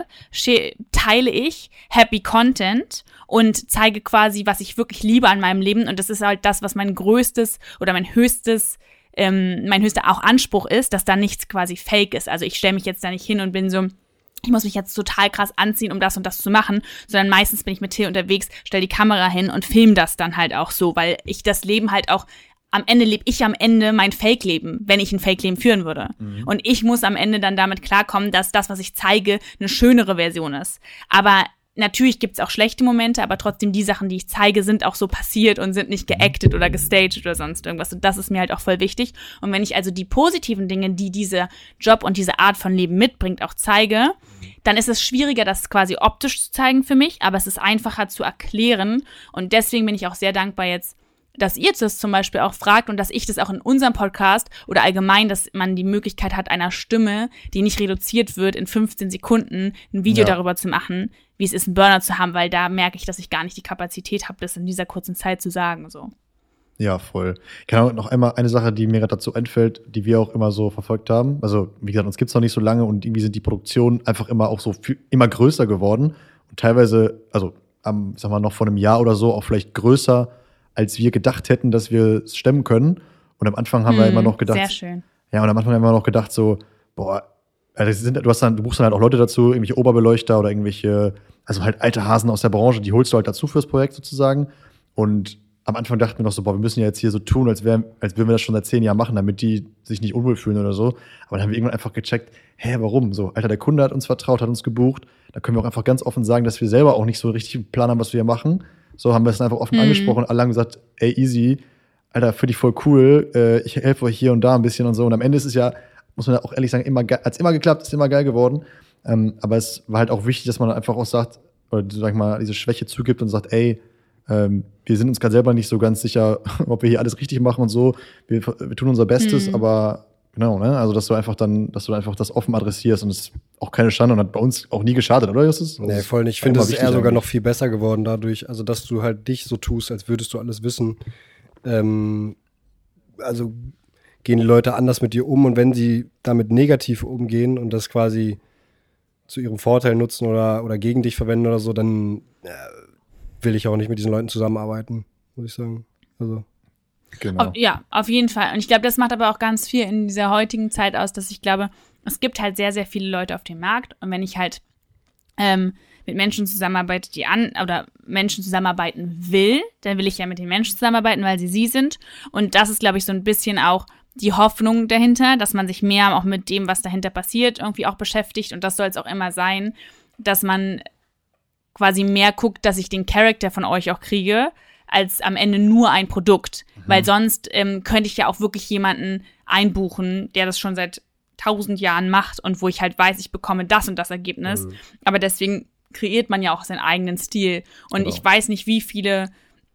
Speaker 2: teile ich Happy Content und zeige quasi, was ich wirklich liebe an meinem Leben. Und das ist halt das, was mein größtes oder mein höchstes, ähm, mein höchster auch Anspruch ist, dass da nichts quasi fake ist. Also ich stelle mich jetzt da nicht hin und bin so, ich muss mich jetzt total krass anziehen, um das und das zu machen, sondern meistens bin ich mit Till unterwegs, stelle die Kamera hin und film das dann halt auch so, weil ich das Leben halt auch am Ende lebe ich am Ende mein Fake-Leben, wenn ich ein Fake-Leben führen würde. Mhm. Und ich muss am Ende dann damit klarkommen, dass das, was ich zeige, eine schönere Version ist. Aber natürlich gibt's auch schlechte Momente, aber trotzdem die Sachen, die ich zeige, sind auch so passiert und sind nicht geactet oder gestaged oder sonst irgendwas. Und das ist mir halt auch voll wichtig. Und wenn ich also die positiven Dinge, die dieser Job und diese Art von Leben mitbringt, auch zeige, dann ist es schwieriger, das quasi optisch zu zeigen für mich, aber es ist einfacher zu erklären. Und deswegen bin ich auch sehr dankbar jetzt, dass ihr das zum Beispiel auch fragt und dass ich das auch in unserem Podcast oder allgemein, dass man die Möglichkeit hat, einer Stimme, die nicht reduziert wird, in fünfzehn Sekunden ein Video
Speaker 1: Ja.
Speaker 2: darüber zu machen, wie es ist, einen Burner zu haben, weil da merke ich, dass ich gar nicht die Kapazität habe, das in dieser kurzen Zeit zu sagen. So.
Speaker 1: Ja, voll. Ich kann auch noch einmal eine Sache, die mir gerade dazu einfällt, die wir auch immer so verfolgt haben. Also, wie gesagt, uns gibt's noch nicht so lange und irgendwie sind die Produktionen einfach immer auch so viel, immer größer geworden und teilweise, also, am, sag mal, noch vor einem Jahr oder so auch vielleicht größer, als wir gedacht hätten, dass wir es stemmen können. Und am Anfang haben wir
Speaker 2: Hm,
Speaker 1: immer noch gedacht,
Speaker 2: sehr schön.
Speaker 1: ja, und am Anfang haben wir noch gedacht so, boah, Also das sind, du hast dann, du buchst dann halt auch Leute dazu, irgendwelche Oberbeleuchter oder irgendwelche, also halt alte Hasen aus der Branche, die holst du halt dazu fürs Projekt sozusagen. Und am Anfang dachten wir noch so, boah, wir müssen ja jetzt hier so tun, als wären, als würden wir das schon seit zehn Jahren machen, damit die sich nicht unwohl fühlen oder so. Aber dann haben wir irgendwann einfach gecheckt, hä, warum? So, Alter, der Kunde hat uns vertraut, hat uns gebucht. Da können wir auch einfach ganz offen sagen, dass wir selber auch nicht so richtig einen Plan haben, was wir hier machen. So haben wir es dann einfach offen
Speaker 2: Mhm.
Speaker 1: angesprochen. Alle haben gesagt, ey, easy, Alter, finde ich voll cool. Äh, ich helfe euch hier und da ein bisschen und so. Und am Ende ist es ja, muss man ja auch ehrlich sagen, immer hat es immer geklappt, ist immer geil geworden. Ähm, aber es war halt auch wichtig, dass man einfach auch sagt, oder sag ich mal, diese Schwäche zugibt und sagt, ey, ähm, wir sind uns gerade selber nicht so ganz sicher, ob wir hier alles richtig machen und so. Wir, wir tun unser Bestes,
Speaker 2: Mhm.
Speaker 1: aber genau, ne? Also, dass du einfach dann, dass du einfach das offen adressierst und es ist auch keine Schande und hat bei uns auch nie geschadet, oder? Das ist,
Speaker 3: Nee, voll nicht. Ich finde, es ist eher sogar noch viel besser geworden dadurch, also dass du halt dich so tust, als würdest du alles wissen. Ähm, also gehen die Leute anders mit dir um und wenn sie damit negativ umgehen und das quasi zu ihrem Vorteil nutzen oder, oder gegen dich verwenden oder so, dann äh, will ich auch nicht mit diesen Leuten zusammenarbeiten, muss ich sagen. Also.
Speaker 1: Genau.
Speaker 2: Auf, ja, auf jeden Fall. Und ich glaube, das macht aber auch ganz viel in dieser heutigen Zeit aus, dass ich glaube, es gibt halt sehr, sehr viele Leute auf dem Markt. Und wenn ich halt ähm, mit Menschen zusammenarbeite, die an oder Menschen zusammenarbeiten will, dann will ich ja mit den Menschen zusammenarbeiten, weil sie sie sind. Und das ist, glaube ich, so ein bisschen auch die Hoffnung dahinter, dass man sich mehr auch mit dem, was dahinter passiert, irgendwie auch beschäftigt. Und das soll es auch immer sein, dass man quasi mehr guckt, dass ich den Charakter von euch auch kriege, als am Ende nur ein Produkt. Mhm. Weil sonst ähm, könnte ich ja auch wirklich jemanden einbuchen, der das schon seit tausend Jahren macht und wo ich halt weiß, ich bekomme das und das Ergebnis. Mhm. Aber deswegen kreiert man ja auch seinen eigenen Stil. Und genau. Ich weiß nicht, wie viele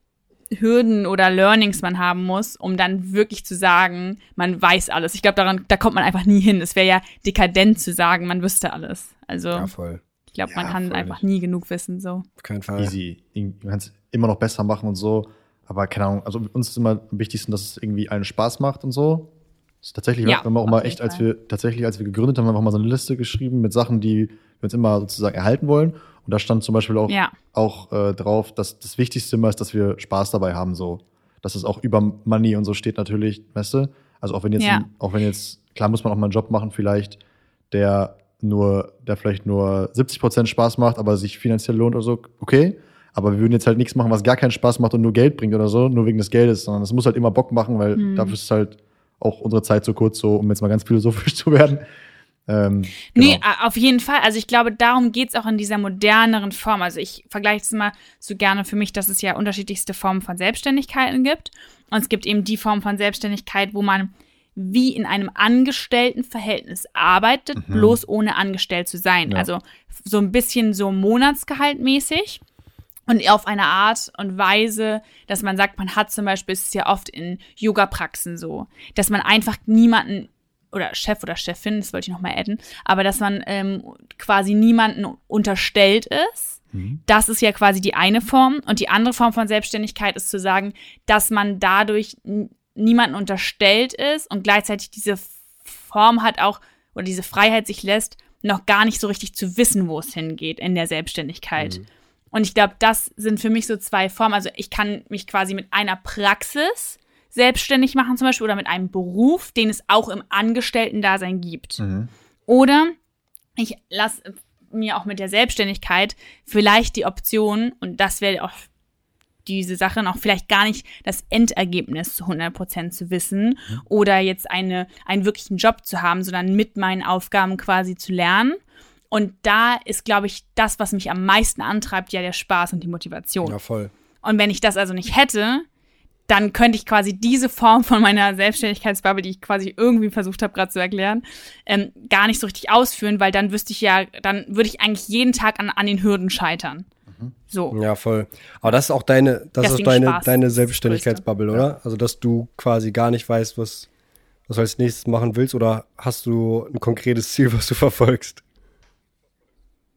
Speaker 2: Hürden oder Learnings man haben muss, um dann wirklich zu sagen, man weiß alles. Ich glaube, daran, da kommt man einfach nie hin. Es wäre ja dekadent zu sagen, man wüsste alles. Also
Speaker 3: ja, voll.
Speaker 2: Ich glaube, man
Speaker 3: ja,
Speaker 2: kann einfach nie genug wissen. So.
Speaker 3: Auf keinen Fall.
Speaker 1: Easy. Du kannst immer noch besser machen und so. Aber keine Ahnung, also uns ist immer am wichtigsten, dass es irgendwie allen Spaß macht und so. Das ist tatsächlich, ja, haben wir auch mal echt, als wir tatsächlich, als wir gegründet haben, haben wir auch mal so eine Liste geschrieben mit Sachen, die wir uns immer sozusagen erhalten wollen. Und da stand zum Beispiel auch, ja. auch äh, drauf, dass das Wichtigste immer ist, dass wir Spaß dabei haben. So. Dass es auch über Money und so steht natürlich, weißt du? Also auch wenn jetzt, ja. ein, auch wenn jetzt, klar muss man auch mal einen Job machen vielleicht, der nur, der vielleicht nur siebzig Prozent Spaß macht, aber sich finanziell lohnt oder so, okay. Aber wir würden jetzt halt nichts machen, was gar keinen Spaß macht und nur Geld bringt oder so, nur wegen des Geldes, sondern es muss halt immer Bock machen, weil hm. dafür ist halt auch unsere Zeit so kurz, so um jetzt mal ganz philosophisch zu werden. Ähm, genau.
Speaker 2: Nee, auf jeden Fall. Also ich glaube, darum geht's auch in dieser moderneren Form. Also ich vergleiche es immer so gerne für mich, dass es ja unterschiedlichste Formen von Selbstständigkeiten gibt. Und es gibt eben die Form von Selbstständigkeit, wo man wie in einem Angestelltenverhältnis arbeitet, mhm. bloß ohne angestellt zu sein. Ja. Also so ein bisschen so monatsgehaltmäßig. Und auf eine Art und Weise, dass man sagt, man hat zum Beispiel, es ist ja oft in Yoga-Praxen so, dass man einfach niemanden, oder Chef oder Chefin, das wollte ich noch mal adden, aber dass man ähm, quasi niemanden unterstellt ist. Mhm. Das ist ja quasi die eine Form. Und die andere Form von Selbstständigkeit ist zu sagen, dass man dadurch n- niemanden unterstellt ist und gleichzeitig diese Form hat auch, oder diese Freiheit sich lässt, noch gar nicht so richtig zu wissen, wo es hingeht in der Selbstständigkeit. Mhm. Und ich glaube, das sind für mich so zwei Formen. Also ich kann mich quasi mit einer Praxis selbstständig machen zum Beispiel oder mit einem Beruf, den es auch im Angestellten-Dasein gibt. Mhm. Oder ich lasse mir auch mit der Selbstständigkeit vielleicht die Option, und das wäre auch diese Sache, noch vielleicht gar nicht das Endergebnis zu hundert Prozent zu wissen mhm. oder jetzt eine, einen wirklichen Job zu haben, sondern mit meinen Aufgaben quasi zu lernen. Und da ist, glaube ich, das, was mich am meisten antreibt, ja der Spaß und die Motivation.
Speaker 3: Ja, voll.
Speaker 2: Und wenn ich das also nicht hätte, dann könnte ich quasi diese Form von meiner Selbstständigkeitsbubble, die ich quasi irgendwie versucht habe gerade zu erklären, ähm, gar nicht so richtig ausführen, weil dann wüsste ich ja, dann würde ich eigentlich jeden Tag an, an den Hürden scheitern. Mhm. So.
Speaker 3: Ja, voll. Aber das ist auch deine, das ist deine, deine Selbstständigkeitsbubble, oder? Also, dass du quasi gar nicht weißt, was, was du als nächstes machen willst, oder hast du ein konkretes Ziel, was du verfolgst?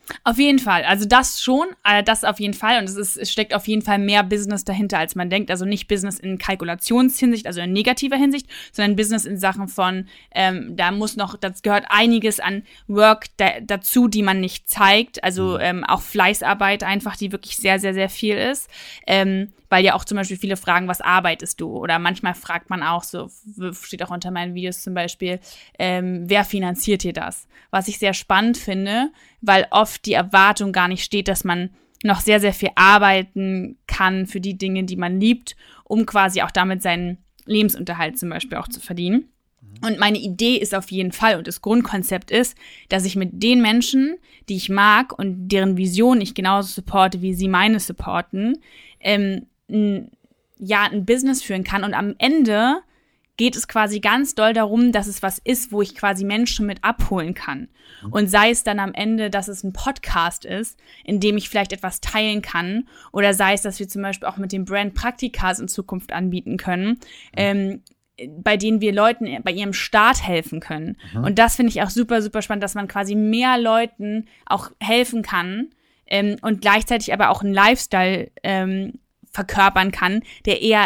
Speaker 2: Auf jeden Fall. Also das schon, äh, das auf jeden Fall. Und es, ist, es steckt auf jeden Fall mehr Business dahinter, als man denkt. Also nicht Business in Kalkulationshinsicht, also in negativer Hinsicht, sondern Business in Sachen von, ähm, da muss noch, das gehört einiges an Work da, dazu, die man nicht zeigt. Also ähm, auch Fleißarbeit einfach, die wirklich sehr, sehr, sehr viel ist. Ähm, weil ja auch zum Beispiel viele fragen, was arbeitest du? Oder manchmal fragt man auch so, steht auch unter meinen Videos zum Beispiel, ähm, wer finanziert dir das? Was ich sehr spannend finde, weil oft die Erwartung gar nicht steht, dass man noch sehr, sehr viel arbeiten kann für die Dinge, die man liebt, um quasi auch damit seinen Lebensunterhalt zum Beispiel auch zu verdienen. Und meine Idee ist auf jeden Fall und das Grundkonzept ist, dass ich mit den Menschen, die ich mag und deren Vision ich genauso supporte, wie sie meine supporten, ähm, ein, ja, ein Business führen kann. Und am Ende geht es quasi ganz doll darum, dass es was ist, wo ich quasi Menschen mit abholen kann. Und sei es dann am Ende, dass es ein Podcast ist, in dem ich vielleicht etwas teilen kann, oder sei es, dass wir zum Beispiel auch mit dem Brand Praktikas in Zukunft anbieten können, ähm, bei denen wir Leuten bei ihrem Start helfen können. Mhm. Und das finde ich auch super, super spannend, dass man quasi mehr Leuten auch helfen kann ähm, und gleichzeitig aber auch einen Lifestyle ähm, verkörpern kann, der eher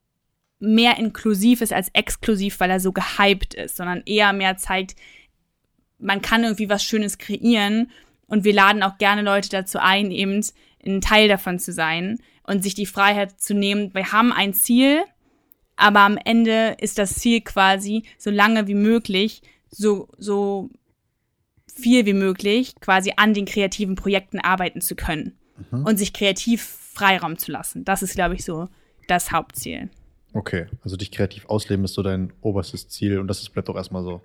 Speaker 2: mehr inklusiv ist als exklusiv, weil er so gehypt ist, sondern eher mehr zeigt, man kann irgendwie was Schönes kreieren und wir laden auch gerne Leute dazu ein, eben ein Teil davon zu sein und sich die Freiheit zu nehmen. Wir haben ein Ziel, aber am Ende ist das Ziel quasi, so lange wie möglich, so, so viel wie möglich quasi an den kreativen Projekten arbeiten zu können mhm. und sich kreativ Freiraum zu lassen. Das ist, glaube ich, so das Hauptziel.
Speaker 1: Okay, also dich kreativ ausleben ist so dein oberstes Ziel und das ist, bleibt doch erstmal so.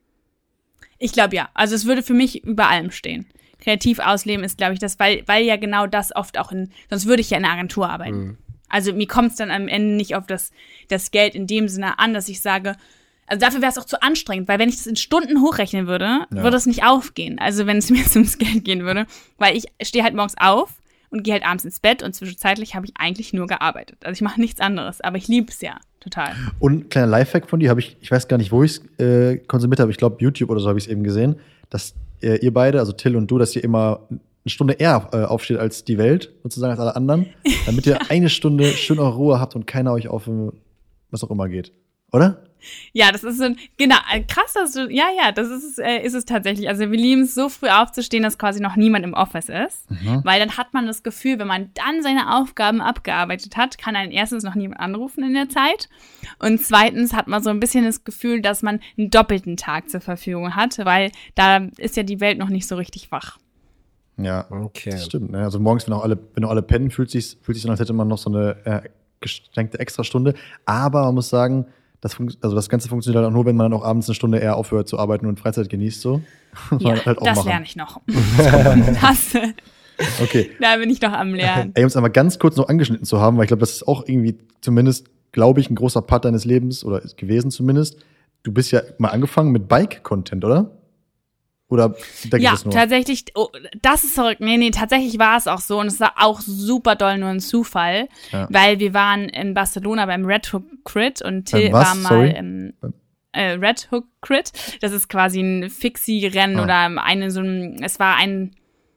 Speaker 2: Ich glaube ja. Also es würde für mich über allem stehen. Kreativ ausleben ist, glaube ich, das, weil, weil ja genau das oft auch in, sonst würde ich ja in einer Agentur arbeiten. Mhm. Also mir kommt es dann am Ende nicht auf das, das Geld in dem Sinne an, dass ich sage, also dafür wäre es auch zu anstrengend, weil wenn ich das in Stunden hochrechnen würde, ja. würde es nicht aufgehen. Also wenn es mir jetzt ums Geld gehen würde, weil ich stehe halt morgens auf und gehe halt abends ins Bett und zwischenzeitlich habe ich eigentlich nur gearbeitet. Also ich mache nichts anderes, aber ich liebe es ja total.
Speaker 1: Und ein kleiner Lifehack von dir, habe ich, ich weiß gar nicht, wo ich es äh, konsumiert habe, ich glaube YouTube oder so habe ich es eben gesehen, dass äh, ihr beide, also Till und du, dass ihr immer eine Stunde eher äh, aufsteht als die Welt, sozusagen als alle anderen, damit ihr ja. eine Stunde schön eure Ruhe habt und keiner euch auf was auch immer geht. Oder?
Speaker 2: Ja, das ist so ein, genau, krass, dass du, ja, ja, das ist, äh, ist es tatsächlich. Also wir lieben es, so früh aufzustehen, dass quasi noch niemand im Office ist. Mhm. Weil dann hat man das Gefühl, wenn man dann seine Aufgaben abgearbeitet hat, kann einen erstens noch niemand anrufen in der Zeit. Und zweitens hat man so ein bisschen das Gefühl, dass man einen doppelten Tag zur Verfügung hat, weil da ist ja die Welt noch nicht so richtig wach.
Speaker 1: Ja, okay. Das stimmt. Ne? Also morgens, wenn auch alle, wenn auch alle pennen, fühlt sich fühlt sich an, als hätte man noch so eine äh, geschenkte Extrastunde. Aber man muss sagen, das, funkt, also das Ganze funktioniert halt auch nur, wenn man dann auch abends eine Stunde eher aufhört zu arbeiten und Freizeit genießt. So.
Speaker 2: Ja, halt auch das machen. Lerne ich noch. das,
Speaker 1: okay.
Speaker 2: Da bin ich noch am Lernen.
Speaker 1: Ey, um es einmal ganz kurz noch angeschnitten zu haben, weil ich glaube, das ist auch irgendwie zumindest, glaube ich, ein großer Part deines Lebens oder ist gewesen zumindest. Du bist ja mal angefangen mit Bike-Content, oder? Oder denke
Speaker 2: ja,
Speaker 1: ich das nur?
Speaker 2: Tatsächlich, oh, das ist verrückt. Nee, nee, tatsächlich war es auch so und es war auch super doll nur ein Zufall, ja. weil wir waren in Barcelona beim Red Hook Crit und Till
Speaker 1: ähm, was?
Speaker 2: war mal
Speaker 1: Sorry?
Speaker 2: im äh, Red Hook Crit. Das ist quasi ein Fixie-Rennen ah. oder eine so ein, es war ein,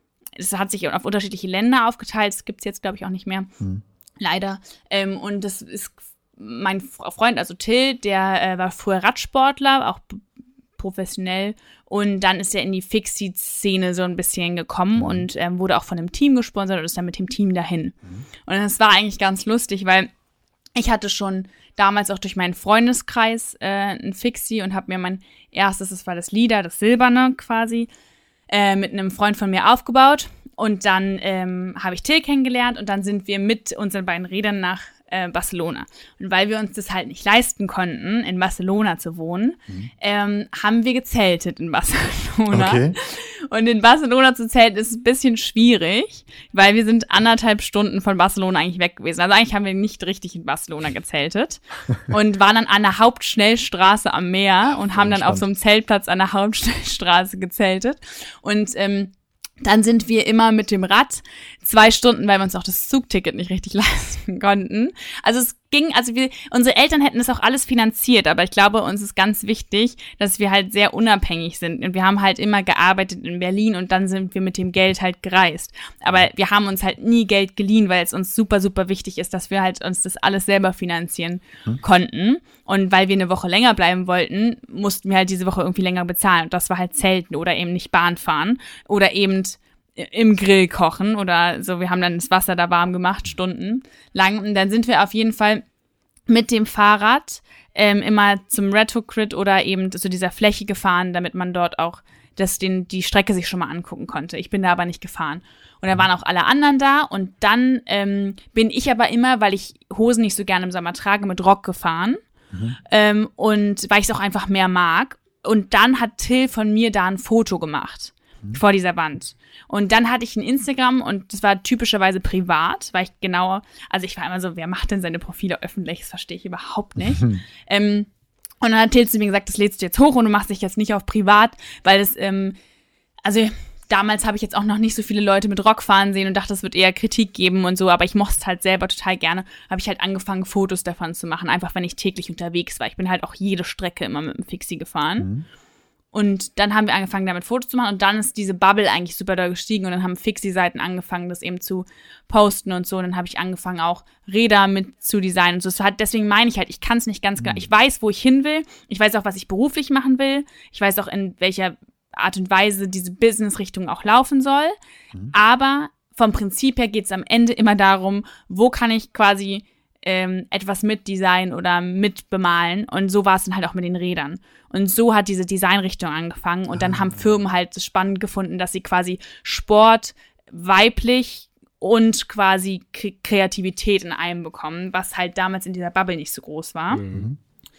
Speaker 2: es hat sich auf unterschiedliche Länder aufgeteilt, das gibt's jetzt, glaube ich, auch nicht mehr. Hm. Leider. Ähm, und das ist mein Freund, also Till, der äh, war früher Radsportler, auch professionell. Und dann ist er in die Fixie-Szene so ein bisschen gekommen mhm. und ähm, wurde auch von einem Team gesponsert und ist dann mit dem Team dahin. Mhm. Und das war eigentlich ganz lustig, weil ich hatte schon damals auch durch meinen Freundeskreis äh, ein Fixie und habe mir mein erstes, das war das Lila, das Silberne quasi, äh, mit einem Freund von mir aufgebaut. Und dann ähm, habe ich Till kennengelernt und dann sind wir mit unseren beiden Rädern nach äh, Barcelona. Und weil wir uns das halt nicht leisten konnten, in Barcelona zu wohnen, mhm. ähm, haben wir gezeltet in Barcelona.
Speaker 1: Okay.
Speaker 2: Und in Barcelona zu zelten ist ein bisschen schwierig, weil wir sind anderthalb Stunden von Barcelona eigentlich weg gewesen. Also eigentlich haben wir nicht richtig in Barcelona gezeltet und waren dann an der Hauptschnellstraße am Meer und haben dann auf so einem Zeltplatz an der Hauptschnellstraße gezeltet. Und ähm, dann sind wir immer mit dem Rad zwei Stunden, weil wir uns auch das Zugticket nicht richtig leisten konnten. Also es ging, also wir, unsere Eltern hätten das auch alles finanziert, aber ich glaube, uns ist ganz wichtig, dass wir halt sehr unabhängig sind. Und wir haben halt immer gearbeitet in Berlin und dann sind wir mit dem Geld halt gereist. Aber wir haben uns halt nie Geld geliehen, weil es uns super, super wichtig ist, dass wir halt uns das alles selber finanzieren hm. konnten. Und weil wir eine Woche länger bleiben wollten, mussten wir halt diese Woche irgendwie länger bezahlen. Und das war halt Zelten oder eben nicht Bahn fahren oder eben im Grill kochen oder so. Wir haben dann das Wasser da warm gemacht, stundenlang. Und dann sind wir auf jeden Fall mit dem Fahrrad ähm, immer zum Retrocrit oder eben zu dieser Fläche gefahren, damit man dort auch das, den, die Strecke sich schon mal angucken konnte. Ich bin da aber nicht gefahren. Und da waren auch alle anderen da. Und dann ähm, bin ich aber immer, weil ich Hosen nicht so gerne im Sommer trage, mit Rock gefahren. Mhm. Ähm, und weil ich es auch einfach mehr mag. Und dann hat Till von mir da ein Foto gemacht. Vor dieser Wand. Und dann hatte ich ein Instagram und das war typischerweise privat, weil ich genau, also ich war immer so, wer macht denn seine Profile öffentlich? Das verstehe ich überhaupt nicht. ähm, und dann hat Till zu mir gesagt, das lädst du jetzt hoch und du machst dich jetzt nicht auf privat, weil das, ähm, also damals habe ich jetzt auch noch nicht so viele Leute mit Rock fahren sehen und dachte, es wird eher Kritik geben und so, aber ich mochte es halt selber total gerne, habe ich halt angefangen, Fotos davon zu machen, einfach wenn ich täglich unterwegs war. Ich bin halt auch jede Strecke immer mit dem Fixie gefahren. Mhm. Und dann haben wir angefangen, damit Fotos zu machen und dann ist diese Bubble eigentlich super doll gestiegen und dann haben Fixie-Seiten angefangen, das eben zu posten und so. Und dann habe ich angefangen, auch Räder mit zu designen und so. Das hat, deswegen meine ich halt, ich kann es nicht ganz genau. Ich weiß, wo ich hin will. Ich weiß auch, was ich beruflich machen will. Ich weiß auch, in welcher Art und Weise diese Business-Richtung auch laufen soll. Mhm. Aber vom Prinzip her geht es am Ende immer darum, wo kann ich quasi ähm, etwas mitdesignen oder mitbemalen. Und so war es dann halt auch mit den Rädern. Und so hat diese Designrichtung angefangen. Und dann ah. haben Firmen halt es spannend gefunden, dass sie quasi Sport weiblich und quasi K- Kreativität in einem bekommen, was halt damals in dieser Bubble nicht so groß war. Mhm.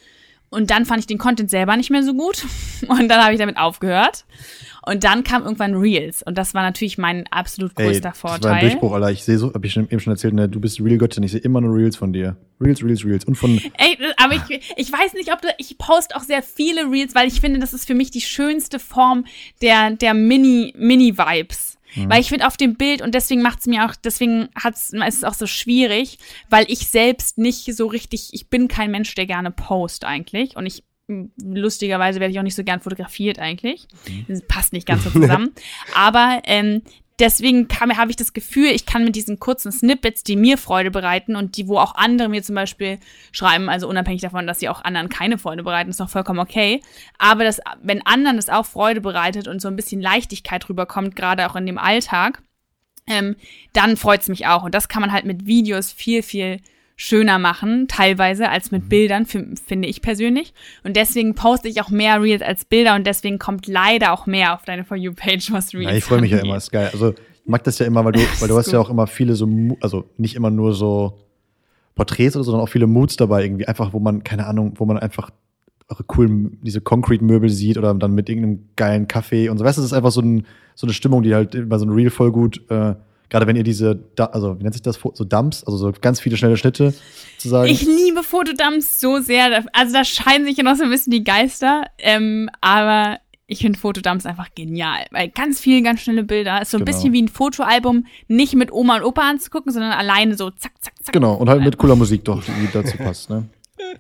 Speaker 2: Und dann fand ich den Content selber nicht mehr so gut. Und dann habe ich damit aufgehört. Und dann kam irgendwann Reels. Und das war natürlich mein absolut größter Ey, Vorteil. Das war ein
Speaker 1: Durchbruch, Alter. Ich sehe so, habe ich schon, eben schon erzählt, ne, du bist Reel-Göttin. Ich sehe immer nur Reels von dir. Reels, Reels, Reels. Und von.
Speaker 2: Ey, aber ich, ich weiß nicht, ob du, ich poste auch sehr viele Reels, weil ich finde, das ist für mich die schönste Form der, der Mini, Mini-Vibes. Mhm. Weil ich finde auf dem Bild, und deswegen macht's mir auch, deswegen hat's, ist es auch so schwierig, weil ich selbst nicht so richtig, ich bin kein Mensch, der gerne post eigentlich. Und ich, lustigerweise werde ich auch nicht so gern fotografiert eigentlich. Das passt nicht ganz so zusammen. Aber ähm, deswegen habe ich das Gefühl, ich kann mit diesen kurzen Snippets, die mir Freude bereiten und die, wo auch andere mir zum Beispiel schreiben, also unabhängig davon, dass sie auch anderen keine Freude bereiten, ist noch vollkommen okay. Aber das, wenn anderen das auch Freude bereitet und so ein bisschen Leichtigkeit rüberkommt, gerade auch in dem Alltag, ähm, dann freut's mich auch. Und das kann man halt mit Videos viel, viel schöner machen, teilweise, als mit Bildern, f- finde ich persönlich. Und deswegen poste ich auch mehr Reels als Bilder und deswegen kommt leider auch mehr auf deine For You-Page, was Reels
Speaker 1: Ja, ich freue mich ja immer, ist geil. Also ich mag das ja immer, weil du, weil du hast gut. ja auch immer viele so, also nicht immer nur so Porträts oder so, sondern auch viele Moods dabei irgendwie. Einfach, wo man, keine Ahnung, wo man einfach eure coolen, diese Concrete-Möbel sieht oder dann mit irgendeinem geilen Kaffee und so. Weißt du, das ist einfach so, ein, so eine Stimmung, die halt bei so einem Reel voll gut äh, gerade wenn ihr diese, also wie nennt sich das, so Dumps, also so ganz viele schnelle Schnitte zu sagen.
Speaker 2: Ich liebe Fotodumps so sehr. Also da scheiden sich ja noch so ein bisschen die Geister. Ähm, aber ich finde Fotodumps einfach genial. Weil ganz viele, ganz schnelle Bilder. Ist so ein genau. bisschen wie ein Fotoalbum, nicht mit Oma und Opa anzugucken, sondern alleine so zack, zack, zack.
Speaker 1: Genau, und halt mit cooler Musik doch, die dazu passt, ne?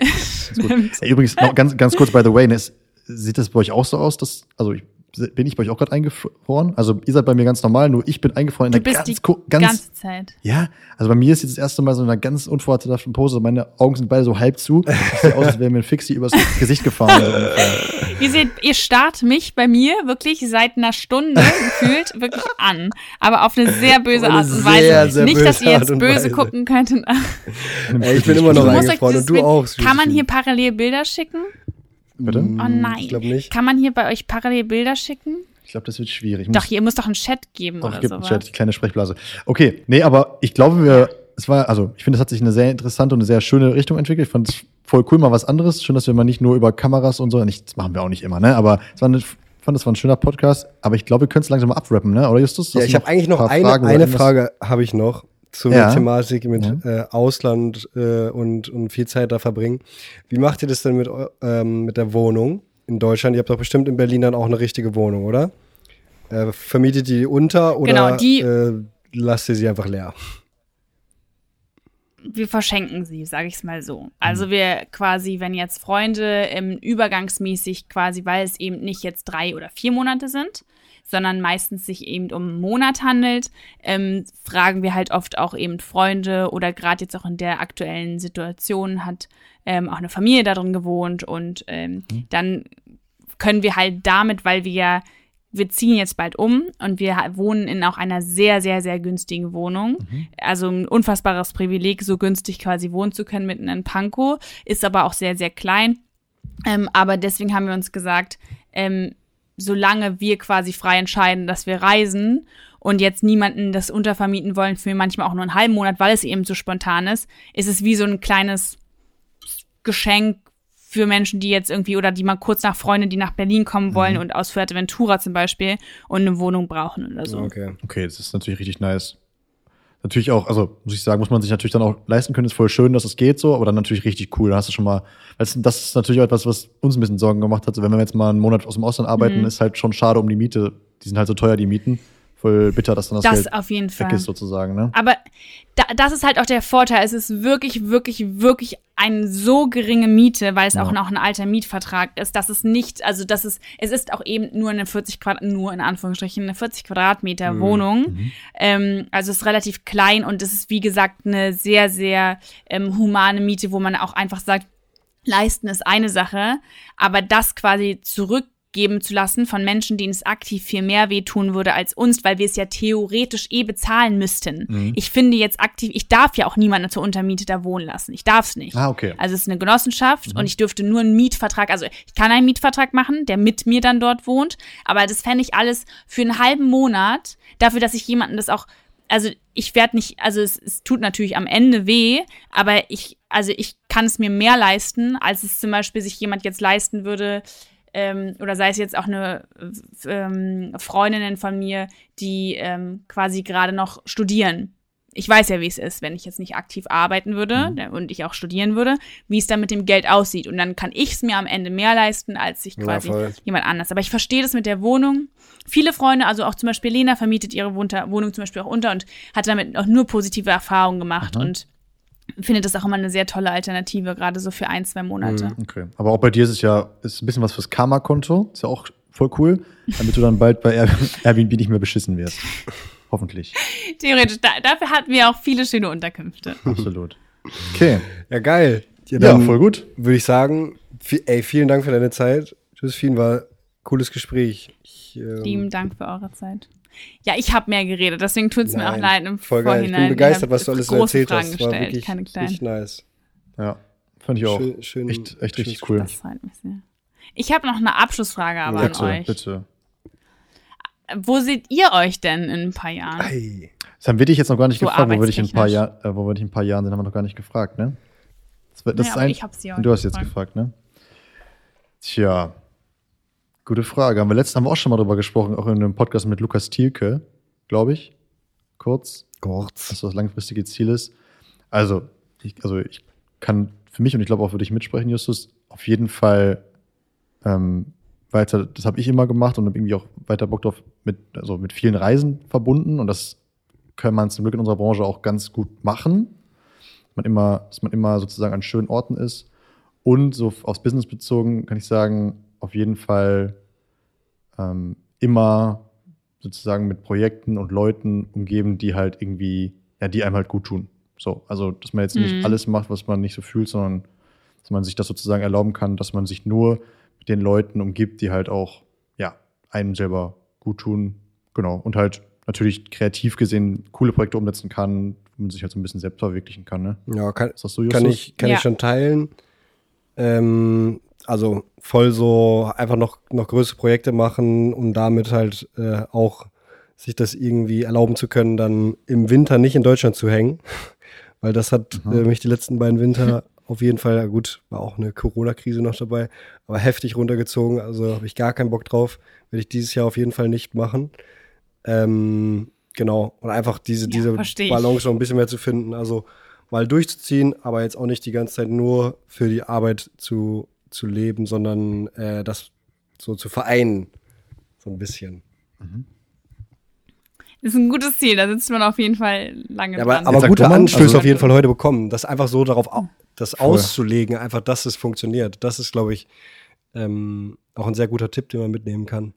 Speaker 1: Ey, übrigens, noch ganz, ganz kurz, by the way, ne, ist, sieht das bei euch auch so aus, dass, also ich bin ich bei euch auch gerade eingefroren? Also ihr seid bei mir ganz normal, nur ich bin eingefroren in
Speaker 2: du
Speaker 1: der
Speaker 2: bist
Speaker 1: ganz,
Speaker 2: die
Speaker 1: ko- ganz
Speaker 2: ganze Zeit.
Speaker 1: Ja, also bei mir ist jetzt das erste Mal so in einer ganz unvorteilhaften Pose. Meine Augen sind beide so halb zu. Es sieht aus, als wäre mir ein Fixie übers Gesicht gefahren. So
Speaker 2: ihr seht, ihr starrt mich bei mir wirklich seit einer Stunde gefühlt wirklich an. Aber auf eine sehr böse eine Art und Weise. Sehr, sehr Nicht, dass ihr jetzt böse gucken könnt.
Speaker 3: Ey, ich bin immer noch eingefroren und du auch.
Speaker 2: Kann man hier parallel Bilder schicken?
Speaker 1: Bitte?
Speaker 2: Oh nein.
Speaker 3: Ich glaube nicht.
Speaker 2: Kann man hier bei euch parallel Bilder schicken?
Speaker 1: Ich glaube, das wird schwierig.
Speaker 2: Doch, hier muss doch einen Chat geben
Speaker 1: doch,
Speaker 2: oder
Speaker 1: gibt
Speaker 2: sowas.
Speaker 1: einen Chat, die kleine Sprechblase. Okay, nee, aber ich glaube, wir, es war, also ich finde, es hat sich eine sehr interessante und eine sehr schöne Richtung entwickelt. Ich fand es voll cool, mal was anderes. Schön, dass wir mal nicht nur über Kameras und so, nicht, das machen wir auch nicht immer, ne? Aber es war eine, ich fand, es war ein schöner Podcast. Aber ich glaube, wir können es langsam mal abrappen, ne? Oder Justus?
Speaker 3: Ja, ich habe eigentlich noch eine, Fragen, eine Frage habe ich noch zur ja. Thematik mit ja. äh, Ausland äh, und, und viel Zeit da verbringen. Wie macht ihr das denn mit, ähm, mit der Wohnung in Deutschland? Ihr habt doch bestimmt in Berlin dann auch eine richtige Wohnung, oder? Äh, vermietet ihr die unter oder
Speaker 2: genau, die,
Speaker 3: äh, lasst ihr sie einfach leer?
Speaker 2: wir verschenken sie, sage ich es mal so. Also wir quasi, wenn jetzt Freunde ähm, übergangsmäßig quasi, weil es eben nicht jetzt drei oder vier Monate sind, sondern meistens sich eben um einen Monat handelt, ähm, fragen wir halt oft auch eben Freunde oder gerade jetzt auch in der aktuellen Situation hat ähm, auch eine Familie da drin gewohnt und ähm, mhm. dann können wir halt damit, weil wir ja wir ziehen jetzt bald um und wir wohnen in auch einer sehr, sehr, sehr günstigen Wohnung. Mhm. Also ein unfassbares Privileg, so günstig quasi wohnen zu können mitten in Pankow, ist aber auch sehr, sehr klein. Ähm, aber deswegen haben wir uns gesagt, ähm, solange wir quasi frei entscheiden, dass wir reisen und jetzt niemanden das untervermieten wollen für manchmal auch nur einen halben Monat, weil es eben so spontan ist, ist es wie so ein kleines Geschenk für Menschen, die jetzt irgendwie oder die mal kurz nach Freunde, die nach Berlin kommen wollen mhm. und aus Fuerteventura zum Beispiel und eine Wohnung brauchen oder so.
Speaker 3: Okay.
Speaker 1: Okay, das ist natürlich richtig nice. Natürlich auch, also muss ich sagen, muss man sich natürlich dann auch leisten können. Ist voll schön, dass es geht so, aber dann natürlich richtig cool. Da hast du schon mal, das ist natürlich auch etwas, was uns ein bisschen Sorgen gemacht hat. So, wenn wir jetzt mal einen Monat aus dem Ausland arbeiten, mhm. ist halt schon schade um die Miete. Die sind halt so teuer, die Mieten. Voll bitter, dass dann das,
Speaker 2: das
Speaker 1: Geld
Speaker 2: auf jeden
Speaker 1: weg
Speaker 2: Fall.
Speaker 1: ist sozusagen, ne?
Speaker 2: Aber da, das ist halt auch der Vorteil. Es ist wirklich, wirklich, wirklich eine so geringe Miete, weil es ja. auch noch ein alter Mietvertrag ist, dass es nicht, also dass es, es ist auch eben nur eine vierzig Quadrat, nur in Anführungsstrichen eine vierzig Quadratmeter mhm. Wohnung. Mhm. Ähm, also es ist relativ klein und es ist wie gesagt eine sehr, sehr ähm, humane Miete, wo man auch einfach sagt, leisten ist eine Sache, aber das quasi zurück geben zu lassen von Menschen, denen es aktiv viel mehr wehtun würde als uns, weil wir es ja theoretisch eh bezahlen müssten. Mhm. Ich finde jetzt aktiv, ich darf ja auch niemanden zur Untermiete da wohnen lassen. Ich darf es nicht.
Speaker 1: Ah, okay.
Speaker 2: Also es ist eine Genossenschaft
Speaker 1: Mhm.
Speaker 2: und ich dürfte nur einen Mietvertrag, also ich kann einen Mietvertrag machen, der mit mir dann dort wohnt, aber das fände ich alles für einen halben Monat, dafür, dass ich jemanden das auch, also ich werde nicht, also es, es tut natürlich am Ende weh, aber ich, also ich kann es mir mehr leisten, als es zum Beispiel sich jemand jetzt leisten würde, Ähm, oder sei es jetzt auch eine ähm, Freundinnen von mir, die ähm, quasi gerade noch studieren. Ich weiß ja, wie es ist, wenn ich jetzt nicht aktiv arbeiten würde mhm. und ich auch studieren würde, wie es dann mit dem Geld aussieht. Und dann kann ich es mir am Ende mehr leisten, als sich quasi ja, jemand anders. Aber ich verstehe das mit der Wohnung. Viele Freunde, also auch zum Beispiel Lena, vermietet ihre Wohnung zum Beispiel auch unter und hat damit auch nur positive Erfahrungen gemacht mhm. und finde das auch immer eine sehr tolle Alternative, gerade so für ein, zwei Monate.
Speaker 1: Okay. Aber auch bei dir ist es ja ist ein bisschen was fürs Karma-Konto. Ist ja auch voll cool, damit du dann bald bei Airbnb nicht mehr beschissen wirst. Hoffentlich.
Speaker 2: Theoretisch. Da, dafür hatten wir auch viele schöne Unterkünfte.
Speaker 1: Absolut. Okay.
Speaker 3: Ja, geil.
Speaker 1: Ja, ja voll gut.
Speaker 3: Würde ich sagen, ey, vielen Dank für deine Zeit. Josephine, war ein cooles Gespräch. Ich, ähm,
Speaker 2: Lieben Dank für eure Zeit. Ja, ich habe mehr geredet, deswegen tut es mir auch leid im
Speaker 3: voll
Speaker 2: Vorhinein.
Speaker 3: Geil. Ich bin begeistert, was du alles so erzählt
Speaker 2: Fragen
Speaker 3: hast.
Speaker 2: Gestellt,
Speaker 3: war wirklich
Speaker 2: keine kleinen.
Speaker 3: richtig nice.
Speaker 1: Ja, fand ich auch.
Speaker 3: Schön, schön,
Speaker 1: echt echt richtig
Speaker 3: schön
Speaker 1: cool.
Speaker 2: Das freut mich sehr. Ich habe noch eine Abschlussfrage aber
Speaker 1: bitte,
Speaker 2: an euch.
Speaker 1: Bitte,
Speaker 2: Wo seht ihr euch denn in ein paar Jahren?
Speaker 3: Ei.
Speaker 1: Das haben wir dich jetzt noch gar nicht
Speaker 2: so
Speaker 1: gefragt, wo wir dich in ein paar Jahren, äh, wo wir dich in ein paar Jahren sind, haben wir noch gar nicht gefragt, ne? Das, das
Speaker 2: nee,
Speaker 1: ist
Speaker 2: aber
Speaker 1: ein,
Speaker 2: ich habe sie auch
Speaker 1: Du hast jetzt gefragt, ne? Tja, gute Frage. Haben wir letztens haben wir auch schon mal drüber gesprochen, auch in einem Podcast mit Lukas Thielke, glaube ich. Kurz.
Speaker 3: Kurz.
Speaker 1: Was das langfristige Ziel ist. Also ich, also ich kann für mich und ich glaube auch für dich mitsprechen, Justus, auf jeden Fall ähm, weiter, das habe ich immer gemacht und habe irgendwie auch weiter Bock drauf, mit, also mit vielen Reisen verbunden und das kann man zum Glück in unserer Branche auch ganz gut machen. Dass man immer, dass man immer sozusagen an schönen Orten ist und so aufs Business bezogen kann ich sagen, auf jeden Fall ähm, immer sozusagen mit Projekten und Leuten umgeben, die halt irgendwie, ja, die einem halt gut tun. So, also, dass man jetzt
Speaker 2: Mhm.
Speaker 1: nicht alles macht, was man nicht so fühlt, sondern dass man sich das sozusagen erlauben kann, dass man sich nur mit den Leuten umgibt, die halt auch, ja, einem selber gut tun. Genau. Und halt natürlich kreativ gesehen coole Projekte umsetzen kann, wo man sich halt so ein bisschen selbst verwirklichen kann, ne?
Speaker 3: Ja, kann,
Speaker 1: Was sagst du, Justus?
Speaker 3: kann, ich, kann
Speaker 2: Ja.
Speaker 3: ich schon teilen. Ähm, also voll so einfach noch, noch größere Projekte machen, um damit halt äh, auch sich das irgendwie erlauben zu können, dann im Winter nicht in Deutschland zu hängen. Weil das hat
Speaker 1: Mhm.
Speaker 3: äh, mich die letzten beiden Winter auf jeden Fall, ja gut, war auch eine Corona-Krise noch dabei, aber heftig runtergezogen. Also habe ich gar keinen Bock drauf. Werde ich dieses Jahr auf jeden Fall nicht machen. Ähm, genau. Und einfach diese,
Speaker 2: Ja,
Speaker 3: diese
Speaker 2: versteh ich.
Speaker 3: Balance noch ein bisschen mehr zu finden. Also mal durchzuziehen, aber jetzt auch nicht die ganze Zeit nur für die Arbeit zu, zu leben, sondern äh, das so zu vereinen. So ein bisschen.
Speaker 2: ist ein gutes Ziel, da sitzt man auf jeden Fall lange
Speaker 3: ja, aber,
Speaker 2: dran.
Speaker 3: aber gute Anstöße
Speaker 1: also,
Speaker 3: auf jeden Fall heute bekommen, das einfach so darauf au- das
Speaker 1: Voll.
Speaker 3: auszulegen, einfach, dass es funktioniert. Das ist, glaube ich, ähm, auch ein sehr guter Tipp, den man mitnehmen kann.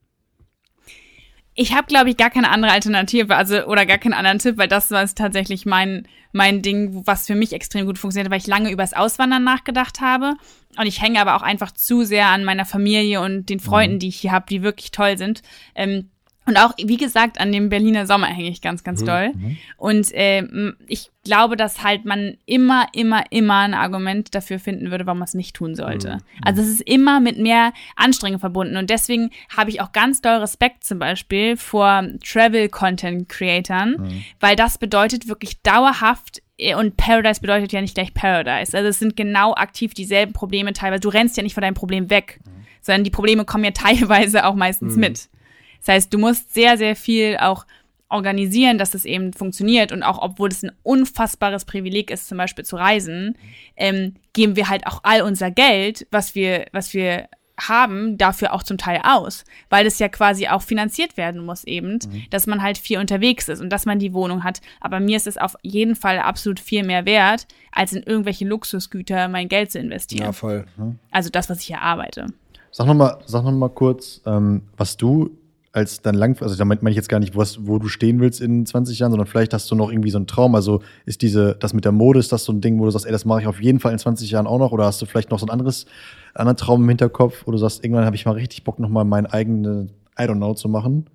Speaker 2: Ich habe, glaube ich, gar keine andere Alternative, also oder gar keinen anderen Tipp, weil das war es tatsächlich mein mein Ding, was für mich extrem gut funktioniert, weil ich lange über das Auswandern nachgedacht habe und ich hänge aber auch einfach zu sehr an meiner Familie und den Freunden, die ich hier habe, die wirklich toll sind. Ähm, und auch, wie gesagt, an dem Berliner Sommer hänge ich ganz, ganz doll.
Speaker 1: Mhm.
Speaker 2: Und ähm, ich glaube, dass halt man immer, immer, immer ein Argument dafür finden würde, warum man es nicht tun sollte.
Speaker 3: Mhm.
Speaker 2: Also es ist immer mit mehr Anstrengung verbunden. Und deswegen habe ich auch ganz doll Respekt zum Beispiel vor Travel-Content-Creatern,
Speaker 1: Mhm.
Speaker 2: weil das bedeutet wirklich dauerhaft, und Paradise bedeutet ja nicht gleich Paradise. Also es sind genau aktiv dieselben Probleme teilweise. Du rennst ja nicht vor deinem Problem weg, mhm. sondern die Probleme kommen ja teilweise auch meistens
Speaker 3: Mhm.
Speaker 2: mit. Das heißt, du musst sehr, sehr viel auch organisieren, dass es eben funktioniert. Und auch, obwohl es ein unfassbares Privileg ist, zum Beispiel zu reisen, ähm, geben wir halt auch all unser Geld, was wir, was wir haben, dafür auch zum Teil aus. Weil es ja quasi auch finanziert werden muss eben, mhm. dass man halt viel unterwegs ist und dass man die Wohnung hat. Aber mir ist es auf jeden Fall absolut viel mehr wert, als in irgendwelche Luxusgüter mein Geld zu investieren.
Speaker 3: Ja, voll.
Speaker 1: Mhm.
Speaker 2: Also das, was ich hier arbeite.
Speaker 1: Sag noch mal, sag noch mal kurz, ähm, was du als dann lang, also damit meine ich jetzt gar nicht, wo, wo du stehen willst in zwanzig Jahren, sondern vielleicht hast du noch irgendwie so einen Traum. Also ist diese, das mit der Mode, ist das so ein Ding, wo du sagst, ey, das mache ich auf jeden Fall in zwanzig Jahren auch noch? Oder hast du vielleicht noch so ein anderes, anderen Traum im Hinterkopf, wo du sagst, irgendwann habe ich mal richtig Bock, noch mal mein eigenes, I don't know, zu machen?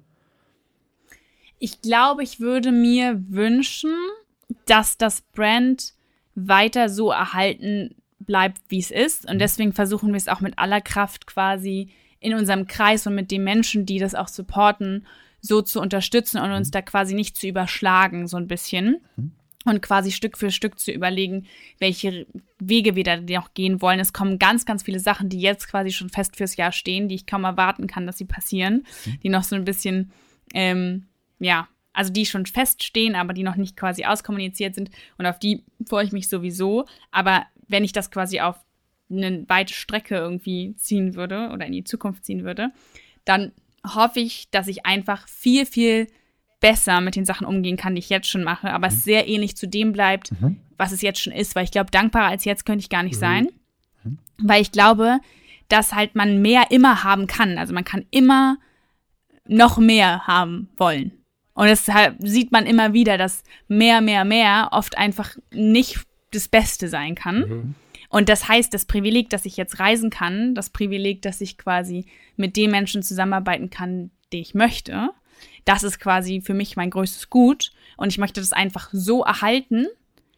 Speaker 2: Ich glaube, ich würde mir wünschen, dass das Brand weiter so erhalten bleibt, wie es ist. Und deswegen versuchen wir es auch mit aller Kraft quasi in unserem Kreis und mit den Menschen, die das auch supporten, so zu unterstützen und uns da quasi nicht zu überschlagen, so ein bisschen. Mhm. Und quasi Stück für Stück zu überlegen, welche Wege wir da noch gehen wollen. Es kommen ganz, ganz viele Sachen, die jetzt quasi schon fest fürs Jahr stehen, die ich kaum erwarten kann, dass sie passieren. Mhm. Die noch so ein bisschen, ähm, ja, also die schon feststehen, aber die noch nicht quasi auskommuniziert sind. Und auf die freue ich mich sowieso. Aber wenn ich das quasi auf eine weite Strecke irgendwie ziehen würde oder in die Zukunft ziehen würde, dann hoffe ich, dass ich einfach viel, viel besser mit den Sachen umgehen kann, die ich jetzt schon mache, aber mhm. es sehr ähnlich zu dem bleibt, mhm. was es jetzt schon ist, weil ich glaube, dankbarer als jetzt könnte ich gar nicht mhm. sein, mhm. weil ich glaube, dass halt man mehr immer haben kann, also man kann immer noch mehr haben wollen. Und deshalb sieht man immer wieder, dass mehr, mehr, mehr oft einfach nicht das Beste sein kann. Mhm. Und das heißt, das Privileg, dass ich jetzt reisen kann, das Privileg, dass ich quasi mit den Menschen zusammenarbeiten kann, die ich möchte, das ist quasi für mich mein größtes Gut. Und ich möchte das einfach so erhalten,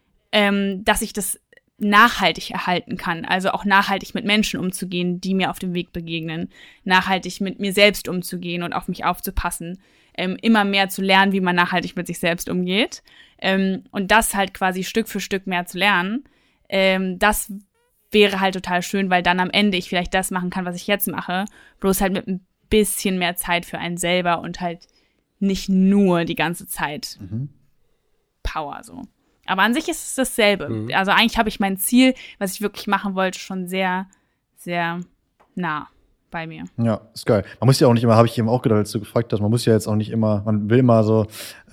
Speaker 2: ähm, dass ich das nachhaltig erhalten kann. Also auch nachhaltig mit Menschen umzugehen, die mir auf dem Weg begegnen. Nachhaltig mit mir selbst umzugehen und auf mich aufzupassen. Ähm, immer mehr zu lernen, wie man nachhaltig mit sich selbst umgeht. Ähm, und das halt quasi Stück für Stück mehr zu lernen. Ähm, das wäre halt total schön, weil dann am Ende ich vielleicht das machen kann, was ich jetzt mache, bloß halt mit ein bisschen mehr Zeit für einen selber und halt nicht nur die ganze Zeit mhm. Power so. Aber an sich ist es dasselbe. Mhm. Also eigentlich habe ich mein Ziel, was ich wirklich machen wollte, schon sehr, sehr nah bei mir.
Speaker 1: Ja, ist geil. Man muss ja auch nicht immer, habe ich eben auch gedacht, als du gefragt hast, man muss ja jetzt auch nicht immer, man will immer so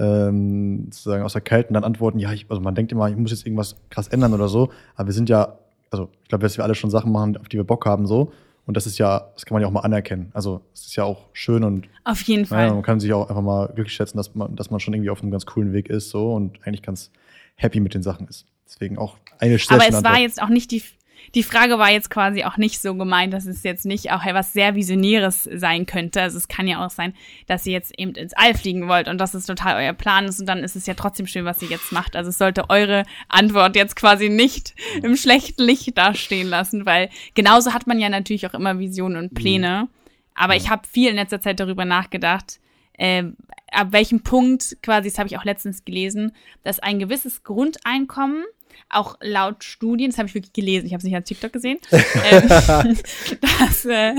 Speaker 1: ähm, sozusagen aus der Kalten dann antworten, ja, ich, also man denkt immer, ich muss jetzt irgendwas krass ändern oder so, aber wir sind ja, also ich glaube, dass wir alle schon Sachen machen, auf die wir Bock haben so und das ist ja, das kann man ja auch mal anerkennen. Also es ist ja auch schön und
Speaker 2: auf jeden Fall.
Speaker 1: Ja, man kann sich auch einfach mal glücklich schätzen, dass man, dass man schon irgendwie auf einem ganz coolen Weg ist so und eigentlich ganz happy mit den Sachen ist. Deswegen auch eine sehr
Speaker 2: Aber
Speaker 1: schöne
Speaker 2: es
Speaker 1: Antwort.
Speaker 2: war jetzt auch nicht die Die Frage war jetzt quasi auch nicht so gemeint, dass es jetzt nicht auch was sehr Visionäres sein könnte. Also es kann ja auch sein, dass ihr jetzt eben ins All fliegen wollt und dass es total euer Plan ist und dann ist es ja trotzdem schön, was ihr jetzt macht. Also es sollte eure Antwort jetzt quasi nicht im schlechten Licht dastehen lassen, weil genauso hat man ja natürlich auch immer Visionen und Pläne. Aber ich habe viel in letzter Zeit darüber nachgedacht, äh, ab welchem Punkt quasi, das habe ich auch letztens gelesen, dass ein gewisses Grundeinkommen auch laut Studien, das habe ich wirklich gelesen, ich habe es nicht auf TikTok gesehen, ähm, dass, äh,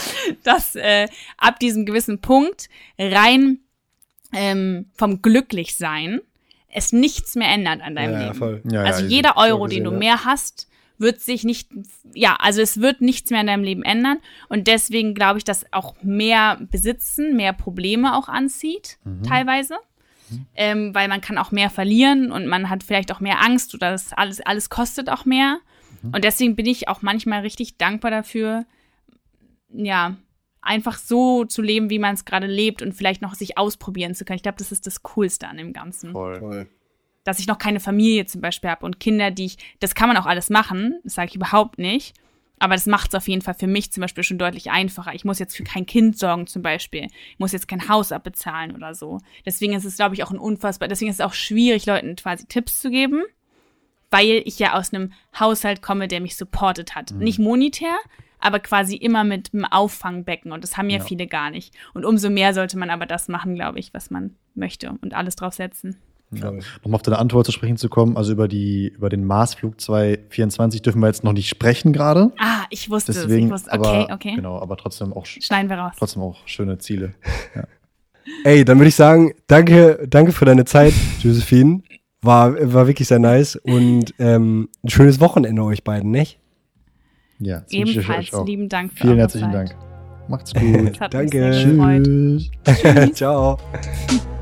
Speaker 2: dass äh, ab diesem gewissen Punkt rein ähm, vom Glücklichsein es nichts mehr ändert an deinem
Speaker 3: ja,
Speaker 2: Leben.
Speaker 3: Voll.
Speaker 1: Ja,
Speaker 2: also
Speaker 1: ja,
Speaker 2: jeder Euro,
Speaker 3: gesehen,
Speaker 2: den du
Speaker 3: ja.
Speaker 2: mehr hast, wird sich nicht, ja, also es wird nichts mehr in deinem Leben ändern und deswegen glaube ich, dass auch mehr Besitzen, mehr Probleme auch anzieht, mhm. teilweise. ähm, weil man kann auch mehr verlieren und man hat vielleicht auch mehr Angst oder das alles, alles kostet auch mehr. Mhm. Und deswegen bin ich auch manchmal richtig dankbar dafür, ja, einfach so zu leben, wie man es gerade lebt und vielleicht noch sich ausprobieren zu können. Ich glaube, das ist das Coolste an dem Ganzen.
Speaker 1: Voll. Voll.
Speaker 2: Dass ich noch keine Familie zum Beispiel habe und Kinder, die ich, das kann man auch alles machen, das sage ich überhaupt nicht, aber das macht es auf jeden Fall für mich zum Beispiel schon deutlich einfacher. Ich muss jetzt für kein Kind sorgen zum Beispiel, ich muss jetzt kein Haus abbezahlen oder so. Deswegen ist es, glaube ich, auch ein unfassbar, deswegen ist es auch schwierig, Leuten quasi Tipps zu geben, weil ich ja aus einem Haushalt komme, der mich supportet hat. Mhm. Nicht monetär, aber quasi immer mit einem Auffangbecken und das haben ja, ja viele gar nicht. Und umso mehr sollte man aber das machen, glaube ich, was man möchte und alles drauf setzen.
Speaker 1: Ja. Um auf deine Antwort zu sprechen zu kommen, also über die über den Marsflug zwanzig vierundzwanzig dürfen wir jetzt noch nicht sprechen gerade.
Speaker 2: Ah, ich wusste
Speaker 1: Deswegen,
Speaker 2: es. Ich wusste, okay,
Speaker 1: aber,
Speaker 2: okay.
Speaker 1: Genau, aber trotzdem auch,
Speaker 2: schneiden wir raus.
Speaker 1: Trotzdem auch schöne Ziele. Ja.
Speaker 3: Ey, dann würde ich sagen, danke, danke für deine Zeit, Josephine. War, war wirklich sehr nice und ähm, ein schönes Wochenende euch beiden, nicht?
Speaker 1: Ja,
Speaker 2: ebenfalls. Lieben Dank für
Speaker 1: Vielen herzlichen
Speaker 2: Zeit.
Speaker 1: Dank. Macht's gut.
Speaker 3: Danke.
Speaker 2: Mich sehr gefreut.
Speaker 3: Tschüss. Ciao.